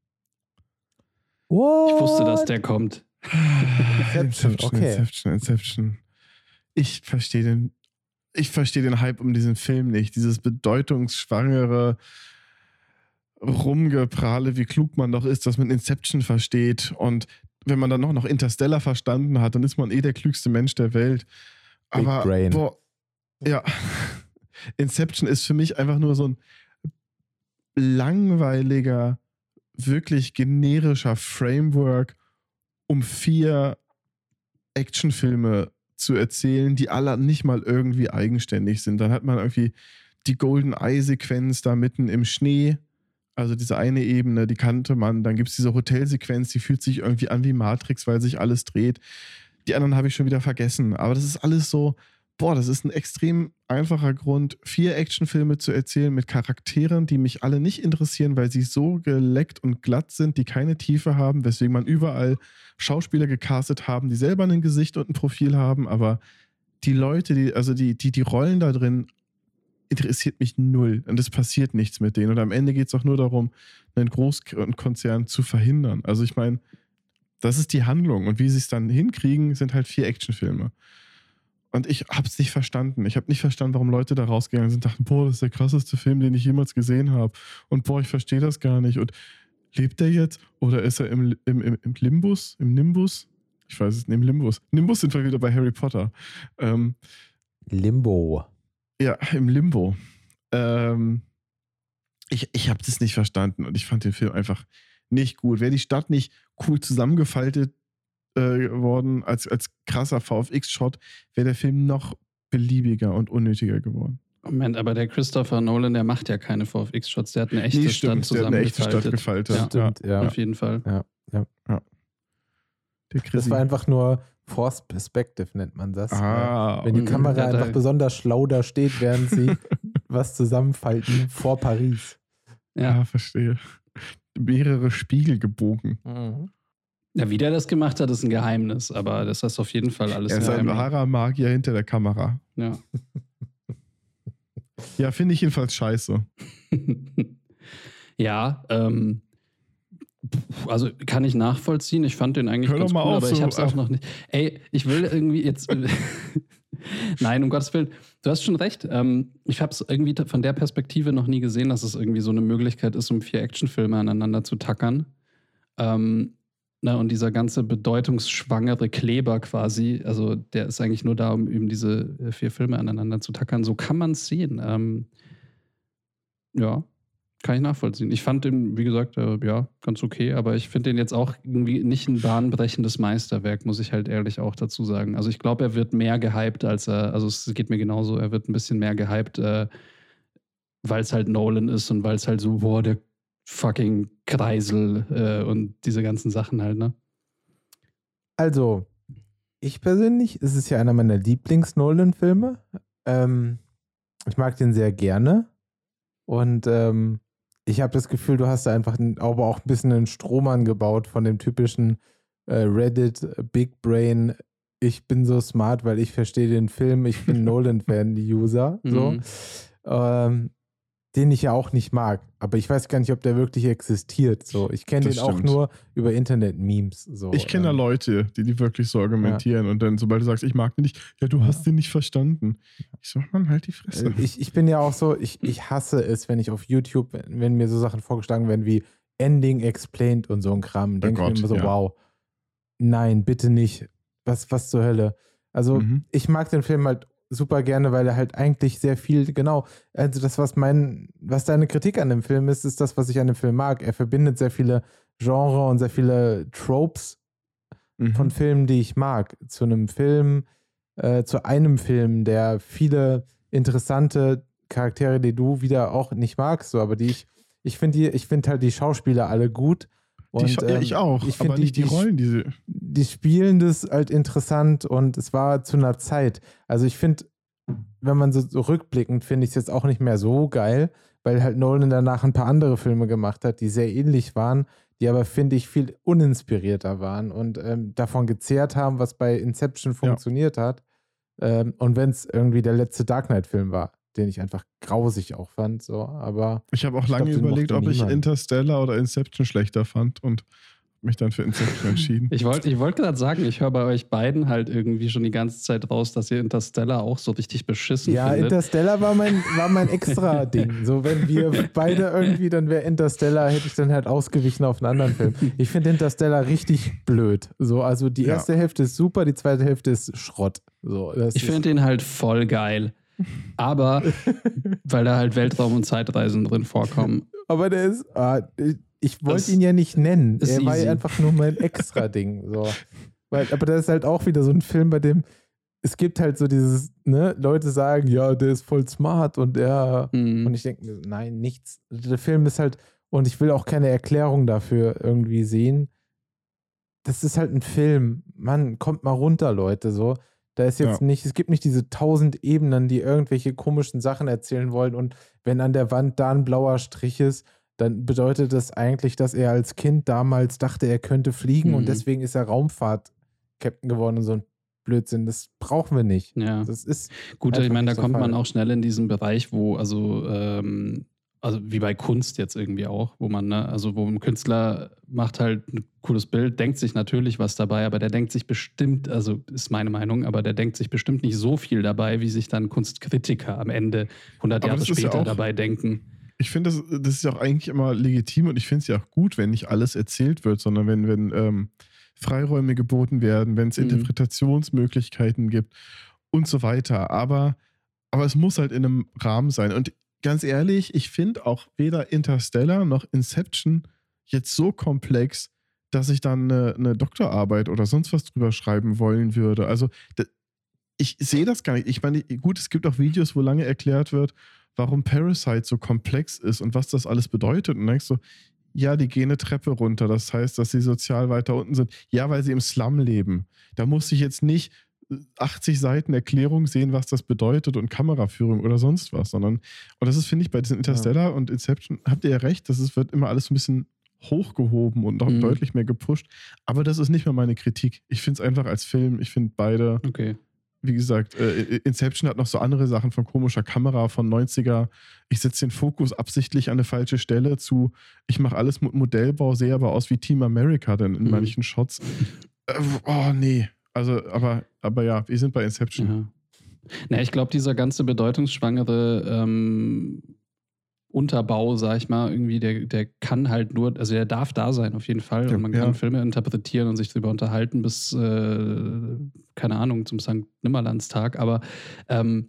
[SPEAKER 2] What?
[SPEAKER 1] Ich wusste, dass der kommt.
[SPEAKER 2] Inception, okay.
[SPEAKER 3] Inception, Inception. Ich verstehe den, ich verstehe den Hype um diesen Film nicht. Dieses bedeutungsschwangere Rumgeprahle, wie klug man doch ist, dass man Inception versteht. Und wenn man dann noch, noch Interstellar verstanden hat, dann ist man eh der klügste Mensch der Welt.
[SPEAKER 2] Big
[SPEAKER 3] Aber,
[SPEAKER 2] Brain.
[SPEAKER 3] boah, ja. Inception ist für mich einfach nur so ein langweiliger, wirklich generischer Framework, um vier Actionfilme zu erzählen, die alle nicht mal irgendwie eigenständig sind. Dann hat man irgendwie die Golden Eye-Sequenz da mitten im Schnee. Also diese eine Ebene, die kannte man. Dann gibt es diese Hotelsequenz, die fühlt sich irgendwie an wie Matrix, weil sich alles dreht. Die anderen habe ich schon wieder vergessen. Aber das ist alles so, boah, das ist ein extrem einfacher Grund, vier Actionfilme zu erzählen mit Charakteren, die mich alle nicht interessieren, weil sie so geleckt und glatt sind, die keine Tiefe haben, weswegen man überall Schauspieler gecastet haben, die selber ein Gesicht und ein Profil haben, aber die Leute, die, also die, die, die Rollen da drin, interessiert mich null. Und es passiert nichts mit denen. Und am Ende geht es auch nur darum, einen Großkonzern zu verhindern. Also ich meine, das ist die Handlung. Und wie sie es dann hinkriegen, sind halt vier Actionfilme. Und ich hab's nicht verstanden. Ich habe nicht verstanden, warum Leute da rausgegangen sind und dachten, boah, das ist der krasseste Film, den ich jemals gesehen habe. Und boah, ich verstehe das gar nicht. Und lebt er jetzt? Oder ist er im, im, im, im Limbus? Im Nimbus? Ich weiß es nicht, im Limbus. Nimbus sind wir wieder bei Harry Potter. Ähm,
[SPEAKER 2] Limbo.
[SPEAKER 3] ja, im Limbo. Ähm, ich ich habe das nicht verstanden und ich fand den Film einfach nicht gut. Wäre die Stadt nicht cool zusammengefaltet äh, worden als, als krasser V F X-Shot, wäre der Film noch beliebiger und unnötiger geworden.
[SPEAKER 1] Moment, aber der Christopher Nolan, der macht ja keine V F X-Shots, der hat eine echte
[SPEAKER 3] Nee,
[SPEAKER 1] Stadt
[SPEAKER 3] stimmt, der hat eine echte Stadt
[SPEAKER 1] zusammengefaltet.
[SPEAKER 3] gefaltet.
[SPEAKER 1] Ja,
[SPEAKER 2] Stimmt, ja.
[SPEAKER 1] auf jeden Fall.
[SPEAKER 2] Ja, ja.
[SPEAKER 3] Der
[SPEAKER 2] Das
[SPEAKER 3] Chrissy.
[SPEAKER 2] war einfach nur Forced Perspective, nennt man das.
[SPEAKER 3] Ah,
[SPEAKER 2] Wenn die
[SPEAKER 1] Mhm.
[SPEAKER 2] Kamera
[SPEAKER 1] Der hat
[SPEAKER 2] einfach
[SPEAKER 1] halt-
[SPEAKER 2] besonders schlau da steht, während sie was zusammenfalten vor Paris.
[SPEAKER 3] ja,
[SPEAKER 1] Ja.
[SPEAKER 3] verstehe. Mehrere Spiegel gebogen.
[SPEAKER 1] ja, wie der das gemacht hat, ist ein Geheimnis, aber das ist auf jeden Fall alles
[SPEAKER 3] Er ist ein
[SPEAKER 1] geheim.
[SPEAKER 3] wahrer Magier hinter der Kamera.
[SPEAKER 1] Ja.
[SPEAKER 3] Ja, finde ich jedenfalls scheiße.
[SPEAKER 1] ja, ähm, also kann ich nachvollziehen. Ich fand den eigentlich
[SPEAKER 3] Hör doch
[SPEAKER 1] ganz
[SPEAKER 3] mal
[SPEAKER 1] cool,
[SPEAKER 3] auf,
[SPEAKER 1] aber ich
[SPEAKER 3] so-
[SPEAKER 1] hab's auch noch nicht. Ey, ich will irgendwie jetzt. Nein, um Gottes Willen. Du hast schon recht. Ähm, ich habe es irgendwie von der Perspektive noch nie gesehen, dass es irgendwie so eine Möglichkeit ist, um vier Actionfilme aneinander zu tackern. Ähm, na, und dieser ganze bedeutungsschwangere Kleber quasi, also der ist eigentlich nur da, um eben diese äh, vier Filme aneinander zu tackern. So kann man es sehen. Ähm, ja, kann ich nachvollziehen. Ich fand den, wie gesagt, äh, ja, ganz okay, aber ich finde den jetzt auch irgendwie nicht ein bahnbrechendes Meisterwerk, muss ich halt ehrlich auch dazu sagen. Also ich glaube, er wird mehr gehypt, als er, also es geht mir genauso, er wird ein bisschen mehr gehypt, äh, weil es halt Nolan ist und weil es halt so, boah, der fucking Kreisel äh, und diese ganzen Sachen halt, ne?
[SPEAKER 2] Also, ich persönlich, es ist ja einer meiner Lieblings-Nolan-Filme. Ähm, ich mag den sehr gerne. Und ähm, ich habe das Gefühl, du hast da einfach ein, aber auch ein bisschen einen Strohmann gebaut von dem typischen äh, Reddit Big Brain. Ich bin so smart, weil ich verstehe den Film. Ich bin Nolan-Fan-User. So.
[SPEAKER 1] Mhm.
[SPEAKER 2] Ähm, den ich ja auch nicht mag. Aber ich weiß gar nicht, ob der wirklich existiert. So, ich kenne
[SPEAKER 3] Das
[SPEAKER 2] den auch
[SPEAKER 3] stimmt.
[SPEAKER 2] nur über Internet-Memes. So,
[SPEAKER 3] Ich kenne da
[SPEAKER 2] ähm,
[SPEAKER 3] Leute, die, die wirklich so argumentieren und dann, sobald du sagst, ich mag den nicht, ja, du hast den nicht verstanden. Ich so, Mann, halt die Fresse.
[SPEAKER 2] Äh, Ich, ich bin ja auch so, ich, ich hasse es, wenn ich auf YouTube, wenn, wenn mir so Sachen vorgeschlagen werden wie Ending Explained und so ein Kram, denke ich
[SPEAKER 3] Gott,
[SPEAKER 2] mir immer so,
[SPEAKER 3] ja.
[SPEAKER 2] wow, nein, bitte nicht. Was, was zur Hölle? Also,
[SPEAKER 3] Mhm.
[SPEAKER 2] ich mag den Film halt super gerne, weil er halt eigentlich sehr viel, genau, also das, was mein, was deine Kritik an dem Film ist, ist das, was ich an dem Film mag. Er verbindet sehr viele Genre und sehr viele Tropes
[SPEAKER 3] Mhm.
[SPEAKER 2] von Filmen, die ich mag, zu einem Film, äh, zu einem Film, der viele interessante Charaktere, die du wieder auch nicht magst, so, aber die ich, ich finde die, ich finde halt die Schauspieler alle gut.
[SPEAKER 3] Die Scha- ja,
[SPEAKER 2] ähm,
[SPEAKER 3] ich auch,
[SPEAKER 2] ich find
[SPEAKER 3] aber nicht die, Rollen, die sie.
[SPEAKER 2] Die spielen das halt interessant und es war zu einer Zeit. Also ich finde, wenn man so, so rückblickend, finde ich es jetzt auch nicht mehr so geil, weil halt Nolan danach ein paar andere Filme gemacht hat, die sehr ähnlich waren, die aber, finde ich, viel uninspirierter waren und ähm, davon gezehrt haben, was bei Inception funktioniert hat. Ähm, und wenn es irgendwie der letzte Dark Knight-Film war, den ich einfach grausig auch fand, so, aber
[SPEAKER 3] Ich habe auch
[SPEAKER 2] Ich
[SPEAKER 3] lange
[SPEAKER 2] glaub, den
[SPEAKER 3] überlegt,
[SPEAKER 2] mochte
[SPEAKER 3] ob ich
[SPEAKER 2] niemand.
[SPEAKER 3] Interstellar oder Inception schlechter fand und mich dann für Inception entschieden.
[SPEAKER 1] Ich wollte ich wollt gerade sagen, ich höre bei euch beiden halt irgendwie schon die ganze Zeit raus, dass ihr Interstellar auch so richtig beschissen
[SPEAKER 2] ja,
[SPEAKER 1] findet.
[SPEAKER 2] Interstellar war mein, war mein extra Ding. So, wenn wir beide irgendwie, dann wäre Interstellar, hätte ich dann halt ausgewichen auf einen anderen Film. Ich finde Interstellar richtig blöd. So, also die
[SPEAKER 3] Ja.
[SPEAKER 2] erste Hälfte ist super, die zweite Hälfte ist Schrott. So, das
[SPEAKER 1] Ich
[SPEAKER 2] ist-
[SPEAKER 1] finde den halt voll geil. Aber weil da halt Weltraum und Zeitreisen drin vorkommen.
[SPEAKER 2] aber der ist, ah, ich
[SPEAKER 1] Das
[SPEAKER 2] wollte ihn ja nicht nennen.
[SPEAKER 1] ist
[SPEAKER 2] Er war
[SPEAKER 1] easy.
[SPEAKER 2] ja einfach nur mein extra Ding. So. Weil, aber das ist halt auch wieder so ein Film, bei dem es gibt halt so dieses, ne, Leute sagen, ja, der ist voll smart und er
[SPEAKER 1] Mhm.
[SPEAKER 2] Und ich denke mir, nein, nichts. Der Film ist halt, und ich will auch keine Erklärung dafür irgendwie sehen. Das ist halt ein Film. Mann, kommt mal runter, Leute, so. Da ist jetzt
[SPEAKER 3] Ja.
[SPEAKER 2] nicht, es gibt nicht diese tausend Ebenen, die irgendwelche komischen Sachen erzählen wollen und wenn an der Wand da ein blauer Strich ist, dann bedeutet das eigentlich, dass er als Kind damals dachte, er könnte fliegen
[SPEAKER 1] Mhm.
[SPEAKER 2] und deswegen ist er Raumfahrt-Captain geworden und so ein Blödsinn. Das brauchen wir nicht.
[SPEAKER 1] Ja.
[SPEAKER 2] Das ist
[SPEAKER 1] Gut,
[SPEAKER 2] einfach
[SPEAKER 1] ich meine, da
[SPEAKER 2] nicht der
[SPEAKER 1] kommt man
[SPEAKER 2] Fall.
[SPEAKER 1] auch schnell in diesen Bereich, wo also ähm, also wie bei Kunst jetzt irgendwie auch, wo man, ne, also wo ein Künstler macht halt ein cooles Bild, denkt sich natürlich was dabei, aber der denkt sich bestimmt, also ist meine Meinung, aber der denkt sich bestimmt nicht so viel dabei, wie sich dann Kunstkritiker am Ende hundert
[SPEAKER 3] Aber
[SPEAKER 1] Jahre
[SPEAKER 3] das ist ja
[SPEAKER 1] später
[SPEAKER 3] auch-
[SPEAKER 1] dabei denken.
[SPEAKER 3] Ich finde, das, das ist ja auch eigentlich immer legitim und ich finde es ja auch gut, wenn nicht alles erzählt wird, sondern wenn, wenn ähm, Freiräume geboten werden, wenn es
[SPEAKER 1] Mhm.
[SPEAKER 3] Interpretationsmöglichkeiten gibt und so weiter. Aber, aber es muss halt in einem Rahmen sein. Und ganz ehrlich, ich finde auch weder Interstellar noch Inception jetzt so komplex, dass ich dann eine, eine Doktorarbeit oder sonst was drüber schreiben wollen würde. Also d- ich sehe das gar nicht. Ich meine, gut, es gibt auch Videos, wo lange erklärt wird, warum Parasite so komplex ist und was das alles bedeutet. Und dann denkst du, ja, die gehen eine Treppe runter. Das heißt, dass sie sozial weiter unten sind. Ja, weil sie im Slum leben. Da muss ich jetzt nicht achtzig Seiten Erklärung sehen, was das bedeutet und Kameraführung oder sonst was, sondern, und das ist, finde ich, bei diesen Interstellar und Inception, habt ihr ja recht, das ist, wird immer alles so ein bisschen hochgehoben und noch
[SPEAKER 1] Mhm.
[SPEAKER 3] deutlich mehr gepusht. Aber das ist nicht mehr meine Kritik. Ich finde es einfach als Film, ich finde beide,
[SPEAKER 1] Okay.
[SPEAKER 3] wie gesagt, äh, Inception hat noch so andere Sachen von komischer Kamera, von neunziger. Ich setze den Fokus absichtlich an eine falsche Stelle zu, ich mache alles mit Modellbau, sehe aber aus wie Team America denn in
[SPEAKER 1] Mhm.
[SPEAKER 3] manchen Shots. Äh, oh, nee. Also, aber, aber ja, wir sind bei Inception.
[SPEAKER 1] Ja. Na, ich glaube, dieser ganze bedeutungsschwangere ähm, Unterbau, sag ich mal, irgendwie, der, der kann halt nur, also der darf da sein auf jeden Fall.
[SPEAKER 3] Ja,
[SPEAKER 1] Und man
[SPEAKER 3] ja.
[SPEAKER 1] kann Filme interpretieren und sich darüber unterhalten bis, äh, keine Ahnung, zum Sankt Nimmerlandstag. Aber ähm,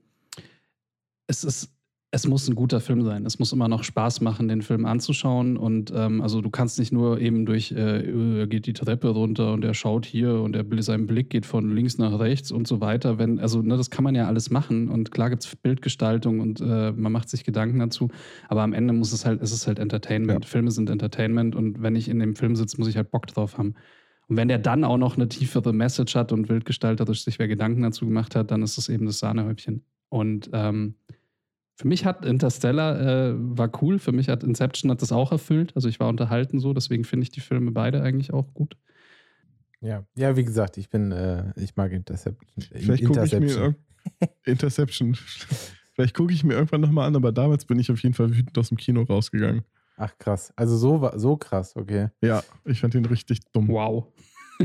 [SPEAKER 1] es ist, es muss ein guter Film sein. Es muss immer noch Spaß machen, den Film anzuschauen. Und ähm, also du kannst nicht nur eben durch, äh, er geht die Treppe runter und er schaut hier und er, sein Blick geht von links nach rechts und so weiter. Wenn, also ne, das kann man ja alles machen. Und klar gibt es Bildgestaltung und äh, man macht sich Gedanken dazu. Aber am Ende muss es halt, es ist halt Entertainment.
[SPEAKER 3] Ja.
[SPEAKER 1] Filme sind Entertainment und wenn ich in dem Film sitze, muss ich halt Bock drauf haben. Und wenn der dann auch noch eine tiefere Message hat und bildgestalterisch sich wer Gedanken dazu gemacht hat, dann ist es eben das Sahnehäubchen. Und ähm, für mich hat Interstellar äh, war cool, für mich hat Inception hat das auch erfüllt. Also ich war unterhalten so, deswegen finde ich die Filme beide eigentlich auch gut.
[SPEAKER 2] Ja, ja, wie gesagt, ich bin, äh, ich mag Interception.
[SPEAKER 3] Vielleicht gucke ich mir
[SPEAKER 2] Interception.
[SPEAKER 3] irg- Interception. Vielleicht gucke ich mir irgendwann nochmal an, aber damals bin ich auf jeden Fall wütend aus dem Kino rausgegangen.
[SPEAKER 2] Ach krass, also so, wa- so krass, okay.
[SPEAKER 3] Ja, ich fand den richtig dumm.
[SPEAKER 1] Wow.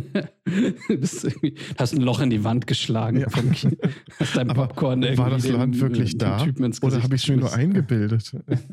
[SPEAKER 1] Du bist irgendwie, hast ein Loch in die Wand geschlagen
[SPEAKER 3] Ja.
[SPEAKER 1] vom Kino. Hast dein
[SPEAKER 3] Aber
[SPEAKER 1] Popcorn
[SPEAKER 3] war
[SPEAKER 1] irgendwie
[SPEAKER 3] das
[SPEAKER 1] dem,
[SPEAKER 3] Land wirklich
[SPEAKER 1] dem
[SPEAKER 3] da?
[SPEAKER 1] Typen ins
[SPEAKER 3] Oder
[SPEAKER 1] Gesicht
[SPEAKER 3] habe ich es mir nur
[SPEAKER 1] geschmissen.
[SPEAKER 3] eingebildet?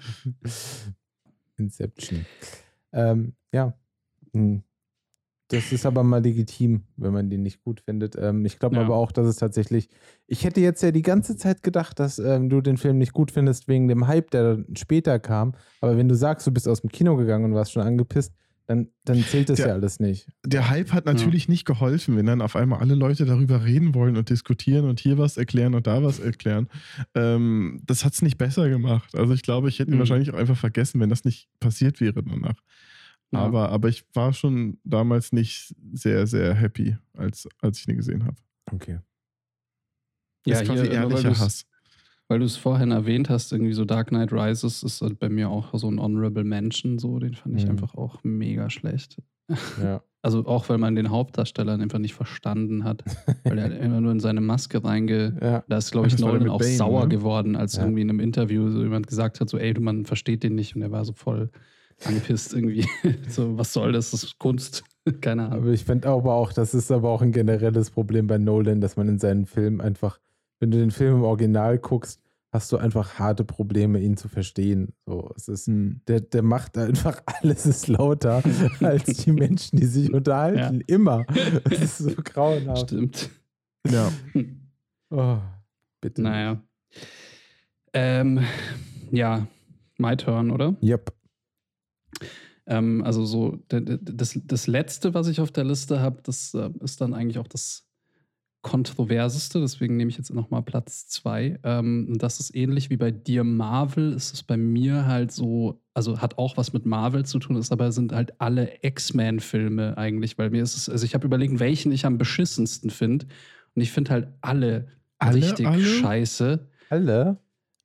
[SPEAKER 2] Inception. Ähm, ja. Hm. Das ist aber mal legitim, wenn man den nicht gut findet. Ähm, ich glaube
[SPEAKER 1] Ja.
[SPEAKER 2] aber auch, dass es tatsächlich. Ich hätte jetzt ja die ganze Zeit gedacht, dass ähm, du den Film nicht gut findest wegen dem Hype, der dann später kam. Aber wenn du sagst, du bist aus dem Kino gegangen und warst schon angepisst, dann, dann zählt das
[SPEAKER 3] Der-
[SPEAKER 2] ja alles nicht.
[SPEAKER 3] Der Hype hat natürlich nicht geholfen, wenn dann auf einmal alle Leute darüber reden wollen und diskutieren und hier was erklären und da was erklären. Ähm, das hat es nicht besser gemacht. Also ich glaube, ich hätte ihn
[SPEAKER 1] Mhm.
[SPEAKER 3] wahrscheinlich auch einfach vergessen, wenn das nicht passiert wäre danach.
[SPEAKER 1] Ja.
[SPEAKER 3] Aber, aber ich war schon damals nicht sehr, sehr happy, als, als ich ihn gesehen habe.
[SPEAKER 2] Okay.
[SPEAKER 1] Ja,
[SPEAKER 3] Das ist quasi
[SPEAKER 1] hier, nur weil
[SPEAKER 3] ehrlicher
[SPEAKER 1] du's-
[SPEAKER 3] Hass.
[SPEAKER 1] Weil du es vorhin erwähnt hast, irgendwie so Dark Knight Rises ist halt bei mir auch so ein Honorable Mention, so, den fand ich
[SPEAKER 2] Mhm.
[SPEAKER 1] einfach auch mega schlecht.
[SPEAKER 2] Ja.
[SPEAKER 1] Also auch, weil man den Hauptdarsteller einfach nicht verstanden hat, weil er immer nur in seine Maske reinge...
[SPEAKER 2] Ja.
[SPEAKER 1] Da ist, glaube ich,
[SPEAKER 3] Das war der
[SPEAKER 1] Nolan
[SPEAKER 3] mit
[SPEAKER 1] auch
[SPEAKER 3] Bane,
[SPEAKER 1] sauer
[SPEAKER 3] ne?
[SPEAKER 1] geworden, als
[SPEAKER 2] Ja.
[SPEAKER 1] irgendwie in einem Interview so jemand gesagt hat, so ey, du, man versteht den nicht und er war so voll angepisst irgendwie. So, was soll das? Das ist Kunst. Keine Ahnung.
[SPEAKER 2] Aber ich finde aber auch, das ist aber auch ein generelles Problem bei Nolan, dass man in seinen Filmen einfach, wenn du den Film im Original guckst, hast du einfach harte Probleme, ihn zu verstehen. So, es ist,
[SPEAKER 3] Hm.
[SPEAKER 2] der, der macht einfach alles ist lauter als die Menschen, die sich unterhalten. Immer. Das ist so grauenhaft.
[SPEAKER 1] Stimmt.
[SPEAKER 3] Ja.
[SPEAKER 2] Oh, bitte.
[SPEAKER 1] Naja. Ähm, ja, my turn, oder?
[SPEAKER 2] Yep.
[SPEAKER 1] Ähm, also so, d- d- das, das Letzte, was ich auf der Liste habe, das äh, ist dann eigentlich auch das Kontroverseste, deswegen nehme ich jetzt nochmal Platz zwei. Ähm, und das ist ähnlich wie bei dir Marvel, ist es bei mir halt so, also hat auch was mit Marvel zu tun, ist aber sind halt alle X-Men-Filme eigentlich, weil mir ist es, also ich habe überlegt, welchen ich am beschissensten finde und ich finde halt alle,
[SPEAKER 3] Alle,
[SPEAKER 1] richtig
[SPEAKER 3] alle?
[SPEAKER 1] scheiße.
[SPEAKER 2] Alle?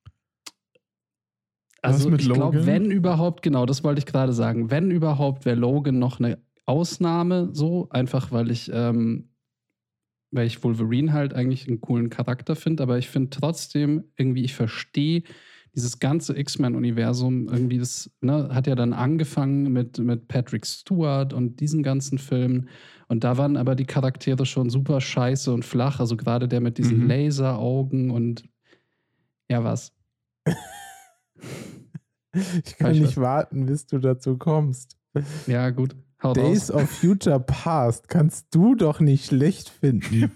[SPEAKER 1] Also
[SPEAKER 3] mit
[SPEAKER 1] ich glaube,
[SPEAKER 3] Logan?
[SPEAKER 1] wenn überhaupt, genau, das wollte ich gerade sagen, wenn überhaupt, wäre Logan noch eine Ausnahme, so, einfach weil ich, ähm, weil ich Wolverine halt eigentlich einen coolen Charakter finde, aber ich finde trotzdem irgendwie, ich verstehe dieses ganze X-Men-Universum irgendwie, das ne, hat ja dann angefangen mit, mit Patrick Stewart und diesen ganzen Filmen. Und da waren aber die Charaktere schon super scheiße und flach. Also gerade der mit diesen
[SPEAKER 3] Mhm.
[SPEAKER 1] Laseraugen und ja, was?
[SPEAKER 2] Ich kann
[SPEAKER 1] Ich
[SPEAKER 2] nicht
[SPEAKER 1] weiß.
[SPEAKER 2] warten, bis du dazu kommst.
[SPEAKER 1] Ja, gut. Hau
[SPEAKER 2] Days
[SPEAKER 1] raus.
[SPEAKER 2] of Future Past kannst du doch nicht schlecht finden.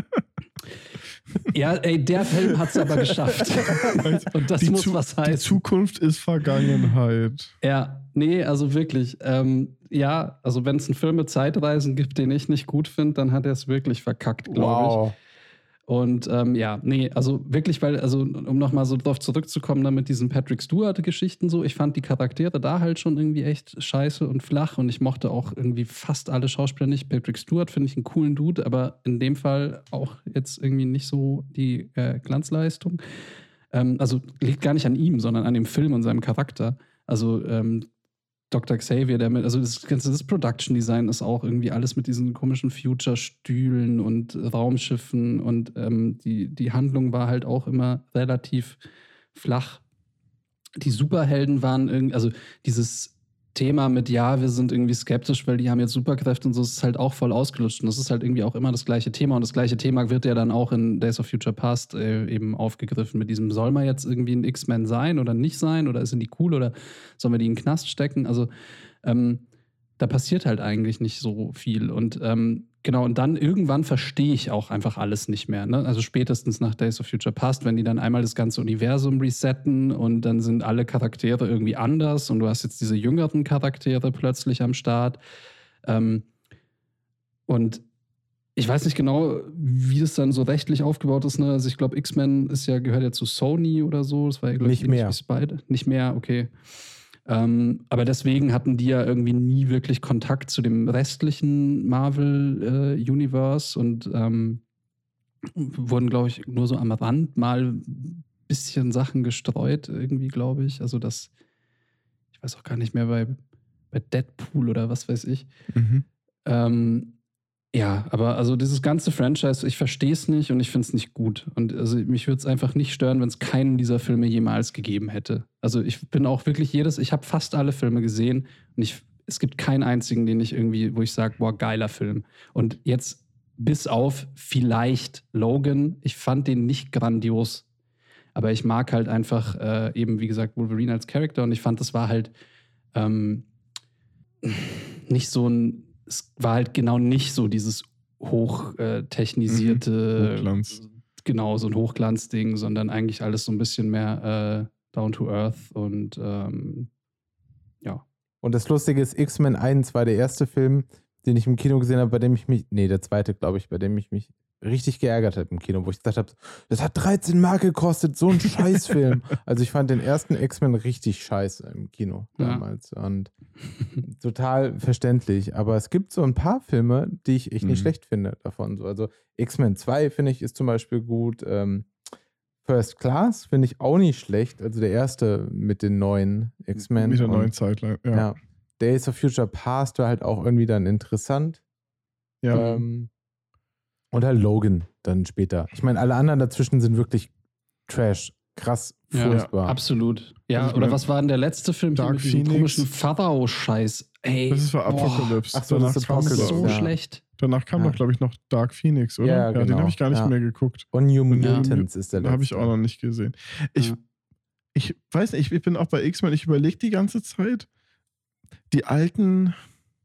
[SPEAKER 1] Ja, ey, der Film hat es aber geschafft. Und das
[SPEAKER 3] die,
[SPEAKER 1] muss
[SPEAKER 3] Zu-
[SPEAKER 1] was
[SPEAKER 3] die
[SPEAKER 1] heißen.
[SPEAKER 3] Zukunft ist Vergangenheit.
[SPEAKER 1] Ja, nee, also wirklich. Ähm, ja, also wenn es einen Film mit Zeitreisen gibt, den ich nicht gut finde, dann hat er es wirklich verkackt, glaube ich.
[SPEAKER 2] Wow.
[SPEAKER 1] Und ähm, ja, nee, also wirklich, weil, also um nochmal so drauf zurückzukommen, dann mit diesen Patrick Stewart-Geschichten so, ich fand die Charaktere da halt schon irgendwie echt scheiße und flach und ich mochte auch irgendwie fast alle Schauspieler nicht. Patrick Stewart finde ich einen coolen Dude, aber in dem Fall auch jetzt irgendwie nicht so die äh, Glanzleistung. Ähm, also liegt gar nicht an ihm, sondern an dem Film und seinem Charakter. Also ähm, Doktor Xavier, der mit, also das ganze das Production Design ist auch irgendwie alles mit diesen komischen Future-Stühlen und Raumschiffen und ähm, die, die Handlung war halt auch immer relativ flach. Die Superhelden waren irgendwie, also dieses Thema mit, ja, wir sind irgendwie skeptisch, weil die haben jetzt Superkräfte und so, ist halt auch voll ausgelutscht. Und das ist halt irgendwie auch immer das gleiche Thema. Und das gleiche Thema wird ja dann auch in Days of Future Past äh, eben aufgegriffen mit diesem, soll man jetzt irgendwie ein X-Men sein oder nicht sein? Oder sind die cool oder sollen wir die in den Knast stecken? Also ähm, da passiert halt eigentlich nicht so viel. Und ähm, genau, und dann irgendwann verstehe ich auch einfach alles nicht mehr. Ne? Also spätestens nach Days of Future Past, wenn die dann einmal das ganze Universum resetten und dann sind alle Charaktere irgendwie anders und du hast jetzt diese jüngeren Charaktere plötzlich am Start. Ähm, und ich weiß nicht genau, wie das dann so rechtlich aufgebaut ist. Ne? Also ich glaube, X-Men ist ja, gehört ja zu Sony oder so. Das war ja, glaub ich,
[SPEAKER 2] Nicht mehr.
[SPEAKER 1] ähnlich wie Spider. Nicht mehr, okay. Ähm, aber deswegen hatten die ja irgendwie nie wirklich Kontakt zu dem restlichen Marvel-Universe äh, und ähm, wurden, glaube ich, nur so am Rand mal ein bisschen Sachen gestreut, irgendwie, glaube ich. Also das, ich weiß auch gar nicht mehr, bei, bei Deadpool oder was weiß ich.
[SPEAKER 3] Mhm.
[SPEAKER 1] Ähm, ja, aber also dieses ganze Franchise, ich verstehe es nicht und ich finde es nicht gut. Und also mich würde es einfach nicht stören, wenn es keinen dieser Filme jemals gegeben hätte. Also ich bin auch wirklich jedes, ich habe fast alle Filme gesehen und ich, es gibt keinen einzigen, den ich irgendwie, wo ich sage, boah, geiler Film. Und jetzt bis auf vielleicht Logan, ich fand den nicht grandios. Aber ich mag halt einfach äh, eben, wie gesagt, Wolverine als Charakter und ich fand, das war halt ähm, nicht so ein, es war halt genau nicht so dieses hochtechnisierte,
[SPEAKER 3] Mhm. Hochglanz.
[SPEAKER 1] genau, so ein Hochglanzding, sondern eigentlich alles so ein bisschen mehr äh, down to earth und ähm, ja.
[SPEAKER 2] Und das Lustige ist, X-Men eins war der erste Film, den ich im Kino gesehen habe, bei dem ich mich, nee, der zweite, glaube ich, bei dem ich mich richtig geärgert habe im Kino, wo ich gesagt habe, das hat dreizehn Mark gekostet, so ein Scheißfilm. Also ich fand den ersten X-Men richtig scheiße im Kino damals ja. Und total verständlich. Aber es gibt so ein paar Filme, die ich echt nicht
[SPEAKER 3] Mhm.
[SPEAKER 2] schlecht finde davon. So, also X-Men zwei finde ich ist zum Beispiel gut. Ähm, First Class finde ich auch nicht schlecht. Also der erste mit den neuen X-Men.
[SPEAKER 3] Mit der
[SPEAKER 2] Und,
[SPEAKER 3] neuen Zeitline, ja.
[SPEAKER 2] ja. Days of Future Past war halt auch irgendwie dann interessant.
[SPEAKER 3] Ja.
[SPEAKER 2] Ähm, und halt Logan dann später. Ich meine, alle anderen dazwischen sind wirklich Trash. Krass,
[SPEAKER 1] Ja,
[SPEAKER 2] furchtbar.
[SPEAKER 1] absolut. Ja,
[SPEAKER 3] Also ich
[SPEAKER 1] oder
[SPEAKER 3] mein,
[SPEAKER 1] was war denn der letzte Film hier
[SPEAKER 3] Dark
[SPEAKER 1] mit diesem
[SPEAKER 3] Phoenix.
[SPEAKER 1] komischen Pharao-Scheiß? Ey,
[SPEAKER 3] Das ist für
[SPEAKER 1] boah,
[SPEAKER 3] Apocalypse.
[SPEAKER 2] Ach so, das ist
[SPEAKER 3] kam,
[SPEAKER 1] das ist
[SPEAKER 2] Apocalypse,
[SPEAKER 1] so
[SPEAKER 2] ja.
[SPEAKER 1] schlecht.
[SPEAKER 3] danach kam
[SPEAKER 2] Ja.
[SPEAKER 3] doch, glaube ich, noch Dark Phoenix, oder?
[SPEAKER 2] Ja,
[SPEAKER 3] den
[SPEAKER 2] genau.
[SPEAKER 3] habe ich gar nicht
[SPEAKER 2] Ja.
[SPEAKER 3] mehr geguckt.
[SPEAKER 2] Und New
[SPEAKER 1] Ja.
[SPEAKER 2] Mutants ist der letzte.
[SPEAKER 3] Habe ich auch noch nicht gesehen. Ich,
[SPEAKER 1] Ja.
[SPEAKER 3] ich weiß nicht, ich, ich bin auch bei X-Men, ich überlege die ganze Zeit, die alten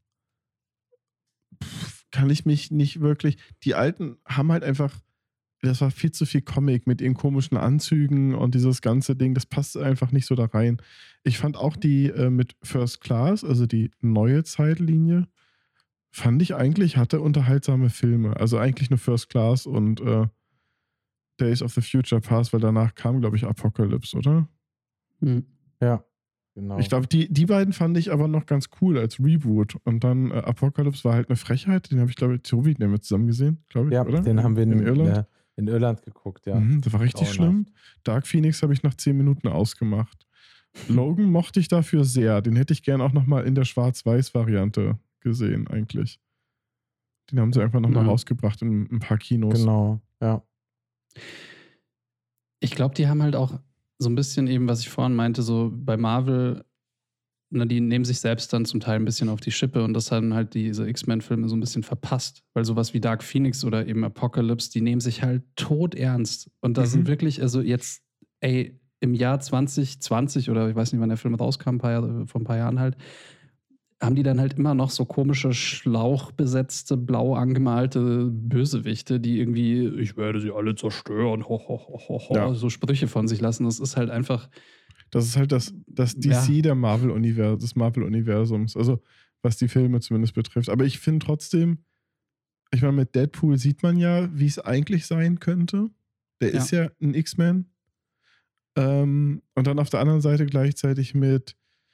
[SPEAKER 3] pff, kann ich mich nicht wirklich, die alten haben halt einfach, das war viel zu viel Comic mit ihren komischen Anzügen und dieses ganze Ding, das passt einfach nicht so da rein. Ich fand auch die äh, mit First Class, also die neue Zeitlinie, fand ich eigentlich, hatte unterhaltsame Filme. Also eigentlich nur First Class und äh, Days of the Future Past, weil danach kam, glaube ich, Apocalypse, oder?
[SPEAKER 1] Hm.
[SPEAKER 2] Ja, genau.
[SPEAKER 3] Ich glaube, die, die beiden fand ich aber noch ganz cool als Reboot. Und dann äh, Apocalypse war halt eine Frechheit. Den habe ich, glaube ich, Tobi, den haben wir zusammen gesehen, glaube ich,
[SPEAKER 2] ja,
[SPEAKER 3] oder?
[SPEAKER 2] den haben wir in,
[SPEAKER 3] in Irland.
[SPEAKER 2] Ja, in Irland geguckt, ja.
[SPEAKER 3] Mhm, das war richtig
[SPEAKER 2] Grauenhaft.
[SPEAKER 3] schlimm. Dark Phoenix habe ich nach zehn Minuten ausgemacht. Logan mochte ich dafür sehr. Den hätte ich gern auch nochmal in der Schwarz-Weiß-Variante gesehen, eigentlich. Den haben sie einfach nochmal
[SPEAKER 1] Ja.
[SPEAKER 3] rausgebracht in ein paar Kinos.
[SPEAKER 2] Genau, ja.
[SPEAKER 1] Ich glaube, die haben halt auch so ein bisschen eben, was ich vorhin meinte, so bei Marvel, na, die nehmen sich selbst dann zum Teil ein bisschen auf die Schippe und das haben halt diese X-Men-Filme so ein bisschen verpasst. Weil sowas wie Dark Phoenix oder eben Apocalypse, die nehmen sich halt todernst. Und da
[SPEAKER 3] Mhm.
[SPEAKER 1] sind wirklich, also jetzt, ey, im Jahr zwanzig zwanzig oder ich weiß nicht, wann der Film rauskam, ein paar Jahre, vor ein paar Jahren halt, haben die dann halt immer noch so komische, schlauchbesetzte, blau angemalte Bösewichte, die irgendwie, ich werde sie alle zerstören, ho, ho, ho, ho, ho,
[SPEAKER 3] Ja.
[SPEAKER 1] so Sprüche von sich lassen. Das ist halt einfach,
[SPEAKER 3] Das ist halt das, das D C
[SPEAKER 1] Ja.
[SPEAKER 3] der Marvel-Univers- des Marvel-Universums. Also, was die Filme zumindest betrifft. Aber ich finde trotzdem, ich meine, mit Deadpool sieht man ja, wie es eigentlich sein könnte. Der
[SPEAKER 1] Ja.
[SPEAKER 3] ist ja ein X-Men. Ähm, und dann auf der anderen Seite gleichzeitig mit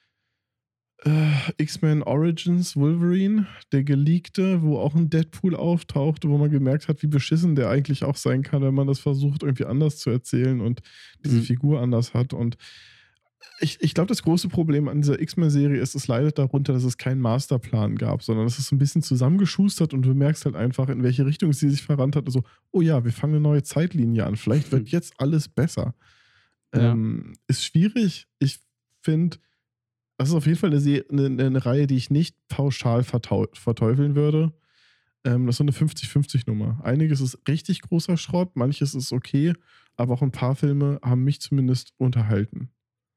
[SPEAKER 3] äh, X-Men Origins Wolverine, der geleakte, wo auch ein Deadpool auftauchte, wo man gemerkt hat, wie beschissen der eigentlich auch sein kann, wenn man das versucht, irgendwie anders zu erzählen und diese
[SPEAKER 1] Mhm.
[SPEAKER 3] Figur anders hat. Und ich, ich glaube, das große Problem an dieser X-Men-Serie ist, es leidet darunter, dass es keinen Masterplan gab, sondern es ist ein bisschen zusammengeschustert und du merkst halt einfach, in welche Richtung sie sich verrannt hat. Also, oh ja, wir fangen eine neue Zeitlinie an. Vielleicht wird jetzt alles besser.
[SPEAKER 1] Ja.
[SPEAKER 3] Ähm, ist schwierig. Ich finde, das ist auf jeden Fall eine, Se eine, eine Reihe, die ich nicht pauschal vertau verteufeln würde. Ähm, das ist so eine fünfzig fünfzig Nummer. Einiges ist richtig großer Schrott, manches ist okay, aber auch ein paar Filme haben mich zumindest unterhalten.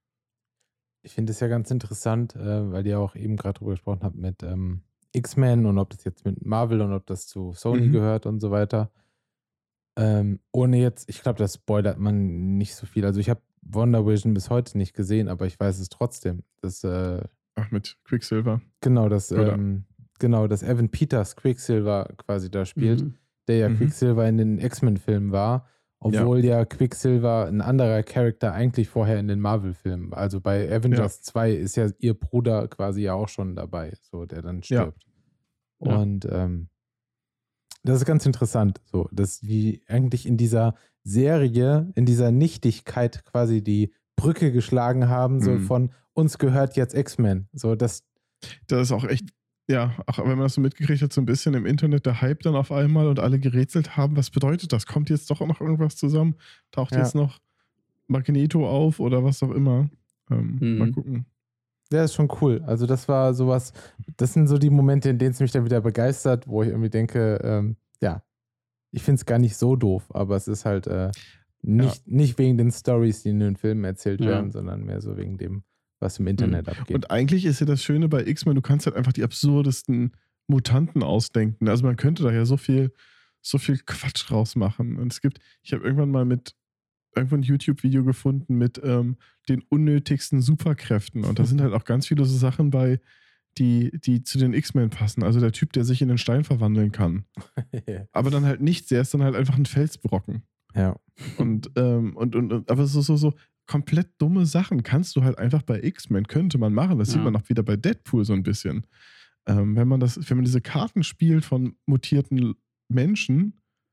[SPEAKER 2] Ich finde es ja ganz interessant, äh, weil ihr auch eben gerade drüber gesprochen habt mit ähm, X-Men und ob das jetzt mit Marvel und ob das zu Sony
[SPEAKER 3] Mhm.
[SPEAKER 2] gehört und so weiter. Ähm, ohne jetzt, ich glaube, das spoilert man nicht so viel. Also ich habe Wonder Vision bis heute nicht gesehen, aber ich weiß es trotzdem. Dass, äh,
[SPEAKER 3] Ach, mit Quicksilver.
[SPEAKER 2] genau, dass,
[SPEAKER 3] Oder-
[SPEAKER 2] ähm, genau, dass Evan Peters Quicksilver quasi da spielt,
[SPEAKER 1] Mhm.
[SPEAKER 2] der ja
[SPEAKER 3] Mhm.
[SPEAKER 2] Quicksilver in den X-Men-Filmen war, obwohl ja. Quicksilver ein anderer Charakter eigentlich vorher in den Marvel-Filmen war. Also bei Avengers zwei ist ja ihr Bruder quasi ja auch schon dabei, so der dann
[SPEAKER 3] Ja.
[SPEAKER 2] stirbt.
[SPEAKER 1] Ja.
[SPEAKER 2] Und ähm, das ist ganz interessant, so, dass die eigentlich in dieser Serie, in dieser Nichtigkeit quasi die Brücke geschlagen haben, so
[SPEAKER 3] Mhm.
[SPEAKER 2] von uns gehört jetzt X-Men. So, das,
[SPEAKER 3] Das ist auch echt, ja, auch wenn man das so mitgekriegt hat, so ein bisschen im Internet der Hype dann auf einmal und alle gerätselt haben, was bedeutet das? Kommt jetzt doch noch irgendwas zusammen? Taucht
[SPEAKER 2] Ja.
[SPEAKER 3] jetzt noch Magneto auf oder was auch immer? Ähm,
[SPEAKER 1] Mhm.
[SPEAKER 3] Mal gucken.
[SPEAKER 2] ja, ist schon cool. Also das war sowas, das sind so die Momente, in denen es mich dann wieder begeistert, wo ich irgendwie denke, ähm, ja, ich finde es gar nicht so doof, aber es ist halt äh, nicht, nicht wegen den Stories, die in den Filmen erzählt
[SPEAKER 1] Ja.
[SPEAKER 2] werden, sondern mehr so wegen dem, was im Internet abgeht.
[SPEAKER 3] Und eigentlich ist ja das Schöne bei X-Men, du kannst halt einfach die absurdesten Mutanten ausdenken. Also man könnte da ja so viel, so viel Quatsch rausmachen. Und es gibt, ich habe irgendwann mal mit irgendwo ein YouTube-Video gefunden mit ähm, den unnötigsten Superkräften. Und da sind halt auch ganz viele so Sachen bei, die, die zu den X-Men passen. Also der Typ, der sich in den Stein verwandeln kann. Aber dann halt nichts, der ist dann halt einfach ein Felsbrocken.
[SPEAKER 2] ja.
[SPEAKER 3] Und, ähm, und, und, und aber so, so, so komplett dumme Sachen kannst du halt einfach bei X-Men, könnte man machen. Das
[SPEAKER 1] Ja.
[SPEAKER 3] sieht man auch wieder bei Deadpool so ein bisschen. Ähm, wenn man das, wenn man diese Karten spielt von mutierten Menschen,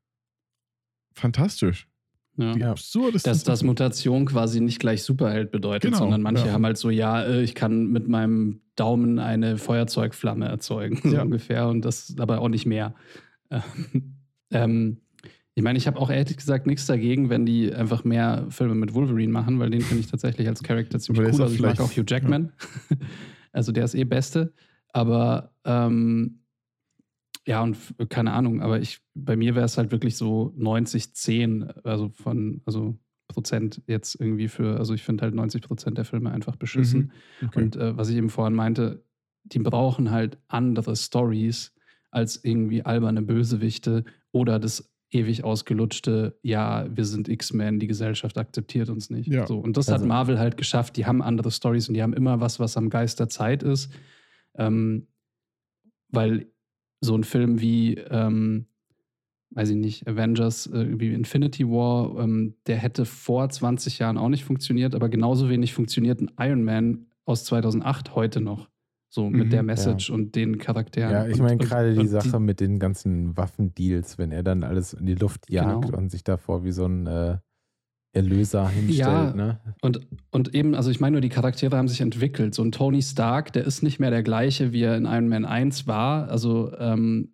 [SPEAKER 3] fantastisch.
[SPEAKER 1] Ja.
[SPEAKER 3] Die
[SPEAKER 2] Ja.
[SPEAKER 3] absurdesten
[SPEAKER 1] Dass, dass
[SPEAKER 3] Sachen.
[SPEAKER 1] Mutation quasi nicht gleich Superheld bedeutet,
[SPEAKER 3] Genau,
[SPEAKER 1] sondern manche
[SPEAKER 3] ja.
[SPEAKER 1] haben halt so, ja, äh, ich kann mit meinem Daumen eine Feuerzeugflamme erzeugen, so
[SPEAKER 3] Ja.
[SPEAKER 1] ungefähr, und das aber auch nicht mehr. Ähm, ähm, ich meine, ich habe auch ehrlich gesagt nichts dagegen, wenn die einfach mehr Filme mit Wolverine machen, weil den finde ich tatsächlich als Charakter ziemlich
[SPEAKER 3] Aber der ist
[SPEAKER 1] cool.
[SPEAKER 3] auch
[SPEAKER 1] Also ich mag
[SPEAKER 3] vielleicht-
[SPEAKER 1] auch Hugh Jackman. Also der ist eh Beste. Aber ähm, ja, und f- keine Ahnung, aber ich, bei mir wäre es halt wirklich so neunzig zehn, also von, also Prozent jetzt irgendwie für, also ich finde halt neunzig Prozent der Filme einfach beschissen.
[SPEAKER 3] Mhm. Okay.
[SPEAKER 1] Und äh, was ich eben vorhin meinte, die brauchen halt andere Stories als irgendwie alberne Bösewichte oder das ewig ausgelutschte, ja, wir sind X-Men, die Gesellschaft akzeptiert uns nicht.
[SPEAKER 3] Ja.
[SPEAKER 1] So, und das
[SPEAKER 2] Also-
[SPEAKER 1] hat Marvel halt geschafft. Die haben andere Stories und die haben immer was, was am Geist der Zeit ist. Ähm, weil so ein Film wie, ähm, weiß ich nicht, Avengers, äh, wie Infinity War, ähm, der hätte vor zwanzig Jahren auch nicht funktioniert, aber genauso wenig funktioniert ein Iron Man aus zweitausendacht heute noch. So mit
[SPEAKER 3] Mhm,
[SPEAKER 1] der Message und den Charakteren.
[SPEAKER 2] Ja, ich
[SPEAKER 1] Und-
[SPEAKER 2] meine
[SPEAKER 1] und-
[SPEAKER 2] gerade die
[SPEAKER 1] und
[SPEAKER 2] Sache mit den ganzen Waffendeals, wenn er dann alles in die Luft jagt
[SPEAKER 1] Genau.
[SPEAKER 2] und sich davor wie so ein äh, Erlöser hinstellt,
[SPEAKER 1] Ja.
[SPEAKER 2] ne?
[SPEAKER 1] Und, und eben, also ich meine nur, die Charaktere haben sich entwickelt. So ein Tony Stark, der ist nicht mehr der gleiche, wie er in Iron Man eins war. Also, ähm,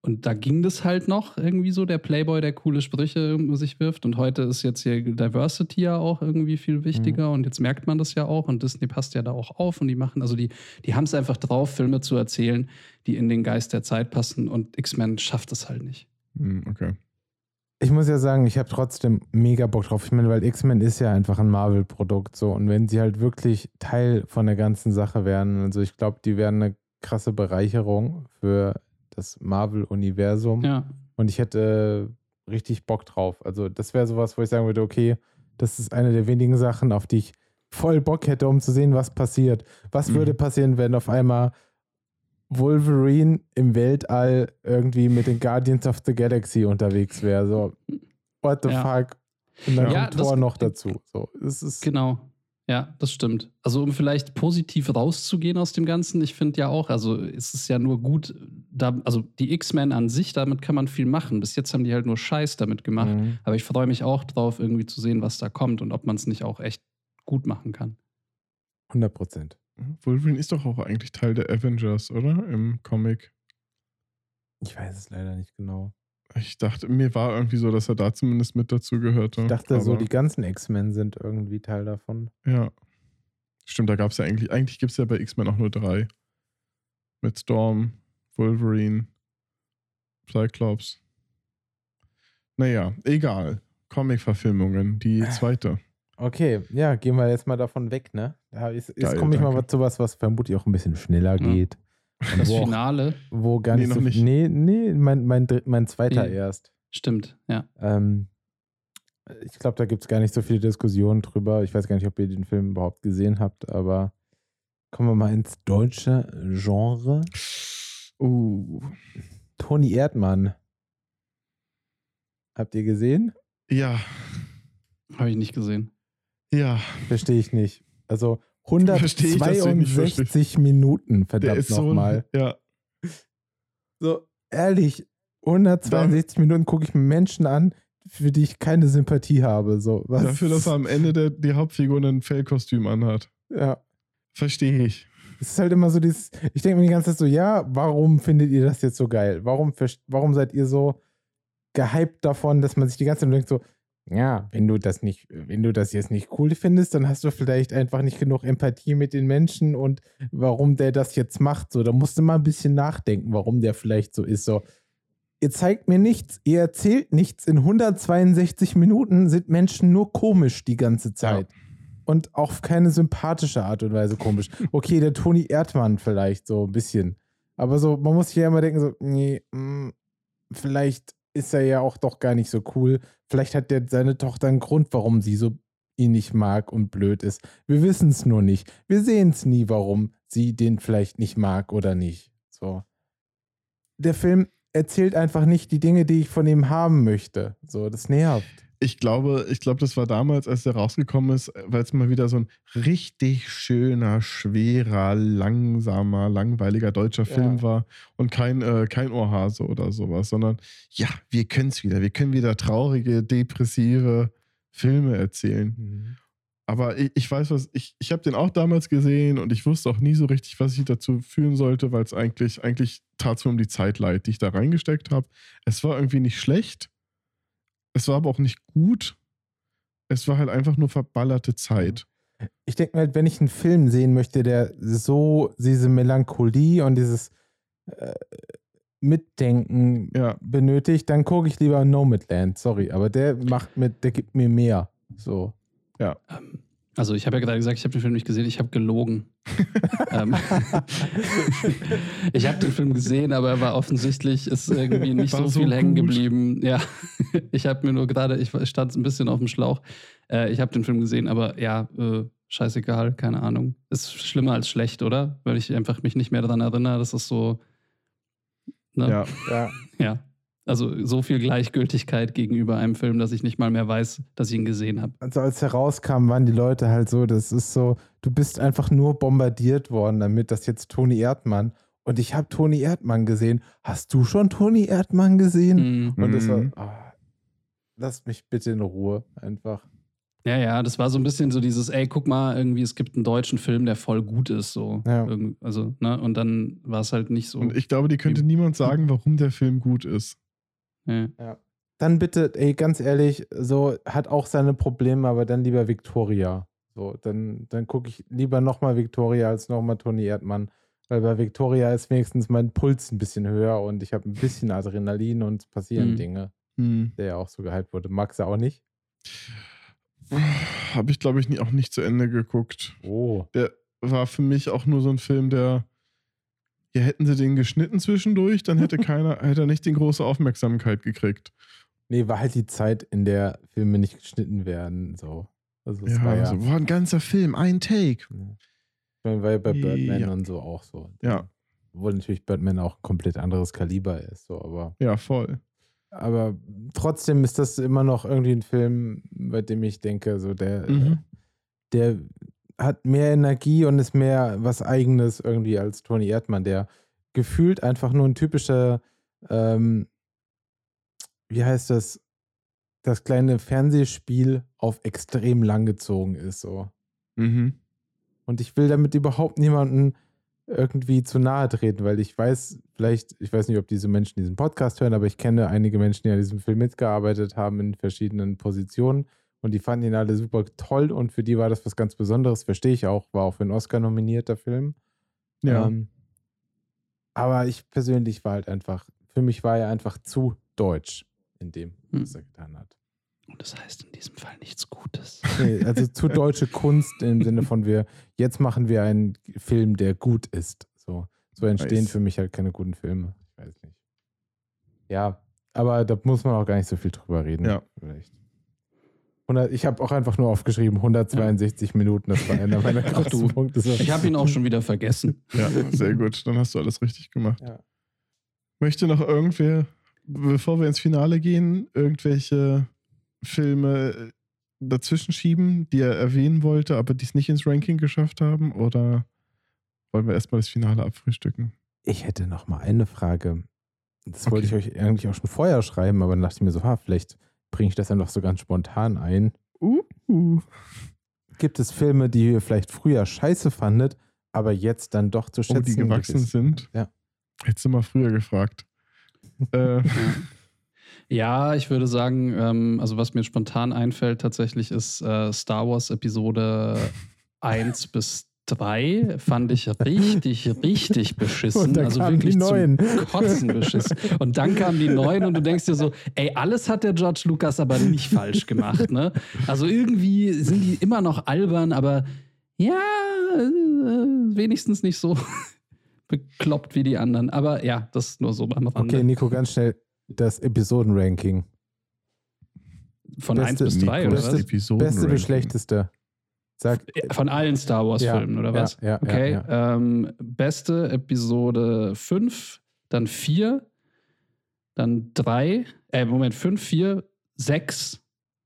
[SPEAKER 1] Und da ging das halt noch irgendwie so, der Playboy, der coole Sprüche um sich wirft. Und heute ist jetzt hier Diversity ja auch irgendwie viel wichtiger. Mhm. Und jetzt merkt man das ja auch. Und Disney passt ja da auch auf. Und die machen, also die, die haben es einfach drauf, Filme zu erzählen, die in den Geist der Zeit passen. Und X-Men schafft es halt nicht.
[SPEAKER 3] Okay.
[SPEAKER 2] Ich muss ja sagen, ich habe trotzdem mega Bock drauf. Ich meine, weil X-Men ist ja einfach ein Marvel-Produkt. So. Und wenn sie halt wirklich Teil von der ganzen Sache wären, also ich glaube, die wären eine krasse Bereicherung für das Marvel-Universum.
[SPEAKER 1] Ja.
[SPEAKER 2] Und ich hätte richtig Bock drauf. Also das wäre sowas, wo ich sagen würde, okay, das ist eine der wenigen Sachen, auf die ich voll Bock hätte, um zu sehen, was passiert. Was mhm. würde passieren, wenn auf einmal Wolverine im Weltall irgendwie mit den Guardians of the Galaxy unterwegs wäre? So, what the
[SPEAKER 1] ja.
[SPEAKER 2] fuck? Und dann
[SPEAKER 1] ja,
[SPEAKER 2] kommt Thor
[SPEAKER 1] das,
[SPEAKER 2] noch dazu. So, es ist
[SPEAKER 1] genau. Ja, das stimmt. Also um vielleicht positiv rauszugehen aus dem Ganzen, ich finde ja auch, also es ist ja nur gut, da, also die X-Men an sich, damit kann man viel machen. Bis jetzt haben die halt nur Scheiß damit gemacht. Mhm. Aber ich freue mich auch drauf, irgendwie zu sehen, was da kommt und ob man es nicht auch echt gut machen kann.
[SPEAKER 2] hundert Prozent.
[SPEAKER 3] Wolverine ist doch auch eigentlich Teil der Avengers, oder? Im Comic.
[SPEAKER 2] Ich weiß es leider nicht genau.
[SPEAKER 3] Ich dachte, mir war irgendwie so, dass er da zumindest mit dazu gehörte.
[SPEAKER 2] Ich dachte, so die ganzen X-Men sind irgendwie Teil davon.
[SPEAKER 3] Ja. Stimmt, da gab es ja eigentlich, eigentlich gibt es ja bei X-Men auch nur drei. Mit Storm, Wolverine, Cyclops. Naja, egal. Comic-Verfilmungen, die zweite.
[SPEAKER 2] Okay, ja, gehen wir jetzt mal davon weg, ne? Da ist, jetzt
[SPEAKER 3] Geil,
[SPEAKER 2] komme ich
[SPEAKER 3] danke.
[SPEAKER 2] mal zu was, was vermutlich auch ein bisschen schneller
[SPEAKER 1] Ja.
[SPEAKER 2] geht.
[SPEAKER 1] Das
[SPEAKER 2] wo
[SPEAKER 1] Finale.
[SPEAKER 2] Auch, wo gar
[SPEAKER 3] Nee,
[SPEAKER 2] nicht
[SPEAKER 3] noch
[SPEAKER 2] so
[SPEAKER 3] nicht.
[SPEAKER 2] Nee, nee, mein, mein, Dritt- mein zweiter
[SPEAKER 1] Nee.
[SPEAKER 2] erst.
[SPEAKER 1] Stimmt, ja.
[SPEAKER 2] Ähm, ich glaube, da gibt es gar nicht so viele Diskussionen drüber. Ich weiß gar nicht, ob ihr den Film überhaupt gesehen habt, aber kommen wir mal ins deutsche Genre.
[SPEAKER 3] Uh.
[SPEAKER 2] Toni Erdmann. Habt ihr gesehen?
[SPEAKER 3] Ja,
[SPEAKER 1] Habe ich nicht gesehen.
[SPEAKER 3] ja.
[SPEAKER 2] Verstehe ich nicht. Also
[SPEAKER 3] Verstehe ich, dass du ihn nicht
[SPEAKER 2] hundertzweiundsechzig Minuten,
[SPEAKER 3] Der
[SPEAKER 2] verdammt
[SPEAKER 3] ist so.
[SPEAKER 2] nochmal.
[SPEAKER 3] Ja.
[SPEAKER 2] So, ehrlich, hundertzweiundsechzig Minuten gucke ich mir Menschen an, für die ich keine Sympathie habe. So, was?
[SPEAKER 3] Dafür, dass er am Ende der, die Hauptfigur ein Fellkostüm anhat.
[SPEAKER 2] Ja.
[SPEAKER 3] Verstehe ich.
[SPEAKER 2] Es ist halt immer so dieses, ich denke mir die ganze Zeit so, ja, warum findet ihr das jetzt so geil? Warum, vers- warum seid ihr so gehypt davon, dass man sich die ganze Zeit denkt so, ja, wenn du das nicht, wenn du das jetzt nicht cool findest, dann hast du vielleicht einfach nicht genug Empathie mit den Menschen und warum der das jetzt macht. So, da musst du mal ein bisschen nachdenken, warum der vielleicht so ist. So, ihr zeigt mir nichts, ihr erzählt nichts. In hundertzweiundsechzig Minuten sind Menschen nur komisch die ganze Zeit. Ja. Und auf keine sympathische Art und Weise komisch. Okay, der Toni Erdmann vielleicht so ein bisschen. Aber so, man muss sich ja immer denken, so, nee, mh, vielleicht ist er ja auch doch gar nicht so cool. Vielleicht hat der seine Tochter einen Grund, warum sie so ihn nicht mag und blöd ist. Wir wissen es nur nicht. Wir sehen es nie, warum sie den vielleicht nicht mag oder nicht. So. Der Film erzählt einfach nicht die Dinge, die ich von ihm haben möchte. So, das nervt.
[SPEAKER 3] Ich glaube, ich glaube, das war damals, als der rausgekommen ist, weil es mal wieder so ein richtig schöner, schwerer, langsamer, langweiliger deutscher Film
[SPEAKER 2] Ja.
[SPEAKER 3] war und kein, äh, kein Ohrhase oder sowas, sondern ja, wir können es wieder. Wir können wieder traurige, depressive Filme erzählen.
[SPEAKER 2] Mhm.
[SPEAKER 3] Aber ich, ich weiß was, ich, ich habe den auch damals gesehen und ich wusste auch nie so richtig, was ich dazu fühlen sollte, weil es eigentlich, eigentlich tat es mir um die Zeit leid, die ich da reingesteckt habe. Es war irgendwie nicht schlecht. Es war aber auch nicht gut. Es war halt einfach nur verballerte Zeit.
[SPEAKER 2] Ich denke mal, wenn ich einen Film sehen möchte, der so diese Melancholie und dieses äh, Mitdenken
[SPEAKER 3] Ja.
[SPEAKER 2] benötigt, dann gucke ich lieber Nomadland. Sorry, aber der macht mit, der gibt mir mehr. So.
[SPEAKER 3] Ja.
[SPEAKER 1] Ähm, Also ich habe ja gerade gesagt, ich habe den Film nicht gesehen, ich habe gelogen. ähm, ich habe den Film gesehen, aber er war offensichtlich, ist irgendwie nicht
[SPEAKER 3] War
[SPEAKER 1] so
[SPEAKER 3] so
[SPEAKER 1] viel hängen
[SPEAKER 3] gut.
[SPEAKER 1] geblieben. Ja, ich habe mir nur gerade, ich stand ein bisschen auf dem Schlauch. Äh, ich habe den Film gesehen, aber ja, äh, scheißegal, keine Ahnung. Ist schlimmer als schlecht, oder? Weil ich einfach mich nicht mehr daran erinnere, das ist so, ne?
[SPEAKER 3] Ja.
[SPEAKER 2] Ja.
[SPEAKER 1] Ja. Also so viel Gleichgültigkeit gegenüber einem Film, dass ich nicht mal mehr weiß, dass ich ihn gesehen habe.
[SPEAKER 2] Also als er rauskam, waren die Leute halt so, das ist so, du bist einfach nur bombardiert worden damit, dass jetzt Toni Erdmann, und ich habe Toni Erdmann gesehen. Hast du schon Toni Erdmann gesehen?
[SPEAKER 1] Mhm.
[SPEAKER 2] Und das war,
[SPEAKER 3] Mhm.
[SPEAKER 2] ah, lasst mich bitte in Ruhe, einfach.
[SPEAKER 1] Ja, ja, das war so ein bisschen so dieses, ey, guck mal, irgendwie, es gibt einen deutschen Film, der voll gut ist, so.
[SPEAKER 2] Ja.
[SPEAKER 1] Irgend- Also, ne, und dann war es halt nicht so.
[SPEAKER 3] Und ich glaube, die könnte niemand sagen, warum der Film gut ist.
[SPEAKER 1] ja.
[SPEAKER 2] Ja. Dann bitte, ey, ganz ehrlich, so hat auch seine Probleme, aber dann lieber Victoria. So, dann, dann gucke ich lieber nochmal Victoria als nochmal Toni Erdmann. Weil bei Victoria ist wenigstens mein Puls ein bisschen höher und ich habe ein bisschen Adrenalin und es passieren
[SPEAKER 1] Mhm.
[SPEAKER 2] Dinge,
[SPEAKER 3] Hm.
[SPEAKER 2] der ja auch so gehypt wurde. Magst du auch nicht?
[SPEAKER 3] Habe ich, glaube ich, nie, auch nicht zu Ende geguckt.
[SPEAKER 2] Oh.
[SPEAKER 3] Der war für mich auch nur so ein Film, der, ja, hätten sie den geschnitten zwischendurch, dann hätte keiner, hätte er nicht die große Aufmerksamkeit gekriegt.
[SPEAKER 2] Nee, war halt die Zeit, in der Filme nicht geschnitten werden. So. Also es
[SPEAKER 3] Ja,
[SPEAKER 2] war ja,
[SPEAKER 3] so, boah, ein ganzer Film, ein Take.
[SPEAKER 2] ich meine, war ja bei Birdman
[SPEAKER 3] Ja.
[SPEAKER 2] und so auch so.
[SPEAKER 3] Ja.
[SPEAKER 2] Obwohl natürlich Birdman auch ein komplett anderes Kaliber ist, so, aber.
[SPEAKER 3] Ja, voll.
[SPEAKER 2] Aber trotzdem ist das immer noch irgendwie ein Film, bei dem ich denke, so der,
[SPEAKER 3] Mhm.
[SPEAKER 2] der hat mehr Energie und ist mehr was Eigenes irgendwie als Toni Erdmann, der gefühlt einfach nur ein typischer, ähm, wie heißt das, das kleine Fernsehspiel auf extrem lang gezogen ist, so.
[SPEAKER 3] Mhm.
[SPEAKER 2] Und ich will damit überhaupt niemanden irgendwie zu nahe treten, weil ich weiß, vielleicht, ich weiß nicht, ob diese Menschen diesen Podcast hören, aber ich kenne einige Menschen, die an diesem Film mitgearbeitet haben in verschiedenen Positionen und die fanden ihn alle super toll und für die war das was ganz Besonderes, verstehe ich auch, war auch für einen Oscar nominierter Film.
[SPEAKER 3] Ja.
[SPEAKER 2] Ähm, aber ich persönlich war halt einfach, für mich war er einfach zu deutsch in dem, was er getan hat.
[SPEAKER 1] Und das heißt in diesem Fall nichts Gutes.
[SPEAKER 2] Nee, also zu deutsche Kunst im Sinne von wir, jetzt machen wir einen Film, der gut ist. So, so entstehen
[SPEAKER 3] Nice.
[SPEAKER 2] für mich halt keine guten Filme. Ich weiß nicht. Ja, aber da muss man auch gar nicht so viel drüber reden.
[SPEAKER 3] Ja.
[SPEAKER 2] Vielleicht. hundert, ich habe auch einfach nur aufgeschrieben, hundertzweiundsechzig Minuten, das war einer meiner
[SPEAKER 1] Ach du,
[SPEAKER 2] größten Punkte. So.
[SPEAKER 1] ich habe ihn auch schon wieder vergessen.
[SPEAKER 3] Ja, sehr gut. Dann hast du alles richtig gemacht.
[SPEAKER 2] Ja.
[SPEAKER 3] Möchte noch irgendwer, bevor wir ins Finale gehen, irgendwelche Filme dazwischen schieben, die er erwähnen wollte, aber die es nicht ins Ranking geschafft haben? Oder wollen wir erstmal das Finale abfrühstücken?
[SPEAKER 2] Ich hätte noch mal eine Frage. Das
[SPEAKER 3] Okay.
[SPEAKER 2] wollte ich euch eigentlich auch schon vorher schreiben, aber dann dachte ich mir so, ha, vielleicht bringe ich das dann doch so ganz spontan ein.
[SPEAKER 3] Uh, uh.
[SPEAKER 2] Gibt es Filme, die ihr vielleicht früher scheiße fandet, aber jetzt dann doch zu schätzen
[SPEAKER 3] Oh, die gewachsen
[SPEAKER 2] gewiss-
[SPEAKER 3] sind?
[SPEAKER 2] Ja.
[SPEAKER 3] Hättest du mal früher gefragt. äh,
[SPEAKER 1] Ja, ich würde sagen, ähm, also was mir spontan einfällt tatsächlich ist äh, Star Wars Episode eins bis drei fand ich richtig, richtig beschissen.
[SPEAKER 2] Und dann
[SPEAKER 1] also
[SPEAKER 2] kamen
[SPEAKER 1] wirklich
[SPEAKER 2] die neuen.
[SPEAKER 1] zum Kotzen beschissen. Und dann kamen die neuen und du denkst dir so, ey, alles hat der George Lucas aber nicht falsch gemacht, ne? Also irgendwie sind die immer noch albern, aber ja, äh, wenigstens nicht so bekloppt wie die anderen. Aber ja, das ist nur so am Rande.
[SPEAKER 2] Okay, Nico, ganz schnell das Episodenranking.
[SPEAKER 1] Von
[SPEAKER 2] beste-
[SPEAKER 1] eins bis drei,
[SPEAKER 3] Nikos
[SPEAKER 1] oder
[SPEAKER 2] beste-
[SPEAKER 1] was?
[SPEAKER 3] Episodenranking.
[SPEAKER 2] Beste bis schlechteste. Sag.
[SPEAKER 1] Von allen Star Wars-Filmen,
[SPEAKER 2] Ja,
[SPEAKER 1] oder
[SPEAKER 2] ja,
[SPEAKER 1] was?
[SPEAKER 2] ja,
[SPEAKER 1] okay.
[SPEAKER 2] ja, ja.
[SPEAKER 1] Ähm, beste Episode fünf, dann vier, dann drei, äh, Moment, fünf, vier, sechs,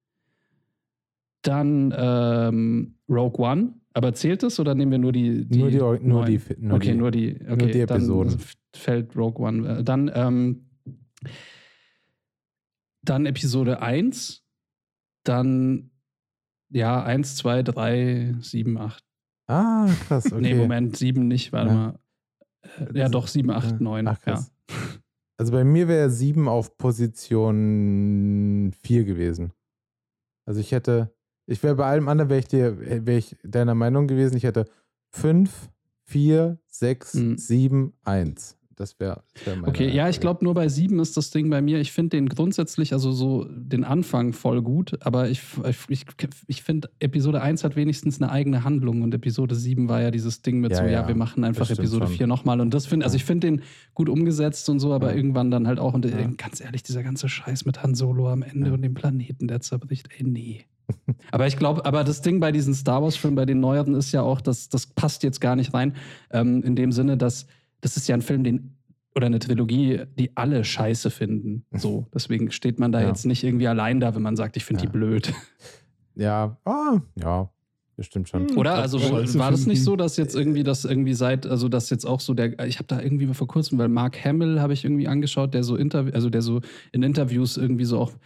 [SPEAKER 1] dann ähm, Rogue One. Aber zählt es oder nehmen wir nur die, die
[SPEAKER 2] Nur die, nur
[SPEAKER 1] neun?
[SPEAKER 2] die, nur
[SPEAKER 1] okay,
[SPEAKER 2] die,
[SPEAKER 1] nur die, okay,
[SPEAKER 2] die Episoden.
[SPEAKER 1] Dann fällt Rogue One. Äh, Dann, ähm, dann Episode eins, dann ja, eins, zwei, drei, sieben, acht.
[SPEAKER 2] Ah, krass, okay.
[SPEAKER 1] Nee, Moment, sieben nicht, warte
[SPEAKER 2] Ja.
[SPEAKER 1] mal. Äh, ja, doch, sieben, acht, neun.
[SPEAKER 2] Ach,
[SPEAKER 1] Ja.
[SPEAKER 2] krass. Also bei mir wäre sieben auf Position vier gewesen. Also ich hätte, ich wäre bei allem anderen, wäre ich dir, wäre ich deiner Meinung gewesen, ich hätte fünf, vier, sechs,
[SPEAKER 1] Mhm.
[SPEAKER 2] sieben, eins. Das wäre wär meine
[SPEAKER 1] Okay, ja, ich glaube, nur bei sieben ist das Ding bei mir. Ich finde den grundsätzlich, also so den Anfang voll gut, aber ich, ich, ich finde, Episode eins hat wenigstens eine eigene Handlung und Episode sieben war ja dieses Ding mit
[SPEAKER 2] Ja,
[SPEAKER 1] so, ja,
[SPEAKER 2] ja,
[SPEAKER 1] wir machen einfach
[SPEAKER 2] das stimmt
[SPEAKER 1] Episode
[SPEAKER 2] schon.
[SPEAKER 1] vier nochmal und das finde, also ich finde den gut umgesetzt und so, aber
[SPEAKER 2] Ja.
[SPEAKER 1] irgendwann dann halt auch, und
[SPEAKER 2] Ja.
[SPEAKER 1] äh, ganz ehrlich, dieser ganze Scheiß mit Han Solo am Ende
[SPEAKER 2] Ja.
[SPEAKER 1] und dem Planeten, der zerbricht, ey, nee. Aber ich glaube, aber das Ding bei diesen Star Wars-Filmen, bei den neueren, ist ja auch, dass das passt jetzt gar nicht rein, ähm, in dem Sinne, dass das ist ja ein Film, den oder eine Trilogie, die alle scheiße finden. So, deswegen steht man da
[SPEAKER 2] Ja.
[SPEAKER 1] jetzt nicht irgendwie allein da, wenn man sagt, ich finde
[SPEAKER 2] Ja.
[SPEAKER 1] die blöd.
[SPEAKER 2] Ja, ah, ja, das stimmt schon.
[SPEAKER 1] Oder?
[SPEAKER 3] glaub,
[SPEAKER 1] Also
[SPEAKER 3] scheiße
[SPEAKER 1] war das nicht
[SPEAKER 3] finden.
[SPEAKER 1] so, dass jetzt irgendwie das irgendwie seit, also dass jetzt auch so der, ich habe da irgendwie mal vor kurzem, weil Mark Hamill habe ich irgendwie angeschaut, der so Interview, also der so in Interviews irgendwie so auch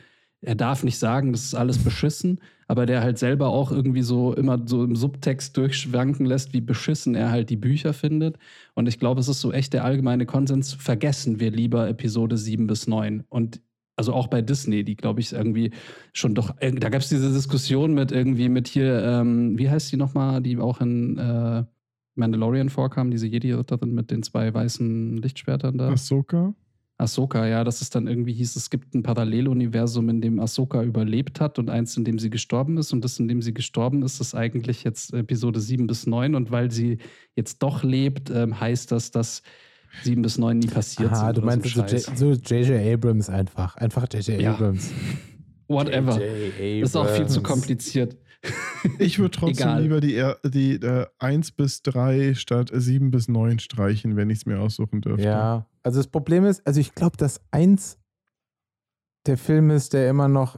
[SPEAKER 1] er darf nicht sagen, das ist alles beschissen, aber der halt selber auch irgendwie so immer so im Subtext durchschwanken lässt, wie beschissen er halt die Bücher findet. Und ich glaube, es ist so echt der allgemeine Konsens, vergessen wir lieber Episode sieben bis neun. Und also auch bei Disney, die glaube ich irgendwie schon doch, da gab es diese Diskussion mit irgendwie mit hier, ähm, wie heißt die nochmal, die auch in äh, Mandalorian vorkam, diese Jedi-Ritterin mit den zwei weißen Lichtschwertern da.
[SPEAKER 3] Ahsoka?
[SPEAKER 1] Ahsoka, ja, dass es dann irgendwie hieß, es gibt ein Paralleluniversum, in dem Ahsoka überlebt hat und eins, in dem sie gestorben ist. Und das, in dem sie gestorben ist, ist eigentlich jetzt Episode sieben bis neun. Und weil sie jetzt doch lebt, ähm, heißt das, dass sieben bis neun nie passiert
[SPEAKER 2] Aha,
[SPEAKER 1] sind.
[SPEAKER 2] du meinst
[SPEAKER 1] so
[SPEAKER 2] so J J Abrams einfach. Einfach J J
[SPEAKER 1] Ja.
[SPEAKER 2] Abrams.
[SPEAKER 1] Whatever.
[SPEAKER 2] J J
[SPEAKER 1] Das ist auch viel zu
[SPEAKER 2] Abrams.
[SPEAKER 1] kompliziert.
[SPEAKER 3] Ich würde trotzdem
[SPEAKER 1] Egal.
[SPEAKER 3] lieber die, er- die äh, eins bis drei statt sieben bis neun streichen, wenn ich es mir aussuchen dürfte.
[SPEAKER 2] Ja, also das Problem ist, also ich glaube, dass eins der Film ist, der immer noch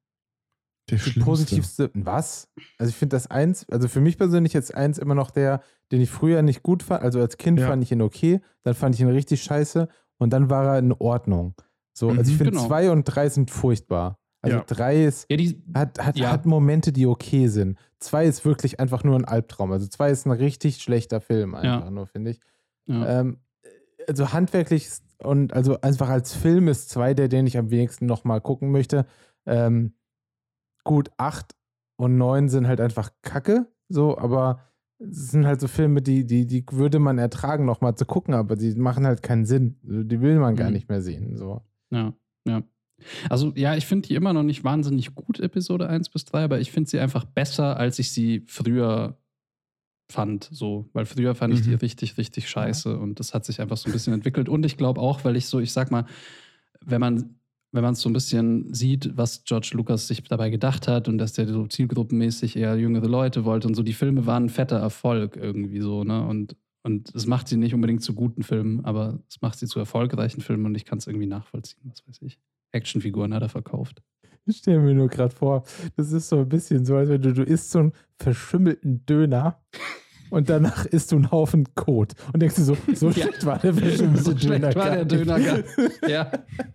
[SPEAKER 3] Der
[SPEAKER 2] die
[SPEAKER 3] schlimmste.
[SPEAKER 2] positivste. Was? Also ich finde das eins, also für mich persönlich jetzt eins immer noch der, den ich früher nicht gut fand. Also als Kind
[SPEAKER 3] Ja.
[SPEAKER 2] fand ich ihn okay, dann fand ich ihn richtig scheiße und dann war er in Ordnung. So, also
[SPEAKER 3] Mhm,
[SPEAKER 2] ich finde
[SPEAKER 1] genau.
[SPEAKER 2] zwei und drei sind furchtbar. Also
[SPEAKER 3] Ja.
[SPEAKER 2] drei ist,
[SPEAKER 1] Ja, die,
[SPEAKER 2] hat, hat,
[SPEAKER 1] Ja.
[SPEAKER 2] hat Momente, die okay sind. Zwei ist wirklich einfach nur ein Albtraum. Also zwei ist ein richtig schlechter Film einfach
[SPEAKER 1] Ja.
[SPEAKER 2] nur, finde ich.
[SPEAKER 1] ja.
[SPEAKER 2] Ähm, also handwerklich ist- und also einfach als Film ist zwei der, den ich am wenigsten nochmal gucken möchte. Ähm, gut, acht und neun sind halt einfach Kacke, so, aber es sind halt so Filme, die, die, die würde man ertragen, nochmal zu gucken, aber die machen halt keinen Sinn. Also die will man gar
[SPEAKER 1] Mhm.
[SPEAKER 2] nicht mehr sehen. So.
[SPEAKER 1] Ja, ja. Also, ja, ich finde die immer noch nicht wahnsinnig gut, Episode eins bis drei, aber ich finde sie einfach besser, als ich sie früher fand. So, weil früher fand ich die
[SPEAKER 3] Mhm.
[SPEAKER 1] richtig, richtig scheiße und das hat sich einfach so ein bisschen entwickelt. Und ich glaube auch, weil ich so, ich sag mal, wenn man wenn man es so ein bisschen sieht, was George Lucas sich dabei gedacht hat und dass der so zielgruppenmäßig eher jüngere Leute wollte und so, die Filme waren ein fetter Erfolg irgendwie so, ne? Und Und es macht sie nicht unbedingt zu guten Filmen, aber es macht sie zu erfolgreichen Filmen und ich kann es irgendwie nachvollziehen, was weiß ich. Actionfiguren hat er verkauft.
[SPEAKER 2] Ich stelle mir nur gerade vor, das ist so ein bisschen so, als wenn du, du isst so einen verschimmelten Döner und danach isst du einen Haufen Kot und denkst du so, so
[SPEAKER 1] Ja.
[SPEAKER 2] schlecht war der verschimmelte
[SPEAKER 1] So
[SPEAKER 2] Döner.
[SPEAKER 1] schlecht war
[SPEAKER 2] gar
[SPEAKER 1] der
[SPEAKER 2] nicht.
[SPEAKER 1] Döner gar nicht. Ja.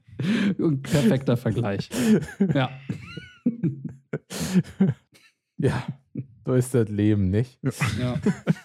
[SPEAKER 1] Ein perfekter Vergleich. Ja.
[SPEAKER 2] Ja, so ist das Leben, nicht?
[SPEAKER 1] Ja.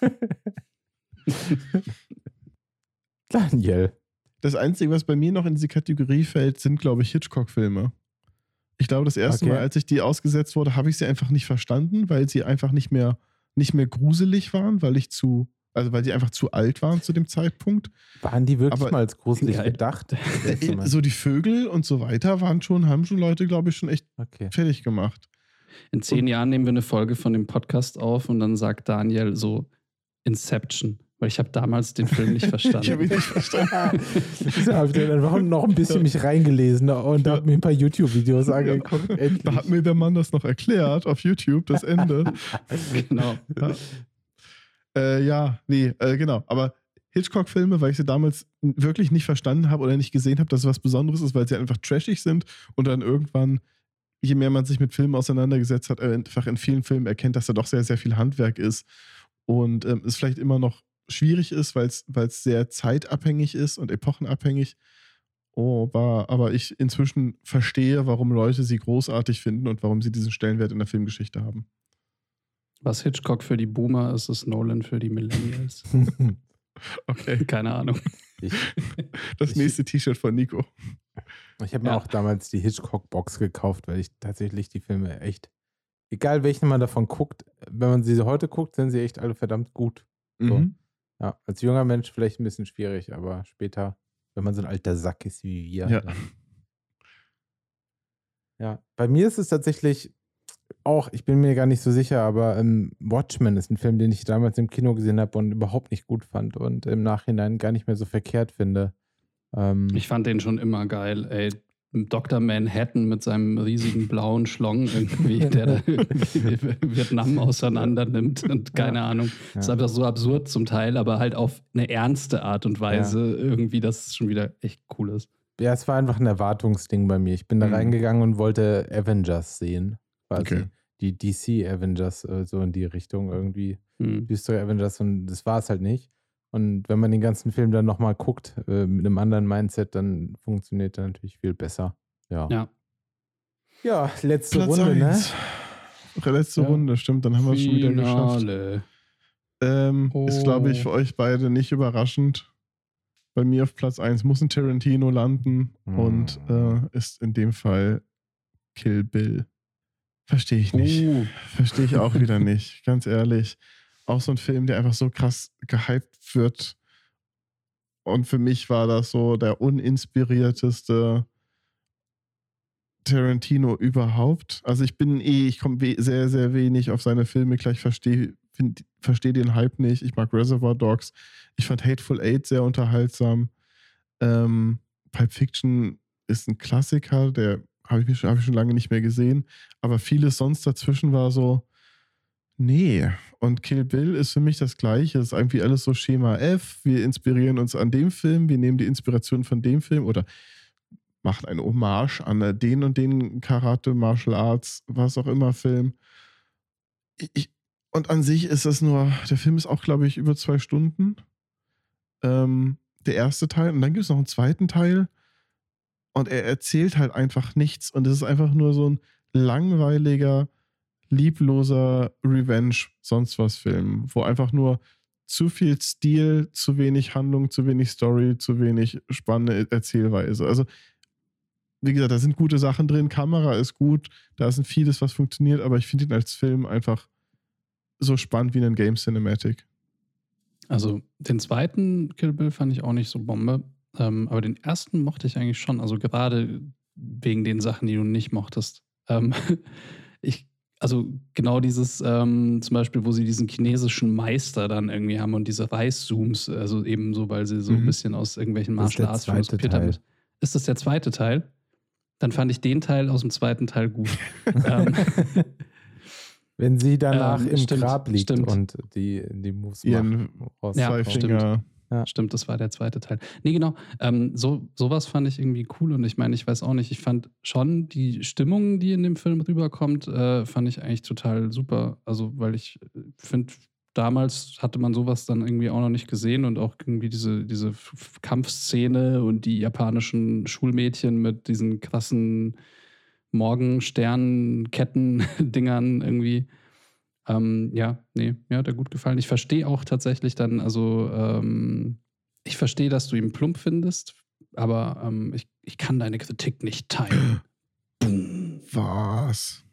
[SPEAKER 2] Daniel.
[SPEAKER 3] Das Einzige, was bei mir noch in diese Kategorie fällt, sind, glaube ich, Hitchcock-Filme. Ich glaube, das erste
[SPEAKER 2] Okay.
[SPEAKER 3] Mal, als ich die ausgesetzt wurde, habe ich sie einfach nicht verstanden, weil sie einfach nicht mehr, nicht mehr gruselig waren, weil ich zu, also weil sie einfach zu alt waren zu dem Zeitpunkt.
[SPEAKER 2] Waren die wirklich
[SPEAKER 3] Aber-
[SPEAKER 2] mal als gruselig
[SPEAKER 1] Geil.
[SPEAKER 2] gedacht?
[SPEAKER 3] Äh, So die Vögel und so weiter waren schon, haben schon Leute, glaube ich, schon echt
[SPEAKER 2] Okay.
[SPEAKER 3] fertig gemacht.
[SPEAKER 1] In zehn Jahren nehmen wir eine Folge von dem Podcast auf und dann sagt Daniel so Inception. Weil ich habe damals den Film nicht verstanden.
[SPEAKER 3] Ich habe ihn nicht verstanden.
[SPEAKER 2] Wieso habe ich dann einfach noch ein bisschen mich reingelesen und habe mir ein paar YouTube-Videos angeguckt. Endlich.
[SPEAKER 3] Da hat mir der Mann das noch erklärt auf YouTube, das Ende.
[SPEAKER 1] Genau.
[SPEAKER 3] Ja, äh, ja nee, äh, genau. Aber Hitchcock-Filme, weil ich sie damals wirklich nicht verstanden habe oder nicht gesehen habe, dass es was Besonderes ist, weil sie einfach trashig sind und dann irgendwann, je mehr man sich mit Filmen auseinandergesetzt hat, einfach in vielen Filmen erkennt, dass da doch sehr, sehr viel Handwerk ist und ähm, es vielleicht immer noch schwierig ist, weil es sehr zeitabhängig ist und epochenabhängig. Oh, war, aber ich inzwischen verstehe, warum Leute sie großartig finden und warum sie diesen Stellenwert in der Filmgeschichte haben.
[SPEAKER 1] Was Hitchcock für die Boomer ist, ist Nolan für die Millennials.
[SPEAKER 3] Okay,
[SPEAKER 1] Keine Ahnung.
[SPEAKER 2] Ich,
[SPEAKER 3] das
[SPEAKER 2] Ich-
[SPEAKER 3] nächste T-Shirt von Nico.
[SPEAKER 2] ich habe mir
[SPEAKER 1] Ja.
[SPEAKER 2] auch damals die Hitchcock-Box gekauft, weil ich tatsächlich die Filme echt, egal welchen man davon guckt, wenn man sie heute guckt, sind sie echt alle verdammt gut. So.
[SPEAKER 3] Mhm.
[SPEAKER 2] Ja, als junger Mensch vielleicht ein bisschen schwierig, aber später, wenn man so ein alter Sack ist wie wir.
[SPEAKER 3] Ja.
[SPEAKER 2] Dann. Ja, bei mir ist es tatsächlich auch, ich bin mir gar nicht so sicher, aber ähm, Watchmen ist ein Film, den ich damals im Kino gesehen habe und überhaupt nicht gut fand und im Nachhinein gar nicht mehr so verkehrt finde. Ähm,
[SPEAKER 1] Ich fand den schon immer geil, ey. Doktor Manhattan mit seinem riesigen blauen Schlong irgendwie, der da irgendwie Vietnam auseinander nimmt und keine
[SPEAKER 2] Ja.
[SPEAKER 1] Ahnung.
[SPEAKER 2] Ja.
[SPEAKER 1] Ist einfach so absurd zum Teil, aber halt auf eine ernste Art und Weise irgendwie, dass es schon wieder echt cool ist.
[SPEAKER 2] ja, es war einfach ein Erwartungsding bei mir. Ich bin da
[SPEAKER 3] Mhm.
[SPEAKER 2] reingegangen und wollte Avengers sehen. Quasi.
[SPEAKER 3] Okay.
[SPEAKER 2] Die D C Avengers, äh, so in die Richtung irgendwie.
[SPEAKER 1] Hm.
[SPEAKER 2] düstere Avengers und das war es halt nicht. Und wenn man den ganzen Film dann nochmal guckt, äh, mit einem anderen Mindset, dann funktioniert er natürlich viel besser. Ja.
[SPEAKER 1] Ja.
[SPEAKER 2] Ja, letzte
[SPEAKER 3] Platz
[SPEAKER 2] Runde,
[SPEAKER 3] eins.
[SPEAKER 2] ne?
[SPEAKER 3] Letzte
[SPEAKER 1] Ja.
[SPEAKER 3] Runde, stimmt, dann haben wir es schon wieder geschafft.
[SPEAKER 1] Finale.
[SPEAKER 3] Ähm,
[SPEAKER 1] Oh.
[SPEAKER 3] Ist, glaube ich, für euch beide nicht überraschend. Bei mir auf Platz eins muss ein Tarantino landen
[SPEAKER 2] Hm.
[SPEAKER 3] und äh, ist in dem Fall Kill Bill. Verstehe ich nicht.
[SPEAKER 1] Uh.
[SPEAKER 3] Verstehe ich auch wieder nicht, ganz ehrlich. Auch so ein Film, der einfach so krass gehypt wird. Und für mich war das so der uninspirierteste Tarantino überhaupt. Also ich bin eh, ich komme we- sehr, sehr wenig auf seine Filme klar. Ich verstehe versteh den Hype nicht. Ich mag Reservoir Dogs. Ich fand Hateful Eight sehr unterhaltsam. Ähm, Pulp Fiction ist ein Klassiker, der habe ich, mir schon- hab ich schon lange nicht mehr gesehen. Aber vieles sonst dazwischen war so, nee. Und Kill Bill ist für mich das Gleiche. Es ist irgendwie alles so Schema F. Wir inspirieren uns an dem Film. Wir nehmen die Inspiration von dem Film oder machen eine Hommage an den und den Karate, Martial Arts, was auch immer Film. Ich, und an sich ist das nur, der Film ist auch, glaube ich, über zwei Stunden. Ähm, der erste Teil. Und dann gibt es noch einen zweiten Teil. Und er erzählt halt einfach nichts. Und es ist einfach nur so ein langweiliger, liebloser Revenge, sonst was Film, wo einfach nur zu viel Stil, zu wenig Handlung, zu wenig Story, zu wenig spannende Erzählweise. Also, wie gesagt, da sind gute Sachen drin, Kamera ist gut, da ist vieles, was funktioniert, aber ich finde ihn als Film einfach so spannend wie ein Game Cinematic.
[SPEAKER 1] Also den zweiten Kill Bill fand ich auch nicht so Bombe, ähm, aber den ersten mochte ich eigentlich schon, also gerade wegen den Sachen, die du nicht mochtest. Ähm, ich, also genau dieses, ähm, zum Beispiel, wo sie diesen chinesischen Meister dann irgendwie haben und diese Reißzooms, also eben so, weil sie so
[SPEAKER 3] Mhm.
[SPEAKER 1] ein bisschen aus irgendwelchen
[SPEAKER 2] Das ist
[SPEAKER 1] Martial
[SPEAKER 2] der
[SPEAKER 1] Arts Films
[SPEAKER 2] zweite
[SPEAKER 1] kopiert
[SPEAKER 2] Teil.
[SPEAKER 1] haben. Ist das der zweite Teil? Dann fand ich den Teil aus dem zweiten Teil gut. ähm,
[SPEAKER 2] Wenn sie danach
[SPEAKER 1] Ähm,
[SPEAKER 2] im
[SPEAKER 1] stimmt,
[SPEAKER 2] Grab liegt
[SPEAKER 1] stimmt.
[SPEAKER 2] und die, die Moves
[SPEAKER 3] Ihren
[SPEAKER 2] macht. Raus-
[SPEAKER 1] Ja,
[SPEAKER 3] Zwei
[SPEAKER 2] raus-
[SPEAKER 1] stimmt.
[SPEAKER 3] Finger.
[SPEAKER 1] Stimmt, das war der zweite Teil. Nee, genau. Ähm, so, sowas fand ich irgendwie cool und ich meine, ich weiß auch nicht, ich fand schon die Stimmung, die in dem Film rüberkommt, äh, fand ich eigentlich total super. Also, weil ich finde, damals hatte man sowas dann irgendwie auch noch nicht gesehen und auch irgendwie diese, diese F- F- Kampfszene und die japanischen Schulmädchen mit diesen krassen Morgenstern-Ketten-Dingern irgendwie. Ähm, ja, nee, mir hat er gut gefallen. Ich verstehe auch tatsächlich dann, also ähm, ich verstehe, dass du ihn plump findest, aber ähm, ich, ich kann deine Kritik nicht teilen. Boom.
[SPEAKER 3] Was?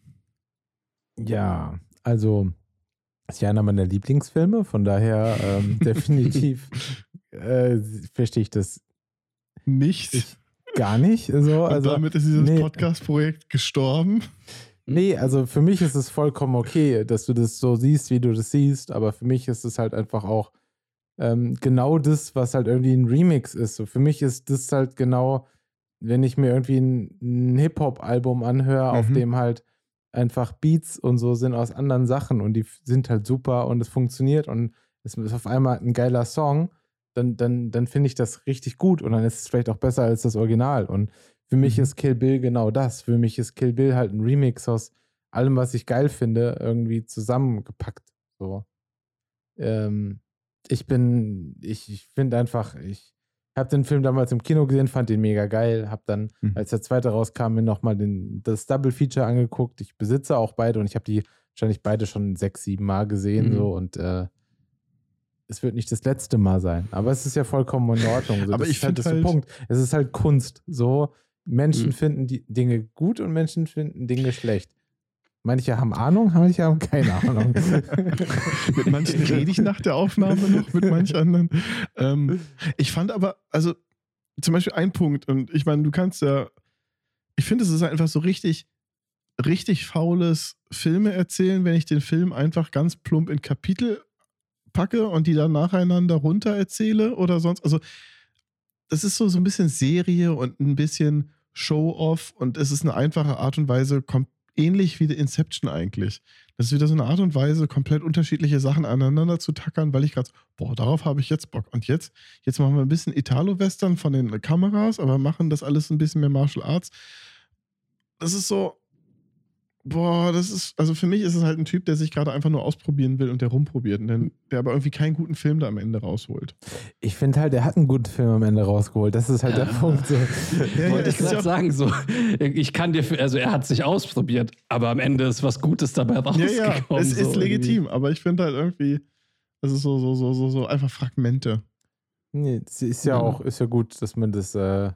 [SPEAKER 2] Ja, also ist ja einer meiner Lieblingsfilme, von daher ähm, definitiv äh, verstehe ich das
[SPEAKER 3] Nicht.
[SPEAKER 2] Ich gar nicht. So,
[SPEAKER 3] Und
[SPEAKER 2] also,
[SPEAKER 3] damit ist dieses
[SPEAKER 2] nee.
[SPEAKER 3] Podcast-Projekt gestorben.
[SPEAKER 2] Nee, also für mich ist es vollkommen okay, dass du das so siehst, wie du das siehst, aber für mich ist es halt einfach auch ähm, genau das, was halt irgendwie ein Remix ist. So, für mich ist das halt genau, wenn ich mir irgendwie ein, ein Hip-Hop-Album anhöre, auf
[SPEAKER 3] Mhm.
[SPEAKER 2] dem halt einfach Beats und so sind aus anderen Sachen und die f- sind halt super und es funktioniert und es ist auf einmal ein geiler Song, dann, dann, dann finde ich das richtig gut und dann ist es vielleicht auch besser als das Original. Und für mich
[SPEAKER 3] Mhm.
[SPEAKER 2] ist Kill Bill genau das. Für mich ist Kill Bill halt ein Remix aus allem, was ich geil finde, irgendwie zusammengepackt. So. Ähm, ich bin, ich, ich finde einfach, ich habe den Film damals im Kino gesehen, fand den mega geil, habe dann,
[SPEAKER 3] Mhm.
[SPEAKER 2] als der zweite rauskam, mir nochmal das Double Feature angeguckt. Ich besitze auch beide und ich habe die wahrscheinlich beide schon sechs, sieben Mal gesehen
[SPEAKER 1] Mhm.
[SPEAKER 2] so und äh, es wird nicht das letzte Mal sein. Aber es ist ja vollkommen in Ordnung. So,
[SPEAKER 3] Aber
[SPEAKER 2] das
[SPEAKER 3] ich
[SPEAKER 2] ist halt
[SPEAKER 3] find
[SPEAKER 2] das
[SPEAKER 3] halt-
[SPEAKER 2] Punkt. Es ist halt Kunst. So, Menschen
[SPEAKER 1] Mhm.
[SPEAKER 2] finden die Dinge gut und Menschen finden Dinge schlecht. Manche haben Ahnung, manche haben keine Ahnung.
[SPEAKER 3] Mit manchen rede ich nach der Aufnahme noch, mit manchen anderen. Ähm, ich fand aber, also zum Beispiel ein Punkt, und ich meine, du kannst ja, ich finde, es ist einfach so richtig, richtig faules Filme erzählen, wenn ich den Film einfach ganz plump in Kapitel packe und die dann nacheinander runter erzähle oder sonst. Also, das ist so, so ein bisschen Serie und ein bisschen Show-Off und es ist eine einfache Art und Weise, kommt ähnlich wie The Inception eigentlich. Das ist wieder so eine Art und Weise, komplett unterschiedliche Sachen aneinander zu tackern, weil ich gerade, boah, darauf habe ich jetzt Bock. Und jetzt, jetzt machen wir ein bisschen Italo-Western von den Kameras, aber machen das alles ein bisschen mehr Martial Arts. Das ist so, Boah, das ist, also für mich ist es halt ein Typ, der sich gerade einfach nur ausprobieren will und der rumprobiert, und der, der aber irgendwie keinen guten Film da am Ende rausholt.
[SPEAKER 2] Ich finde halt, er hat einen guten Film am Ende rausgeholt. Das ist halt der Punkt. So.
[SPEAKER 3] Ja, ja,
[SPEAKER 1] Wollte ich
[SPEAKER 3] das ist
[SPEAKER 1] gerade
[SPEAKER 3] ja-
[SPEAKER 1] sagen, so, ich kann dir, für, also er hat sich ausprobiert, aber am Ende ist was Gutes dabei
[SPEAKER 3] Ja,
[SPEAKER 1] rausgekommen.
[SPEAKER 3] ja, es
[SPEAKER 1] so
[SPEAKER 3] ist legitim, aber ich finde halt irgendwie, das ist so, so, so, so, so einfach Fragmente.
[SPEAKER 2] Nee, das ist ja
[SPEAKER 1] Ja.
[SPEAKER 2] auch, ist ja gut, dass man das, äh,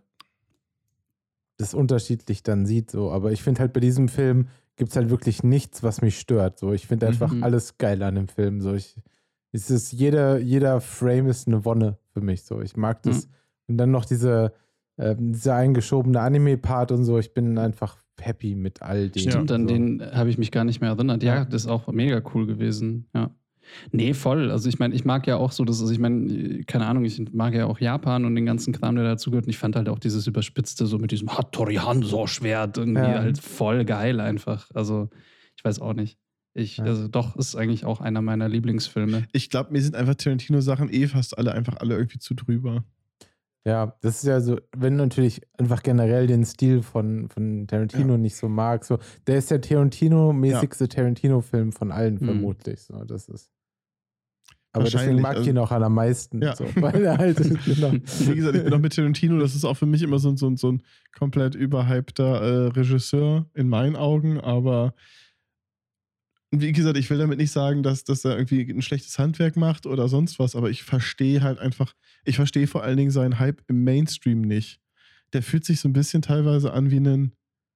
[SPEAKER 2] das unterschiedlich dann sieht. So. Aber ich finde halt bei diesem Film gibt es halt wirklich nichts, was mich stört. So. Ich finde einfach
[SPEAKER 1] Mhm.
[SPEAKER 2] alles geil an dem Film. So. Ich, es ist jeder, jeder Frame ist eine Wonne für mich. So. Ich mag das.
[SPEAKER 1] Mhm.
[SPEAKER 2] Und dann noch diese, ähm, dieser eingeschobene Anime-Part und so. Ich bin einfach happy mit all dem.
[SPEAKER 1] Stimmt, an
[SPEAKER 2] so.
[SPEAKER 1] den habe ich mich gar nicht mehr erinnert. Ja, das ist auch mega cool gewesen. Ja. Nee, voll. Also ich meine, ich mag ja auch so, dass, also ich meine, keine Ahnung, ich mag ja auch Japan und den ganzen Kram, der dazugehört. Und ich fand halt auch dieses Überspitzte so mit diesem Hattori Hanzo-Schwert irgendwie
[SPEAKER 2] Ja.
[SPEAKER 1] halt voll geil einfach. Also ich weiß auch nicht. Ich,
[SPEAKER 2] Ja.
[SPEAKER 1] also doch, ist eigentlich auch einer meiner Lieblingsfilme.
[SPEAKER 3] Ich glaube, mir sind einfach Tarantino-Sachen eh fast alle einfach alle irgendwie zu drüber.
[SPEAKER 2] Ja, das ist ja so, wenn du natürlich einfach generell den Stil von, von Tarantino
[SPEAKER 3] Ja.
[SPEAKER 2] nicht so magst, so, der ist der Tarantino-mäßigste Tarantino-Film von allen
[SPEAKER 1] Mhm.
[SPEAKER 2] vermutlich. So, das ist. Aber deswegen
[SPEAKER 3] Wahrscheinlich,
[SPEAKER 2] mag ich
[SPEAKER 3] also-
[SPEAKER 2] ihn auch am meisten.
[SPEAKER 3] Ja.
[SPEAKER 2] So, weil er halt, genau.
[SPEAKER 3] Wie gesagt, ich bin auch mit Tarantino, das ist auch für mich immer so, ein- so, ein- so ein komplett überhypter äh, Regisseur in meinen Augen, aber wie gesagt, ich will damit nicht sagen, dass, dass er irgendwie ein schlechtes Handwerk macht oder sonst was, aber ich verstehe halt einfach, ich verstehe vor allen Dingen seinen Hype im Mainstream nicht. Der fühlt sich so ein bisschen teilweise an wie ein,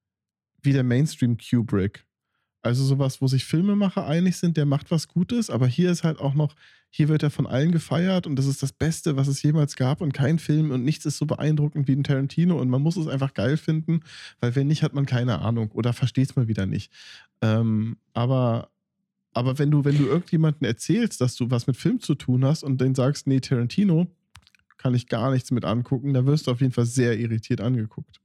[SPEAKER 3] wie der Mainstream Kubrick. Also sowas, wo sich Filmemacher einig sind, der macht was Gutes, aber hier ist halt auch noch, hier wird er von allen gefeiert und das ist das Beste, was es jemals gab und kein Film und nichts ist so beeindruckend wie ein Tarantino und man muss es einfach geil finden, weil wenn nicht, hat man keine Ahnung oder versteht es mal wieder nicht. Ähm, aber, aber wenn du, wenn du irgendjemandem erzählst, dass du was mit Film zu tun hast und dann sagst, nee, Tarantino, kann ich gar nichts mit angucken, da wirst du auf jeden Fall sehr irritiert angeguckt.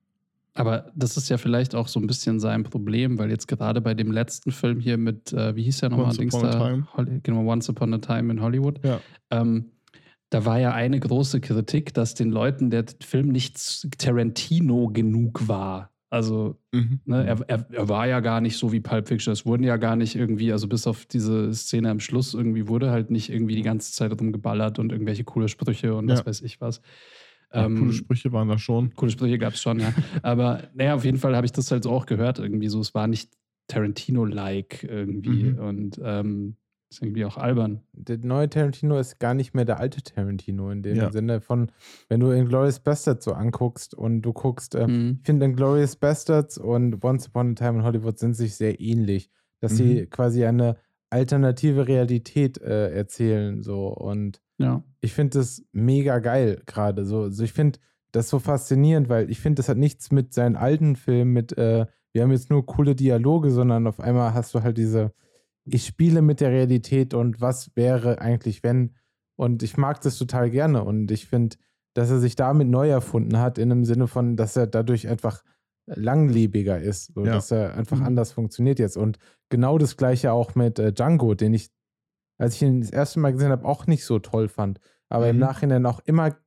[SPEAKER 1] Aber das ist ja vielleicht auch so ein bisschen sein Problem, weil jetzt gerade bei dem letzten Film hier mit, äh, wie hieß der nochmal?
[SPEAKER 3] Once
[SPEAKER 1] Dings
[SPEAKER 3] Upon a
[SPEAKER 1] da?
[SPEAKER 3] Time.
[SPEAKER 1] Holly, genau, Once Upon a Time in Hollywood.
[SPEAKER 3] Ja.
[SPEAKER 1] Ähm, da war ja eine große Kritik, dass den Leuten der Film nicht Tarantino genug war. Also,
[SPEAKER 3] Mhm.
[SPEAKER 1] ne, er, er, er war ja gar nicht so wie Pulp Fiction. Es wurden ja gar nicht irgendwie, also bis auf diese Szene am Schluss, irgendwie wurde halt nicht irgendwie die ganze Zeit rumgeballert und irgendwelche coole Sprüche und was
[SPEAKER 3] Ja.
[SPEAKER 1] weiß ich was.
[SPEAKER 3] Ja,
[SPEAKER 1] Ähm,
[SPEAKER 3] coole Sprüche waren da schon.
[SPEAKER 1] Coole Sprüche gab es schon, ja. Aber naja, auf jeden Fall habe ich das halt so auch gehört, irgendwie so, es war nicht Tarantino-like irgendwie
[SPEAKER 3] Mhm.
[SPEAKER 1] und ähm, ist irgendwie auch albern.
[SPEAKER 2] Der neue Tarantino ist gar nicht mehr der alte Tarantino in dem
[SPEAKER 3] Ja.
[SPEAKER 2] Sinne von, wenn du Inglourious Basterds so anguckst und du guckst, äh,
[SPEAKER 1] Mhm.
[SPEAKER 2] ich finde Inglourious Basterds und Once Upon a Time in Hollywood sind sich sehr ähnlich, dass
[SPEAKER 3] Mhm.
[SPEAKER 2] sie quasi eine alternative Realität äh, erzählen so und
[SPEAKER 1] Ja.
[SPEAKER 2] ich finde das mega geil gerade so. Also ich finde das so faszinierend, weil ich finde, das hat nichts mit seinen alten Filmen, mit äh, wir haben jetzt nur coole Dialoge, sondern auf einmal hast du halt diese, ich spiele mit der Realität und was wäre eigentlich, wenn, und ich mag das total gerne und ich finde, dass er sich damit neu erfunden hat, in dem Sinne von, dass er dadurch einfach langlebiger ist, so,
[SPEAKER 3] Ja.
[SPEAKER 2] dass er einfach
[SPEAKER 1] Mhm.
[SPEAKER 2] anders funktioniert jetzt und genau das gleiche auch mit äh, Django, den ich, als ich ihn das erste Mal gesehen habe, auch nicht so toll fand, aber im
[SPEAKER 3] Mhm.
[SPEAKER 2] Nachhinein auch immer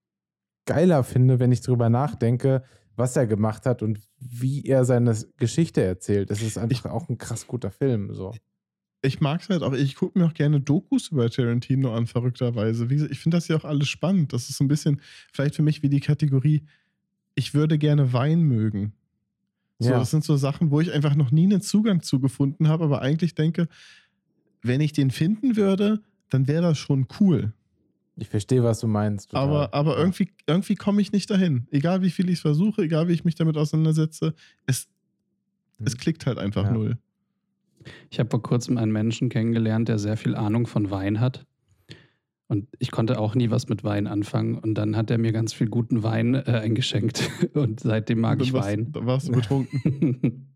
[SPEAKER 2] geiler finde, wenn ich drüber nachdenke, was er gemacht hat und wie er seine Geschichte erzählt. Das ist einfach auch ein krass guter Film. So.
[SPEAKER 3] Ich mag es halt auch, ich gucke mir auch gerne Dokus über Tarantino an, verrückterweise. Wie gesagt, ich finde das ja auch alles spannend. Das ist so ein bisschen vielleicht für mich wie die Kategorie, ich würde gerne Wein mögen. So,
[SPEAKER 2] Ja.
[SPEAKER 3] Das sind so Sachen, wo ich einfach noch nie einen Zugang zu gefunden habe, aber eigentlich denke, wenn ich den finden würde, dann wäre das schon cool.
[SPEAKER 2] Ich verstehe, was du meinst. total.
[SPEAKER 3] Aber, aber
[SPEAKER 2] Ja.
[SPEAKER 3] irgendwie, irgendwie komme ich nicht dahin. Egal wie viel ich es versuche, egal wie ich mich damit auseinandersetze, es, es
[SPEAKER 2] Hm.
[SPEAKER 3] klickt halt einfach
[SPEAKER 2] Ja.
[SPEAKER 3] null.
[SPEAKER 1] Ich habe vor kurzem einen Menschen kennengelernt, der sehr viel Ahnung von Wein hat. Und ich konnte auch nie was mit Wein anfangen. Und dann hat er mir ganz viel guten Wein äh, eingeschenkt. Und seitdem mag
[SPEAKER 3] Dann
[SPEAKER 1] ich
[SPEAKER 3] warst-
[SPEAKER 1] Wein.
[SPEAKER 3] Da warst du betrunken.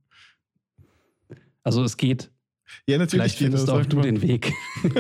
[SPEAKER 1] Also es geht.
[SPEAKER 3] Ja, natürlich
[SPEAKER 1] Vielleicht
[SPEAKER 3] geht
[SPEAKER 1] findest
[SPEAKER 3] das.
[SPEAKER 1] auch
[SPEAKER 3] sag
[SPEAKER 1] du
[SPEAKER 3] mal.
[SPEAKER 1] den Weg.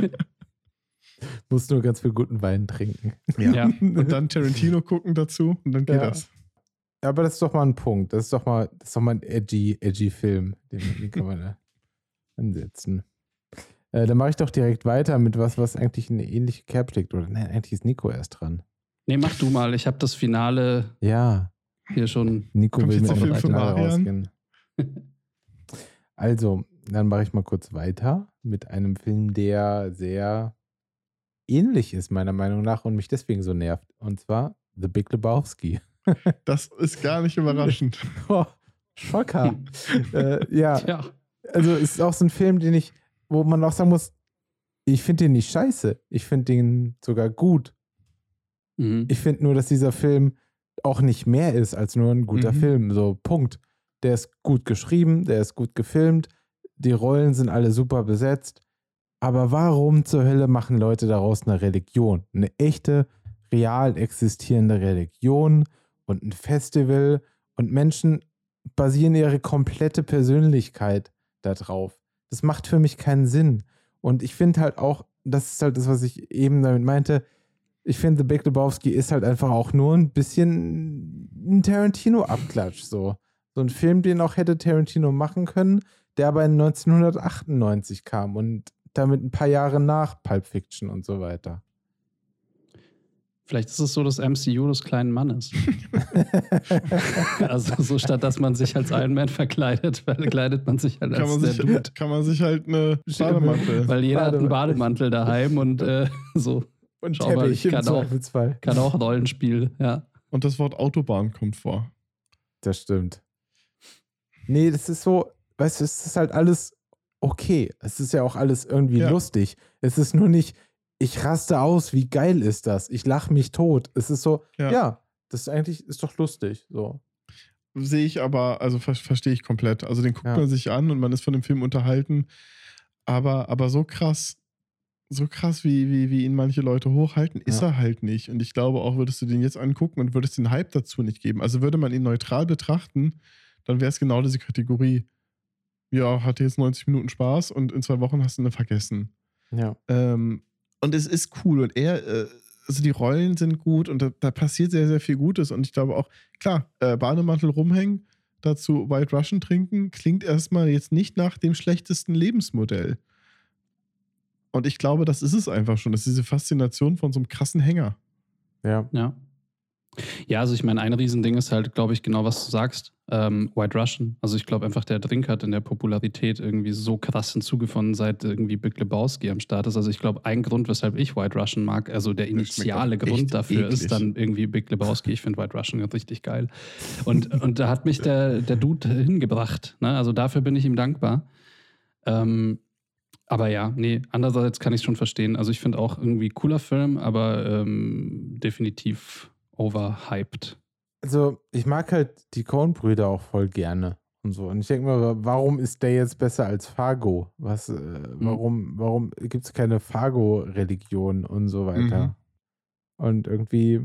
[SPEAKER 2] Musst nur ganz viel guten Wein trinken.
[SPEAKER 3] Ja.
[SPEAKER 1] Ja.
[SPEAKER 3] Und dann Tarantino gucken dazu und dann geht
[SPEAKER 2] Ja.
[SPEAKER 3] das.
[SPEAKER 2] Aber das ist doch mal ein Punkt. Das ist doch mal, das ist doch mal ein edgy, edgy Film. Den, den kann man da ansetzen. Äh, dann mache ich doch direkt weiter mit was, was eigentlich eine ähnliche Cap schlägt. Oder nein, eigentlich ist Nico erst dran.
[SPEAKER 1] Nee, mach du mal. Ich habe das Finale
[SPEAKER 2] Ja,
[SPEAKER 1] hier schon.
[SPEAKER 2] Nico
[SPEAKER 3] Kommt
[SPEAKER 2] will
[SPEAKER 3] jetzt
[SPEAKER 2] mit
[SPEAKER 3] der
[SPEAKER 2] einem
[SPEAKER 3] Film von
[SPEAKER 2] Finale
[SPEAKER 3] Marian?
[SPEAKER 2] rausgehen. Also, dann mache ich mal kurz weiter mit einem Film, der sehr ähnlich ist, meiner Meinung nach, und mich deswegen so nervt. Und zwar The Big Lebowski.
[SPEAKER 3] Das ist gar nicht überraschend.
[SPEAKER 2] Oh, Schocker. äh, ja,
[SPEAKER 1] Tja.
[SPEAKER 2] also es ist auch so ein Film, den ich, wo man auch sagen muss, ich finde den nicht scheiße. Ich finde den sogar gut.
[SPEAKER 1] Mhm.
[SPEAKER 2] Ich finde nur, dass dieser Film auch nicht mehr ist als nur ein guter
[SPEAKER 3] Mhm.
[SPEAKER 2] Film. So, Punkt. Der ist gut geschrieben, der ist gut gefilmt, die Rollen sind alle super besetzt. Aber warum zur Hölle machen Leute daraus eine Religion? Eine echte, real existierende Religion und ein Festival, und Menschen basieren ihre komplette Persönlichkeit da drauf. Das macht für mich keinen Sinn. Und ich finde halt auch, das ist halt das, was ich eben damit meinte, ich finde, The Big Lebowski ist halt einfach auch nur ein bisschen ein Tarantino-Abklatsch. So. so ein Film, den auch hätte Tarantino machen können, der aber in neunzehnhundertachtundneunzig kam und damit ein paar Jahre nach Pulp Fiction und so weiter.
[SPEAKER 1] Vielleicht ist es so das M C U des kleinen Mannes. Also so statt dass man sich als Iron Man verkleidet, verkleidet man sich halt
[SPEAKER 3] Kann
[SPEAKER 1] als
[SPEAKER 3] man,
[SPEAKER 1] der
[SPEAKER 3] sich,
[SPEAKER 1] Dude.
[SPEAKER 3] kann man sich halt eine Bademantel.
[SPEAKER 1] Weil jeder hat einen
[SPEAKER 2] Bademantel.
[SPEAKER 1] Bademantel daheim und äh, so.
[SPEAKER 2] Und
[SPEAKER 1] Schau mal,
[SPEAKER 2] Teppich
[SPEAKER 1] ich
[SPEAKER 2] im
[SPEAKER 1] kann auch,
[SPEAKER 2] Zweifelsfall.
[SPEAKER 1] kann auch Rollenspiel, ja.
[SPEAKER 3] Und das Wort Autobahn kommt vor.
[SPEAKER 2] Das stimmt. Nee, das ist so, weißt du, es ist halt alles okay. Es ist ja auch alles irgendwie
[SPEAKER 3] Ja.
[SPEAKER 2] lustig. Es ist nur nicht, ich raste aus, wie geil ist das? Ich lache mich tot. Es ist so, ja,
[SPEAKER 3] Ja.
[SPEAKER 2] das ist eigentlich, ist doch lustig. So.
[SPEAKER 3] Sehe ich aber, also ver verstehe ich komplett. Also den guckt
[SPEAKER 2] Ja.
[SPEAKER 3] man sich an und man ist von dem Film unterhalten. Aber, aber so krass, so krass, wie, wie, wie ihn manche Leute hochhalten, ist
[SPEAKER 2] Ja.
[SPEAKER 3] er halt nicht. Und ich glaube auch, würdest du den jetzt angucken und würdest den Hype dazu nicht geben. Also würde man ihn neutral betrachten, dann wäre es genau diese Kategorie. Ja, hatte jetzt neunzig Minuten Spaß und in zwei Wochen hast du ihn vergessen.
[SPEAKER 2] Ja.
[SPEAKER 3] Ähm, und es ist cool und er, äh, also die Rollen sind gut und da, da passiert sehr, sehr viel Gutes. Und ich glaube auch, klar, äh, Bademantel rumhängen, dazu White Russian trinken, klingt erstmal jetzt nicht nach dem schlechtesten Lebensmodell. Und ich glaube, das ist es einfach schon. Das ist diese Faszination von so einem krassen Hänger.
[SPEAKER 2] Ja.
[SPEAKER 1] Ja. Ja, also ich meine, ein Riesending ist halt, glaube ich, genau was du sagst. Ähm, White Russian. Also ich glaube einfach, der Drink hat in der Popularität irgendwie so krass hinzugefunden, seit irgendwie Big Lebowski am Start ist. Also ich glaube, ein Grund, weshalb ich White Russian mag, also der initiale
[SPEAKER 3] schmeckt auch echt
[SPEAKER 1] Grund dafür
[SPEAKER 3] eklig.
[SPEAKER 1] ist dann irgendwie Big Lebowski. Ich finde White Russian richtig geil. Und, und da hat mich der, der Dude hingebracht. Ne? Also dafür bin ich ihm dankbar. Ähm, aber ja, nee, andererseits kann ich es schon verstehen. Also ich finde auch irgendwie cooler Film, aber ähm, definitiv overhyped.
[SPEAKER 2] Also, ich mag halt die Coen-Brüder auch voll gerne und so. Und ich denke mir, warum ist der jetzt besser als Fargo? Was, äh, warum, warum gibt es keine Fargo-Religion und so weiter? Und irgendwie,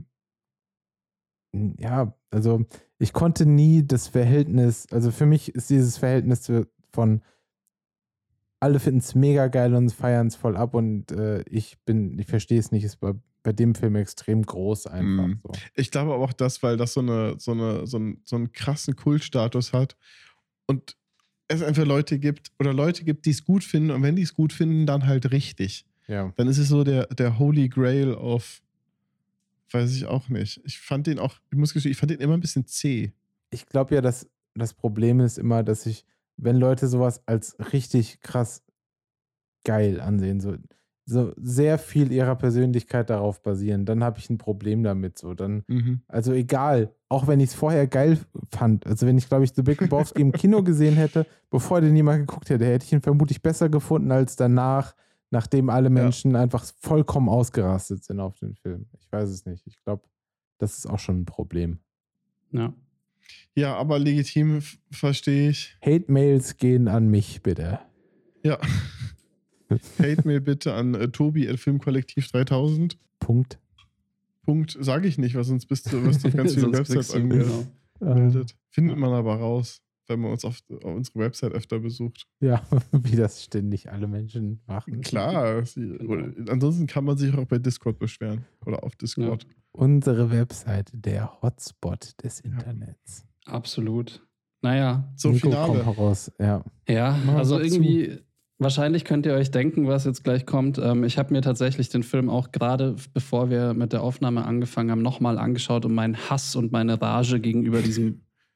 [SPEAKER 2] ja, also ich konnte nie das Verhältnis, also für mich ist dieses Verhältnis von alle finden es mega geil und feiern es voll ab und äh, ich bin, ich verstehe es nicht, ist bei, bei dem Film extrem groß einfach.
[SPEAKER 3] Mhm.
[SPEAKER 2] So.
[SPEAKER 3] Ich glaube aber auch das, weil das so, eine, so, eine, so, einen, so einen krassen Kultstatus hat und es einfach Leute gibt oder Leute gibt, die es gut finden und wenn die es gut finden, dann halt richtig.
[SPEAKER 2] Ja.
[SPEAKER 3] Dann ist es so der, der Holy Grail of, weiß ich auch nicht. Ich fand den auch, ich muss gestehen, ich fand den immer ein bisschen zäh.
[SPEAKER 2] Ich glaube ja, dass das Problem ist immer, dass ich, wenn Leute sowas als richtig krass geil ansehen, so, so sehr viel ihrer Persönlichkeit darauf basieren, dann habe ich ein Problem damit. So. Dann,
[SPEAKER 3] Mhm.
[SPEAKER 2] also egal, auch wenn ich es vorher geil fand, also wenn ich, glaube ich, The Big Lebowski im Kino gesehen hätte, bevor den jemand geguckt hätte, hätte ich ihn vermutlich besser gefunden als danach, nachdem alle Menschen ja. einfach vollkommen ausgerastet sind auf den Film. Ich weiß es nicht. Ich glaube, das ist auch schon ein Problem.
[SPEAKER 1] Ja.
[SPEAKER 3] Ja, aber legitim f- verstehe ich.
[SPEAKER 2] Hate-Mails gehen an mich, bitte.
[SPEAKER 3] Ja. Hate-Mail bitte an äh, Tobi at Filmkollektiv dreitausend.
[SPEAKER 2] Punkt.
[SPEAKER 3] Punkt, sage ich nicht, weil sonst bist du, wirst du auf ganz vielen
[SPEAKER 1] Sonst
[SPEAKER 3] Websites
[SPEAKER 1] kriegst du- genau.
[SPEAKER 3] angemeldet. Findet man aber raus, wenn man uns auf, auf unsere Website öfter besucht.
[SPEAKER 2] Ja, wie das ständig alle Menschen machen.
[SPEAKER 3] Klar. Sie, oder, ansonsten kann man sich auch bei Discord beschweren. Oder auf Discord.
[SPEAKER 2] Unsere Website, der Hotspot des Internets.
[SPEAKER 1] Absolut. Naja.
[SPEAKER 3] So,
[SPEAKER 2] Nico,
[SPEAKER 3] Finale.
[SPEAKER 2] komm heraus. Ja.
[SPEAKER 1] Ja,
[SPEAKER 3] Mach
[SPEAKER 1] also
[SPEAKER 3] doch
[SPEAKER 1] irgendwie, wahrscheinlich könnt ihr euch denken, was jetzt gleich kommt. Ähm, ich habe mir tatsächlich den Film auch gerade, bevor wir mit der Aufnahme angefangen haben, nochmal angeschaut, um meinen Hass und meine Rage gegenüber diesem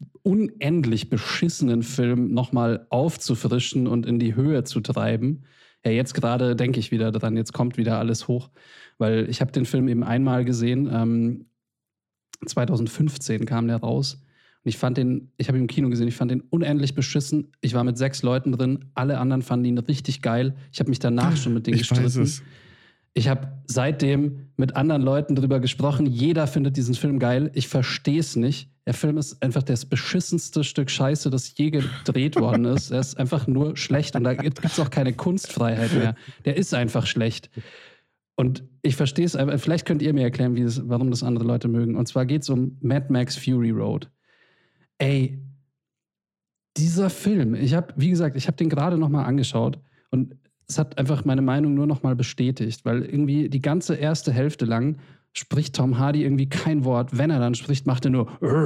[SPEAKER 1] unendlich beschissenen Film nochmal aufzufrischen und in die Höhe zu treiben. Ja, jetzt gerade denke ich wieder dran, jetzt kommt wieder alles hoch, weil ich habe den Film eben einmal gesehen, ähm, zwanzig fünfzehn kam der raus. Und ich fand den, ich habe ihn im Kino gesehen, ich fand den unendlich beschissen. Ich war mit sechs Leuten drin, alle anderen fanden ihn richtig geil. Ich habe mich danach schon mit denen
[SPEAKER 3] Ich weiß
[SPEAKER 1] gestritten.
[SPEAKER 3] es.
[SPEAKER 1] Ich habe seitdem mit anderen Leuten darüber gesprochen. Jeder findet diesen Film geil. Ich verstehe es nicht. Der Film ist einfach das beschissenste Stück Scheiße, das je gedreht worden ist. Er ist einfach nur schlecht und da gibt es auch keine Kunstfreiheit mehr. Der ist einfach schlecht. Und ich verstehe es einfach. Vielleicht könnt ihr mir erklären, wie das, warum das andere Leute mögen. Und zwar geht es um Mad Max Fury Road. Ey, dieser Film, ich habe, wie gesagt, ich habe den gerade noch mal angeschaut und es hat einfach meine Meinung nur noch mal bestätigt, weil irgendwie die ganze erste Hälfte lang spricht Tom Hardy irgendwie kein Wort. Wenn er dann spricht, macht er nur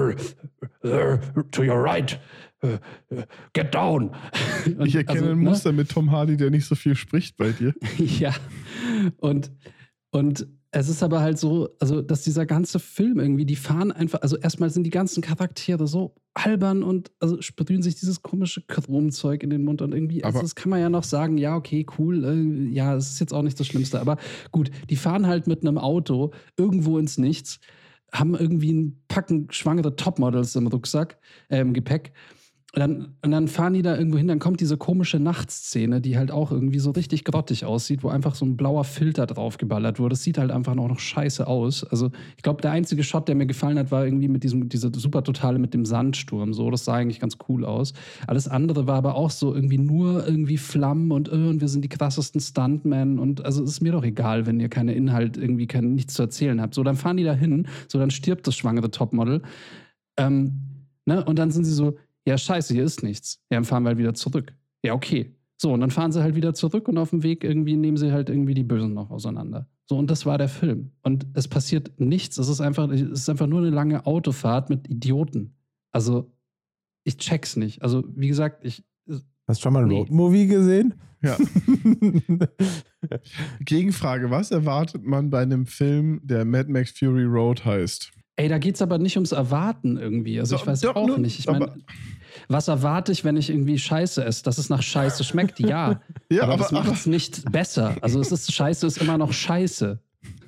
[SPEAKER 1] to your right, get down. Und
[SPEAKER 3] Ich erkenne
[SPEAKER 1] also,
[SPEAKER 3] ein
[SPEAKER 1] ne?
[SPEAKER 3] Muster mit Tom Hardy, der nicht so viel spricht bei dir.
[SPEAKER 1] Ja, und, und es ist aber halt so, also dass dieser ganze Film irgendwie, die fahren einfach, also erstmal sind die ganzen Charaktere so albern und also sprühen sich dieses komische Chromzeug in den Mund und irgendwie, also
[SPEAKER 3] Aber-
[SPEAKER 1] das kann man ja noch sagen, ja, okay, cool, äh, ja, es ist jetzt auch nicht das Schlimmste, aber gut, die fahren halt mit einem Auto irgendwo ins Nichts, haben irgendwie ein Packen schwangere Topmodels im Rucksack, äh, im Gepäck. Und dann, und dann fahren die da irgendwo hin, dann kommt diese komische Nachtszene, die halt auch irgendwie so richtig grottig aussieht, wo einfach so ein blauer Filter draufgeballert wurde. Das sieht halt einfach auch noch scheiße aus. Also ich glaube, der einzige Shot, der mir gefallen hat, war irgendwie mit diesem, dieser super Totale mit dem Sandsturm. So, das sah eigentlich ganz cool aus. Alles andere war aber auch so irgendwie nur irgendwie Flammen und, äh, und wir sind die krassesten Stuntmen und also es ist mir doch egal, wenn ihr keine Inhalt, irgendwie kein, nichts zu erzählen habt. So, dann fahren die da hin, so dann stirbt das schwangere Topmodel. Ähm, ne? Und dann sind sie so, ja, scheiße, hier ist nichts. Ja, dann fahren wir halt wieder zurück. Ja, okay. So, und dann fahren sie halt wieder zurück und auf dem Weg irgendwie nehmen sie halt irgendwie die Bösen noch auseinander. So, und das war der Film. Und es passiert nichts. Es ist einfach, es ist einfach nur eine lange Autofahrt mit Idioten. Also, ich check's nicht. Also, wie gesagt, ich.
[SPEAKER 2] Hast du schon mal ein
[SPEAKER 1] Nee.
[SPEAKER 2] Roadmovie gesehen?
[SPEAKER 3] Ja. Gegenfrage: Was erwartet man bei einem Film, der Mad Max Fury Road heißt?
[SPEAKER 1] Ey, da geht's aber nicht ums Erwarten irgendwie. Also, ich
[SPEAKER 3] Doch,
[SPEAKER 1] weiß
[SPEAKER 3] doch,
[SPEAKER 1] auch
[SPEAKER 3] nur-
[SPEAKER 1] nicht. Ich meine,
[SPEAKER 3] aber-
[SPEAKER 1] was erwarte ich, wenn ich irgendwie Scheiße esse? Dass es nach Scheiße schmeckt? Ja.
[SPEAKER 3] Ja,
[SPEAKER 1] aber,
[SPEAKER 3] aber-
[SPEAKER 1] das macht es nicht besser. Also, es ist Scheiße, ist immer noch Scheiße.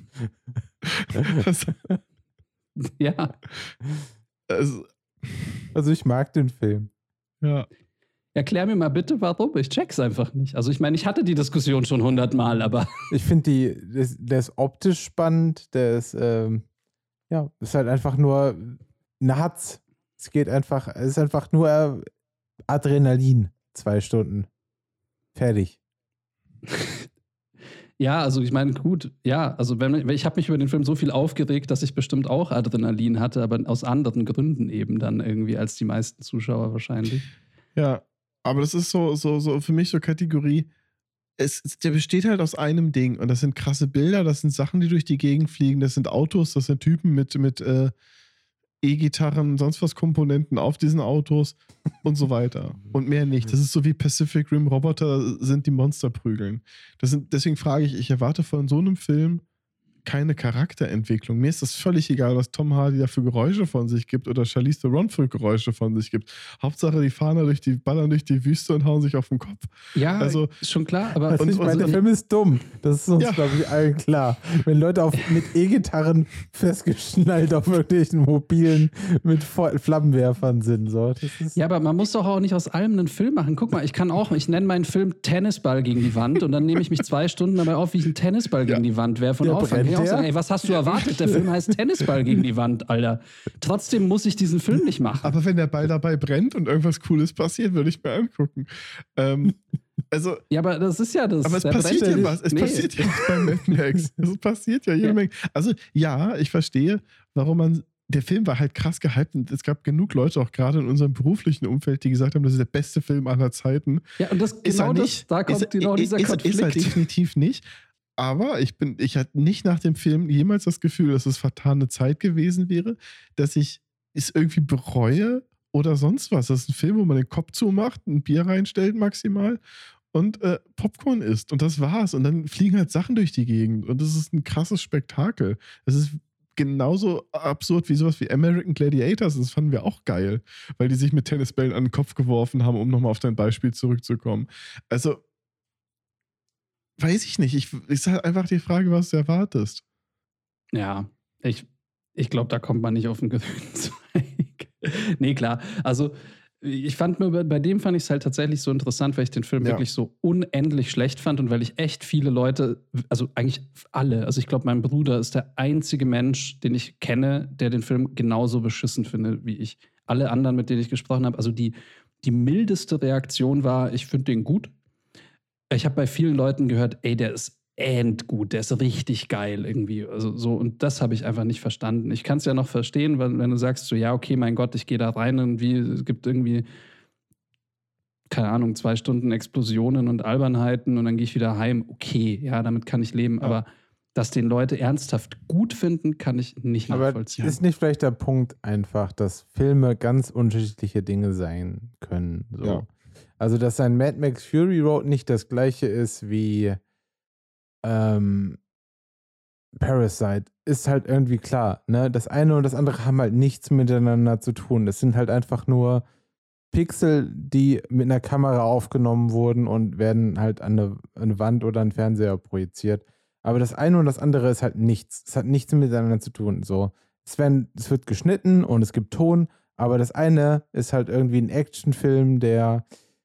[SPEAKER 3] Das,
[SPEAKER 1] Ja.
[SPEAKER 3] also,
[SPEAKER 2] Also ich mag den Film.
[SPEAKER 3] ja.
[SPEAKER 1] Erklär mir mal bitte, warum. Ich check's einfach nicht. Also, ich meine, ich hatte die Diskussion schon hundertmal, aber.
[SPEAKER 2] Ich finde die, das- der ist optisch spannend, der ist, ähm, ja, ist halt einfach nur Natz. Es geht einfach, es ist einfach nur äh, Adrenalin. Zwei Stunden. Fertig.
[SPEAKER 1] Ja, also ich meine, gut, ja, also wenn, ich habe mich über den Film so viel aufgeregt, dass ich bestimmt auch Adrenalin hatte, aber aus anderen Gründen eben dann irgendwie als die meisten Zuschauer wahrscheinlich.
[SPEAKER 3] Ja, aber das ist so, so, so für mich so Kategorie. Es, es- der besteht halt aus einem Ding und das sind krasse Bilder, das sind Sachen, die durch die Gegend fliegen, das sind Autos, das sind Typen mit, mit äh, E-Gitarren, sonst was Komponenten auf diesen Autos und so weiter. Und mehr nicht. Das ist so wie Pacific Rim Roboter sind die Monster prügeln. Das sind, deswegen frage ich, ich erwarte von so einem Film keine Charakterentwicklung. Mir ist das völlig egal, was Tom Hardy da für Geräusche von sich gibt oder Charlize Theron für Geräusche von sich gibt. Hauptsache, die fahren da durch die, ballern durch die Wüste und hauen sich auf den Kopf.
[SPEAKER 1] Ja,
[SPEAKER 3] Also-
[SPEAKER 1] ist schon klar, aber
[SPEAKER 2] Also
[SPEAKER 3] Und-
[SPEAKER 2] ich meine,
[SPEAKER 3] und-
[SPEAKER 2] der Film ist dumm. Das ist uns,
[SPEAKER 3] Ja.
[SPEAKER 2] glaube ich, allen klar. Wenn Leute auf, mit E-Gitarren festgeschnallt auf irgendwelchen mobilen mit Feu- Flammenwerfern sind. So. Das ist,
[SPEAKER 1] ja, aber man muss doch auch nicht aus allem einen Film machen. Guck mal, ich kann auch, ich nenne meinen Film Tennisball gegen die Wand und dann nehme ich mich zwei Stunden dabei auf, wie ich einen Tennisball gegen
[SPEAKER 3] Ja.
[SPEAKER 1] die Wand werfe und
[SPEAKER 2] Der
[SPEAKER 1] auffange. Kann ich auch
[SPEAKER 2] brennt
[SPEAKER 1] sagen,
[SPEAKER 2] der?
[SPEAKER 1] ey, was hast du erwartet? Der Film heißt Tennisball gegen die Wand, Alter. Trotzdem muss ich diesen Film nicht machen.
[SPEAKER 3] Aber wenn der Ball dabei brennt und irgendwas Cooles passiert, würde ich mir angucken. Ähm, also,
[SPEAKER 1] Ja, aber das ist ja das.
[SPEAKER 3] aber es
[SPEAKER 1] der
[SPEAKER 3] passiert
[SPEAKER 1] brennt
[SPEAKER 3] ja
[SPEAKER 1] nicht.
[SPEAKER 3] was. Es
[SPEAKER 1] Nee.
[SPEAKER 3] passiert ja was bei Mad Max. Es passiert ja jede
[SPEAKER 1] Ja.
[SPEAKER 3] Menge. Also, ja, ich verstehe, warum man. Der Film war halt krass gehypt und es gab genug Leute, auch gerade in unserem beruflichen Umfeld, die gesagt haben, das ist der beste Film aller Zeiten.
[SPEAKER 1] Ja, und das
[SPEAKER 3] Ist
[SPEAKER 1] genau
[SPEAKER 3] er
[SPEAKER 1] das,
[SPEAKER 3] nicht.
[SPEAKER 1] da kommt
[SPEAKER 3] ist, er-
[SPEAKER 1] genau dieser
[SPEAKER 3] ist,
[SPEAKER 1] Konflikt.
[SPEAKER 3] Ist er definitiv nicht. Aber ich bin, ich hatte nicht nach dem Film jemals das Gefühl, dass es vertane Zeit gewesen wäre, dass ich es irgendwie bereue oder sonst was. Das ist ein Film, wo man den Kopf zumacht, ein Bier reinstellt maximal und äh, Popcorn isst. Und das war's. Und dann fliegen halt Sachen durch die Gegend. Und das ist ein krasses Spektakel. Es ist genauso absurd wie sowas wie American Gladiators. Das fanden wir auch geil, weil die sich mit Tennisbällen an den Kopf geworfen haben, um nochmal auf dein Beispiel zurückzukommen. Also, weiß ich nicht. Ich, ist halt einfach die Frage, was du erwartest.
[SPEAKER 1] Ja, ich, ich glaube, da kommt man nicht auf den grünen Zweig. Nee, klar. Also, ich fand mir, bei dem fand ich es halt tatsächlich so interessant, weil ich den Film
[SPEAKER 3] Ja.
[SPEAKER 1] wirklich so unendlich schlecht fand und weil ich echt viele Leute, also eigentlich alle, also ich glaube, mein Bruder ist der einzige Mensch, den ich kenne, der den Film genauso beschissen findet wie ich. Alle anderen, mit denen ich gesprochen habe, also die, die mildeste Reaktion war, ich finde den gut. Ich habe bei vielen Leuten gehört, ey, der ist endgut, der ist richtig geil irgendwie. Also so, und das habe ich einfach nicht verstanden. Ich kann es ja noch verstehen, wenn, wenn du sagst, so, ja, okay, mein Gott, ich gehe da rein und wie, es gibt irgendwie, keine Ahnung, zwei Stunden Explosionen und Albernheiten und dann gehe ich wieder heim. Okay, ja, damit kann ich leben.
[SPEAKER 3] Ja.
[SPEAKER 1] Aber dass den Leute ernsthaft gut finden, kann ich nicht
[SPEAKER 2] Aber
[SPEAKER 1] nachvollziehen.
[SPEAKER 2] ist nicht vielleicht der Punkt einfach, dass Filme ganz unterschiedliche Dinge sein können? So.
[SPEAKER 3] Ja.
[SPEAKER 2] Also, dass ein Mad Max Fury Road nicht das gleiche ist wie ähm, Parasite, ist halt irgendwie klar. Ne? Das eine und das andere haben halt nichts miteinander zu tun. Das sind halt einfach nur Pixel, die mit einer Kamera aufgenommen wurden und werden halt an eine, an eine Wand oder einen Fernseher projiziert. Aber das eine und das andere ist halt nichts. Es hat nichts miteinander zu tun. So, es, werden, es wird geschnitten und es gibt Ton, aber das eine ist halt irgendwie ein Actionfilm, der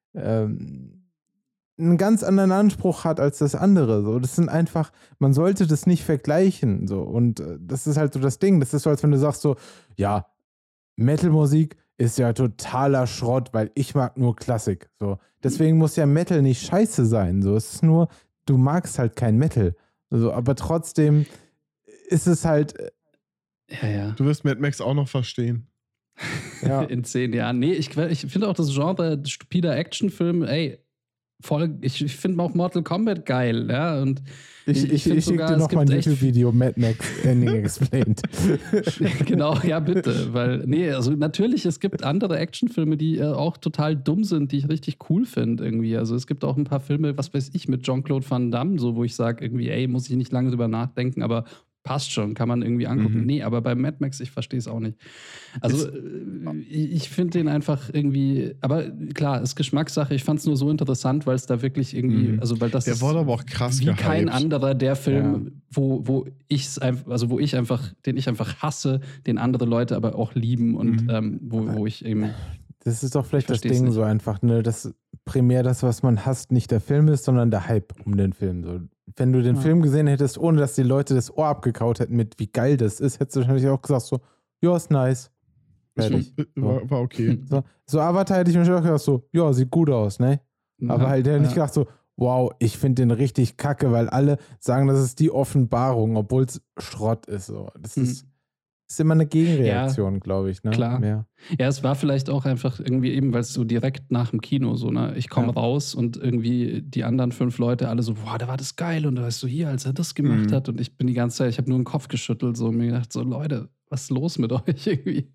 [SPEAKER 2] ähm, einen ganz anderen Anspruch hat als das andere. So, das sind einfach, man sollte das nicht vergleichen. So, und äh, das ist halt so das Ding. Das ist so, als wenn du sagst so, ja, Metal-Musik ist ja totaler Schrott, weil ich mag nur Klassik. So, deswegen muss ja Metal nicht scheiße sein. So, es ist nur, du magst halt kein Metal. So, aber trotzdem ist es halt, äh,
[SPEAKER 1] ja, ja.
[SPEAKER 3] Du wirst Mad Max auch noch verstehen.
[SPEAKER 2] ja.
[SPEAKER 1] In zehn Jahren. Nee, ich, ich finde auch das Genre stupider Actionfilm, ey, voll, ich, ich finde auch Mortal Kombat geil, ja, und
[SPEAKER 2] Ich, ich,
[SPEAKER 1] find
[SPEAKER 2] ich schicke
[SPEAKER 1] sogar,
[SPEAKER 2] dir
[SPEAKER 1] es
[SPEAKER 2] noch mal ein
[SPEAKER 1] gibt echt-
[SPEAKER 2] YouTube-Video, Mad Max Ending Explained.
[SPEAKER 1] Genau, ja, bitte, weil, nee, also natürlich, es gibt andere Actionfilme, die äh, auch total dumm sind, die ich richtig cool finde irgendwie, also es gibt auch ein paar Filme, was weiß ich, mit Jean-Claude Van Damme, so, wo ich sage irgendwie, ey, muss ich nicht lange drüber nachdenken, aber passt schon, kann man irgendwie angucken.
[SPEAKER 3] Mhm.
[SPEAKER 1] Nee, aber bei Mad Max, ich verstehe es auch nicht. Also, äh, ich, ich finde den einfach irgendwie, aber klar, ist Geschmackssache. Ich fand es nur so interessant, weil es da wirklich irgendwie,
[SPEAKER 3] Mhm.
[SPEAKER 1] also, weil das
[SPEAKER 3] Der
[SPEAKER 1] ist
[SPEAKER 3] wurde aber auch krass
[SPEAKER 1] wie
[SPEAKER 3] gehypt.
[SPEAKER 1] kein anderer der Film, wo, wo ich's einfach, also wo ich einfach, den ich einfach hasse, den andere Leute aber auch lieben und
[SPEAKER 3] Mhm.
[SPEAKER 1] ähm, wo, wo ich eben,
[SPEAKER 2] Das ist doch vielleicht
[SPEAKER 1] Ich
[SPEAKER 2] das
[SPEAKER 1] versteh's
[SPEAKER 2] Ding
[SPEAKER 1] nicht.
[SPEAKER 2] so einfach, ne, dass primär das, was man hasst, nicht der Film ist, sondern der Hype um den Film. So, wenn du den
[SPEAKER 1] Ja.
[SPEAKER 2] Film gesehen hättest, ohne dass die Leute das Ohr abgekaut hätten mit wie geil das ist, hättest du wahrscheinlich auch gesagt so, ja, ist nice. Fertig.
[SPEAKER 3] Ist- War, war okay.
[SPEAKER 2] So, so Avatar hätte ich mir schon auch gedacht so, ja, sieht gut aus, ne? Aber
[SPEAKER 1] Ja,
[SPEAKER 2] halt der
[SPEAKER 1] ja.
[SPEAKER 2] nicht gedacht so, wow, ich finde den richtig kacke, weil alle sagen, das ist die Offenbarung, obwohl es Schrott ist. So. Das
[SPEAKER 1] Mhm.
[SPEAKER 2] ist, ist immer eine Gegenreaktion, glaube ich. Ne?
[SPEAKER 1] Klar.
[SPEAKER 2] Mehr.
[SPEAKER 1] Ja, es war vielleicht auch einfach irgendwie eben, weil es so direkt nach dem Kino so, ne, ich komme
[SPEAKER 2] Ja.
[SPEAKER 1] raus und irgendwie die anderen fünf Leute alle so, boah, da war das geil und da weißt du hier, als er das gemacht
[SPEAKER 3] Mhm.
[SPEAKER 1] hat und ich bin die ganze Zeit, ich habe nur den Kopf geschüttelt so und mir gedacht, so Leute, was ist los mit euch irgendwie?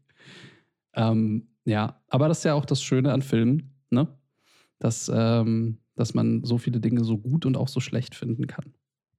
[SPEAKER 1] Ähm, ja, aber das ist ja auch das Schöne an Filmen, ne, dass, ähm, dass man so viele Dinge so gut und auch so schlecht finden kann.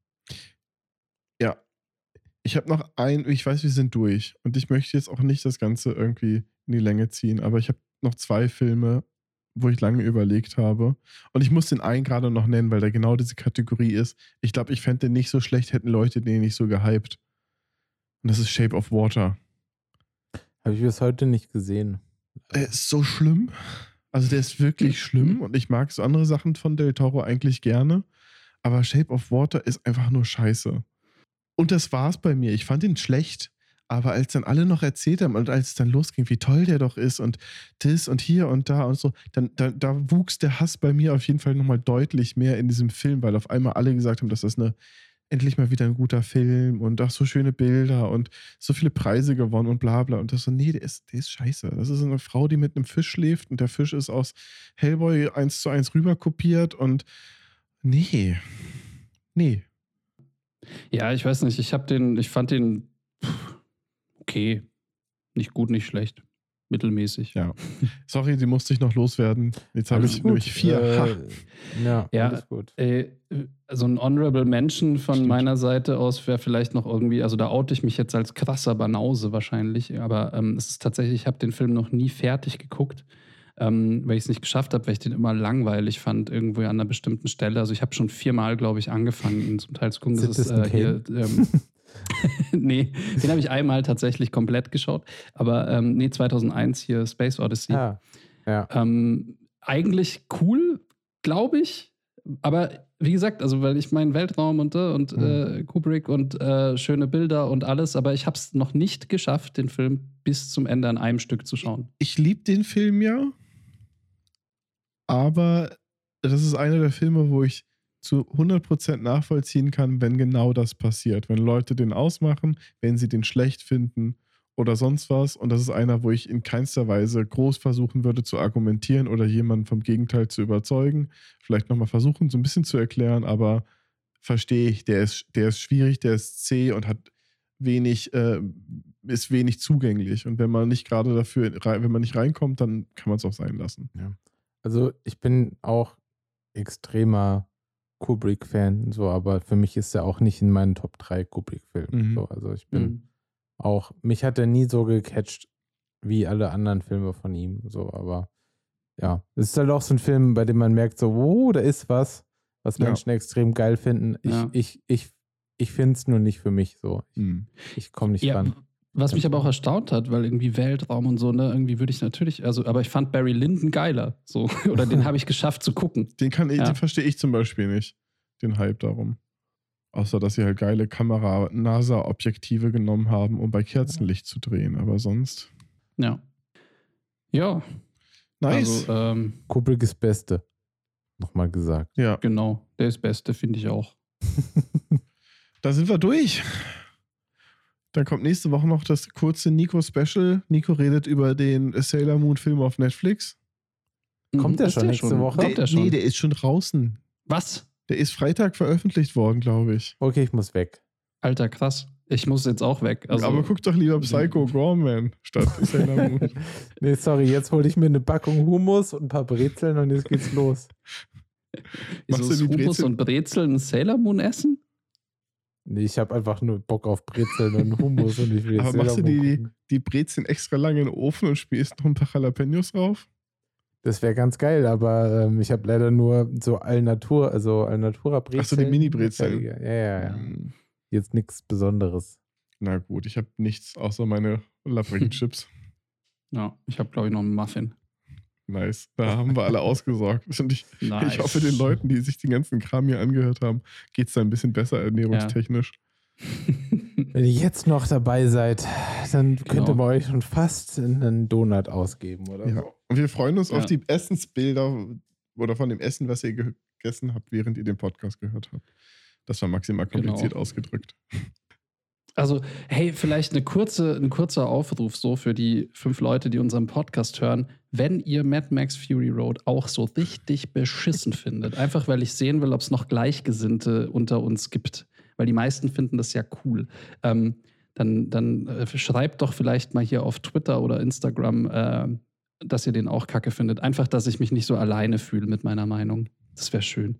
[SPEAKER 3] Ja. Ich habe noch ein, ich weiß, wir sind durch. Und ich möchte jetzt auch nicht das Ganze irgendwie in die Länge ziehen, aber ich habe noch zwei Filme, wo ich lange überlegt habe. Und ich muss den einen gerade noch nennen, weil der genau diese Kategorie ist. Ich glaube, ich fände den nicht so schlecht, hätten Leute den nicht so gehypt. Und das ist Shape of Water.
[SPEAKER 2] Habe ich bis heute nicht gesehen.
[SPEAKER 3] Er ist so schlimm. Also der ist wirklich schlimm und ich mag so andere Sachen von Del Toro eigentlich gerne. Aber Shape of Water ist einfach nur scheiße. Und das war's bei mir. Ich fand ihn schlecht. Aber als dann alle noch erzählt haben und als es dann losging, wie toll der doch ist und das und hier und da und so, dann da, da wuchs der Hass bei mir auf jeden Fall nochmal deutlich mehr in diesem Film, weil auf einmal alle gesagt haben, dass das eine endlich mal wieder ein guter Film und ach, so schöne Bilder und so viele Preise gewonnen und bla bla. Und das so, nee, der ist, der ist scheiße. Das ist eine Frau, die mit einem Fisch schläft und der Fisch ist aus Hellboy eins zu eins rüber kopiert und nee. Nee.
[SPEAKER 1] Ja, ich weiß nicht, ich habe den, ich fand den pff, okay, nicht gut, nicht schlecht. mittelmäßig.
[SPEAKER 3] Ja. Sorry, die musste ich noch loswerden. Jetzt habe
[SPEAKER 1] Alles
[SPEAKER 3] ich
[SPEAKER 1] gut.
[SPEAKER 3] nämlich vier.
[SPEAKER 2] Äh,
[SPEAKER 3] Ha.
[SPEAKER 2] ja,
[SPEAKER 1] Ja,
[SPEAKER 2] alles gut.
[SPEAKER 1] Äh, also ein Honorable Mention von
[SPEAKER 3] Stimmt.
[SPEAKER 1] meiner Seite aus wäre vielleicht noch irgendwie, also da oute ich mich jetzt als krasser Banause wahrscheinlich, aber ähm, es ist tatsächlich, ich habe den Film noch nie fertig geguckt, ähm, weil ich es nicht geschafft habe, weil ich den immer langweilig fand, irgendwo an einer bestimmten Stelle. Also ich habe schon viermal, glaube ich, angefangen, ihn zum Teil zu gucken. Das ist
[SPEAKER 2] Citizen
[SPEAKER 1] äh, hier, ähm, nee, den habe ich einmal tatsächlich komplett geschaut, aber ähm, nee, zweitausendeins hier Space Odyssey.
[SPEAKER 2] Ja, ja.
[SPEAKER 1] Ähm, eigentlich cool, glaube ich. Aber wie gesagt, also weil ich meinen Weltraum und, äh, und
[SPEAKER 2] Mhm.
[SPEAKER 1] äh, Kubrick und äh, schöne Bilder und alles, aber ich habe es noch nicht geschafft, den Film bis zum Ende an einem Stück zu schauen.
[SPEAKER 3] Ich liebe den Film ja, aber das ist einer der Filme, wo ich zu hundert Prozent nachvollziehen kann, wenn genau das passiert. Wenn Leute den ausmachen, wenn sie den schlecht finden oder sonst was. Und das ist einer, wo ich in keinster Weise groß versuchen würde zu argumentieren oder jemanden vom Gegenteil zu überzeugen. Vielleicht nochmal versuchen, so ein bisschen zu erklären, aber verstehe ich, der ist, der ist schwierig, der ist zäh und hat wenig, äh, ist wenig zugänglich. Und wenn man nicht gerade dafür, wenn man nicht reinkommt, dann kann man es auch sein lassen.
[SPEAKER 2] Also ich bin auch extremer Kubrick-Fan, so, aber für mich ist er auch nicht in meinen Top drei Kubrick-Filmen.
[SPEAKER 3] Mhm.
[SPEAKER 2] So, also ich bin
[SPEAKER 1] Mhm.
[SPEAKER 2] auch, mich hat er nie so gecatcht wie alle anderen Filme von ihm. So, aber ja, es ist halt auch so ein Film, bei dem man merkt, so, oh, da ist was, was
[SPEAKER 3] Ja.
[SPEAKER 2] Menschen extrem geil finden. Ich,
[SPEAKER 1] Ja.
[SPEAKER 2] ich, ich, ich finde es nur nicht für mich so. Ich,
[SPEAKER 3] Mhm.
[SPEAKER 2] ich komme nicht
[SPEAKER 1] Ja,
[SPEAKER 2] ran.
[SPEAKER 1] was mich aber auch erstaunt hat, weil irgendwie Weltraum und so, ne, irgendwie würde ich natürlich, also, aber ich fand Barry Lyndon geiler, so, oder den habe ich geschafft zu gucken.
[SPEAKER 3] Den kann ich,
[SPEAKER 1] Ja.
[SPEAKER 3] den verstehe ich zum Beispiel nicht, den Hype darum. Außer, dass sie halt geile Kamera-NASA-Objektive genommen haben, um bei Kerzenlicht zu drehen. Aber sonst.
[SPEAKER 1] Ja. Ja,
[SPEAKER 3] Nice.
[SPEAKER 1] also, ähm,
[SPEAKER 2] Kubrick ist Beste. Nochmal gesagt.
[SPEAKER 3] ja,
[SPEAKER 1] genau, der ist Beste, finde ich auch.
[SPEAKER 3] da sind wir durch. Dann kommt nächste Woche noch das kurze Nico-Special. Nico redet über den Sailor Moon-Film auf Netflix.
[SPEAKER 2] Kommt
[SPEAKER 1] Mhm,
[SPEAKER 2] der
[SPEAKER 1] ist
[SPEAKER 2] schon nächste Woche?
[SPEAKER 1] Kommt der schon?
[SPEAKER 3] Nee, der ist schon draußen.
[SPEAKER 1] Was?
[SPEAKER 3] Der ist Freitag veröffentlicht worden, glaube ich.
[SPEAKER 2] Okay, ich muss weg.
[SPEAKER 1] Alter, krass. Ich muss jetzt auch weg. Also,
[SPEAKER 3] Aber guck doch lieber Psycho Gorman statt Sailor Moon.
[SPEAKER 2] Nee, sorry, jetzt hole ich mir eine Packung Hummus und ein paar Brezeln und jetzt geht's los.
[SPEAKER 1] wieso
[SPEAKER 3] machst du
[SPEAKER 1] ist
[SPEAKER 3] die
[SPEAKER 1] Hummus
[SPEAKER 3] Brezel-
[SPEAKER 1] und Brezeln ein Sailor Moon essen?
[SPEAKER 2] Nee, ich habe einfach nur Bock auf Brezeln und Hummus und ich will jetzt
[SPEAKER 3] Aber machst du
[SPEAKER 2] Sailor Moon
[SPEAKER 3] die,
[SPEAKER 2] gucken.
[SPEAKER 3] die Brezeln extra lange in den Ofen und spielst noch ein paar Jalapenos drauf?
[SPEAKER 2] Das wäre ganz geil, aber ähm, ich habe leider nur so Alnatura, also Alnatura Brezeln.
[SPEAKER 3] Ach so, die Mini-Brezeln.
[SPEAKER 2] Ja, ja, ja.
[SPEAKER 3] Hm.
[SPEAKER 2] Jetzt nichts Besonderes.
[SPEAKER 3] Na gut, ich habe nichts außer meine Labring-Chips.
[SPEAKER 1] Ja, ich habe, glaube ich, noch einen Muffin.
[SPEAKER 3] Nice. Da haben wir alle ausgesorgt. Und ich,
[SPEAKER 1] Nice.
[SPEAKER 3] ich hoffe, den Leuten, die sich den ganzen Kram hier angehört haben, geht es da ein bisschen besser ernährungstechnisch.
[SPEAKER 2] Wenn ihr jetzt noch dabei seid, dann könnt ihr
[SPEAKER 1] Genau.
[SPEAKER 2] bei euch schon fast einen Donut ausgeben, oder
[SPEAKER 3] Ja.
[SPEAKER 2] so.
[SPEAKER 3] Und wir freuen uns
[SPEAKER 1] Ja.
[SPEAKER 3] auf die Essensbilder oder von dem Essen, was ihr gegessen habt, während ihr den Podcast gehört habt. Das war maximal kompliziert
[SPEAKER 1] Genau.
[SPEAKER 3] ausgedrückt.
[SPEAKER 1] Also, hey, vielleicht eine kurze, ein kurzer Aufruf so für die fünf Leute, die unseren Podcast hören. Wenn ihr Mad Max Fury Road auch so richtig beschissen findet, einfach weil ich sehen will, ob es noch Gleichgesinnte unter uns gibt, weil die meisten finden das ja cool, ähm, dann, dann äh, schreibt doch vielleicht mal hier auf Twitter oder Instagram, äh, dass ihr den auch kacke findet. Einfach, dass ich mich nicht so alleine fühle mit meiner Meinung. Das wäre schön.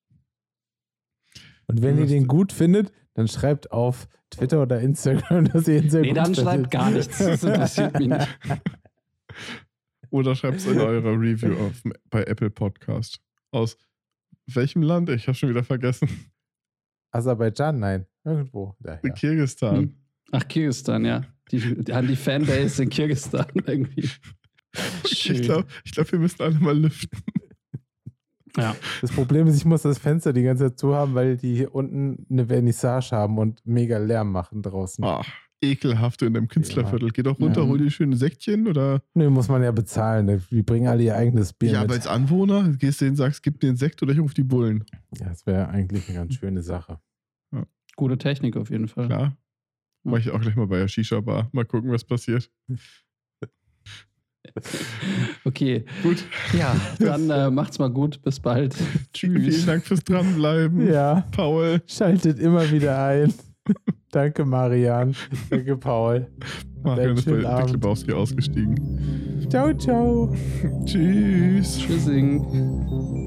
[SPEAKER 2] Und wenn
[SPEAKER 3] Du
[SPEAKER 2] ihr
[SPEAKER 3] hast-
[SPEAKER 2] den gut findet, dann schreibt auf Twitter oder Instagram, dass ihr ihn sehr
[SPEAKER 1] Nee,
[SPEAKER 2] gut
[SPEAKER 1] dann
[SPEAKER 2] findet.
[SPEAKER 1] schreibt gar nichts. Das interessiert mich nicht.
[SPEAKER 3] Oder schreibt es in eurer Review auf, bei Apple Podcast. Aus welchem Land? Ich habe schon wieder vergessen.
[SPEAKER 2] Aserbaidschan, nein. Irgendwo daher.
[SPEAKER 3] Kirgisistan.
[SPEAKER 1] Hm. Ach, Kirgisistan, ja. Die, die haben die Fanbase in Kirgisistan irgendwie.
[SPEAKER 3] Ich glaube, ich glaub, wir müssen alle mal lüften.
[SPEAKER 1] Ja.
[SPEAKER 2] Das Problem ist, ich muss das Fenster die ganze Zeit zu haben, weil die hier unten eine Vernissage haben und mega Lärm machen draußen.
[SPEAKER 3] Ah, ekelhaft in deinem Künstlerviertel. Geh doch runter,
[SPEAKER 1] Ja.
[SPEAKER 3] hol dir schöne Säckchen oder.
[SPEAKER 2] Nö, muss man ja bezahlen. Die bringen alle ihr eigenes Bier
[SPEAKER 3] Ja,
[SPEAKER 2] mit.
[SPEAKER 3] aber als Anwohner gehst du hin und sagst, gib mir einen Sekt oder ich ruf die Bullen.
[SPEAKER 2] Ja, das wäre eigentlich eine ganz schöne Sache.
[SPEAKER 1] Gute Technik auf jeden Fall.
[SPEAKER 3] Klar. Mach ich auch gleich mal bei der Shisha-Bar. Mal gucken, was passiert.
[SPEAKER 1] Okay.
[SPEAKER 3] Gut.
[SPEAKER 1] Ja, dann äh, macht's mal gut. Bis bald.
[SPEAKER 3] Vielen
[SPEAKER 1] Tschüss.
[SPEAKER 3] Dank fürs Dranbleiben.
[SPEAKER 2] Ja,
[SPEAKER 3] Paul.
[SPEAKER 2] schaltet immer wieder ein. Danke, Marian. Danke, Paul.
[SPEAKER 3] Marian ist bei
[SPEAKER 2] schönen
[SPEAKER 3] Big
[SPEAKER 2] Abend.
[SPEAKER 3] Lebowski ausgestiegen.
[SPEAKER 2] Ciao, ciao.
[SPEAKER 3] Tschüss.
[SPEAKER 1] Tschüssing.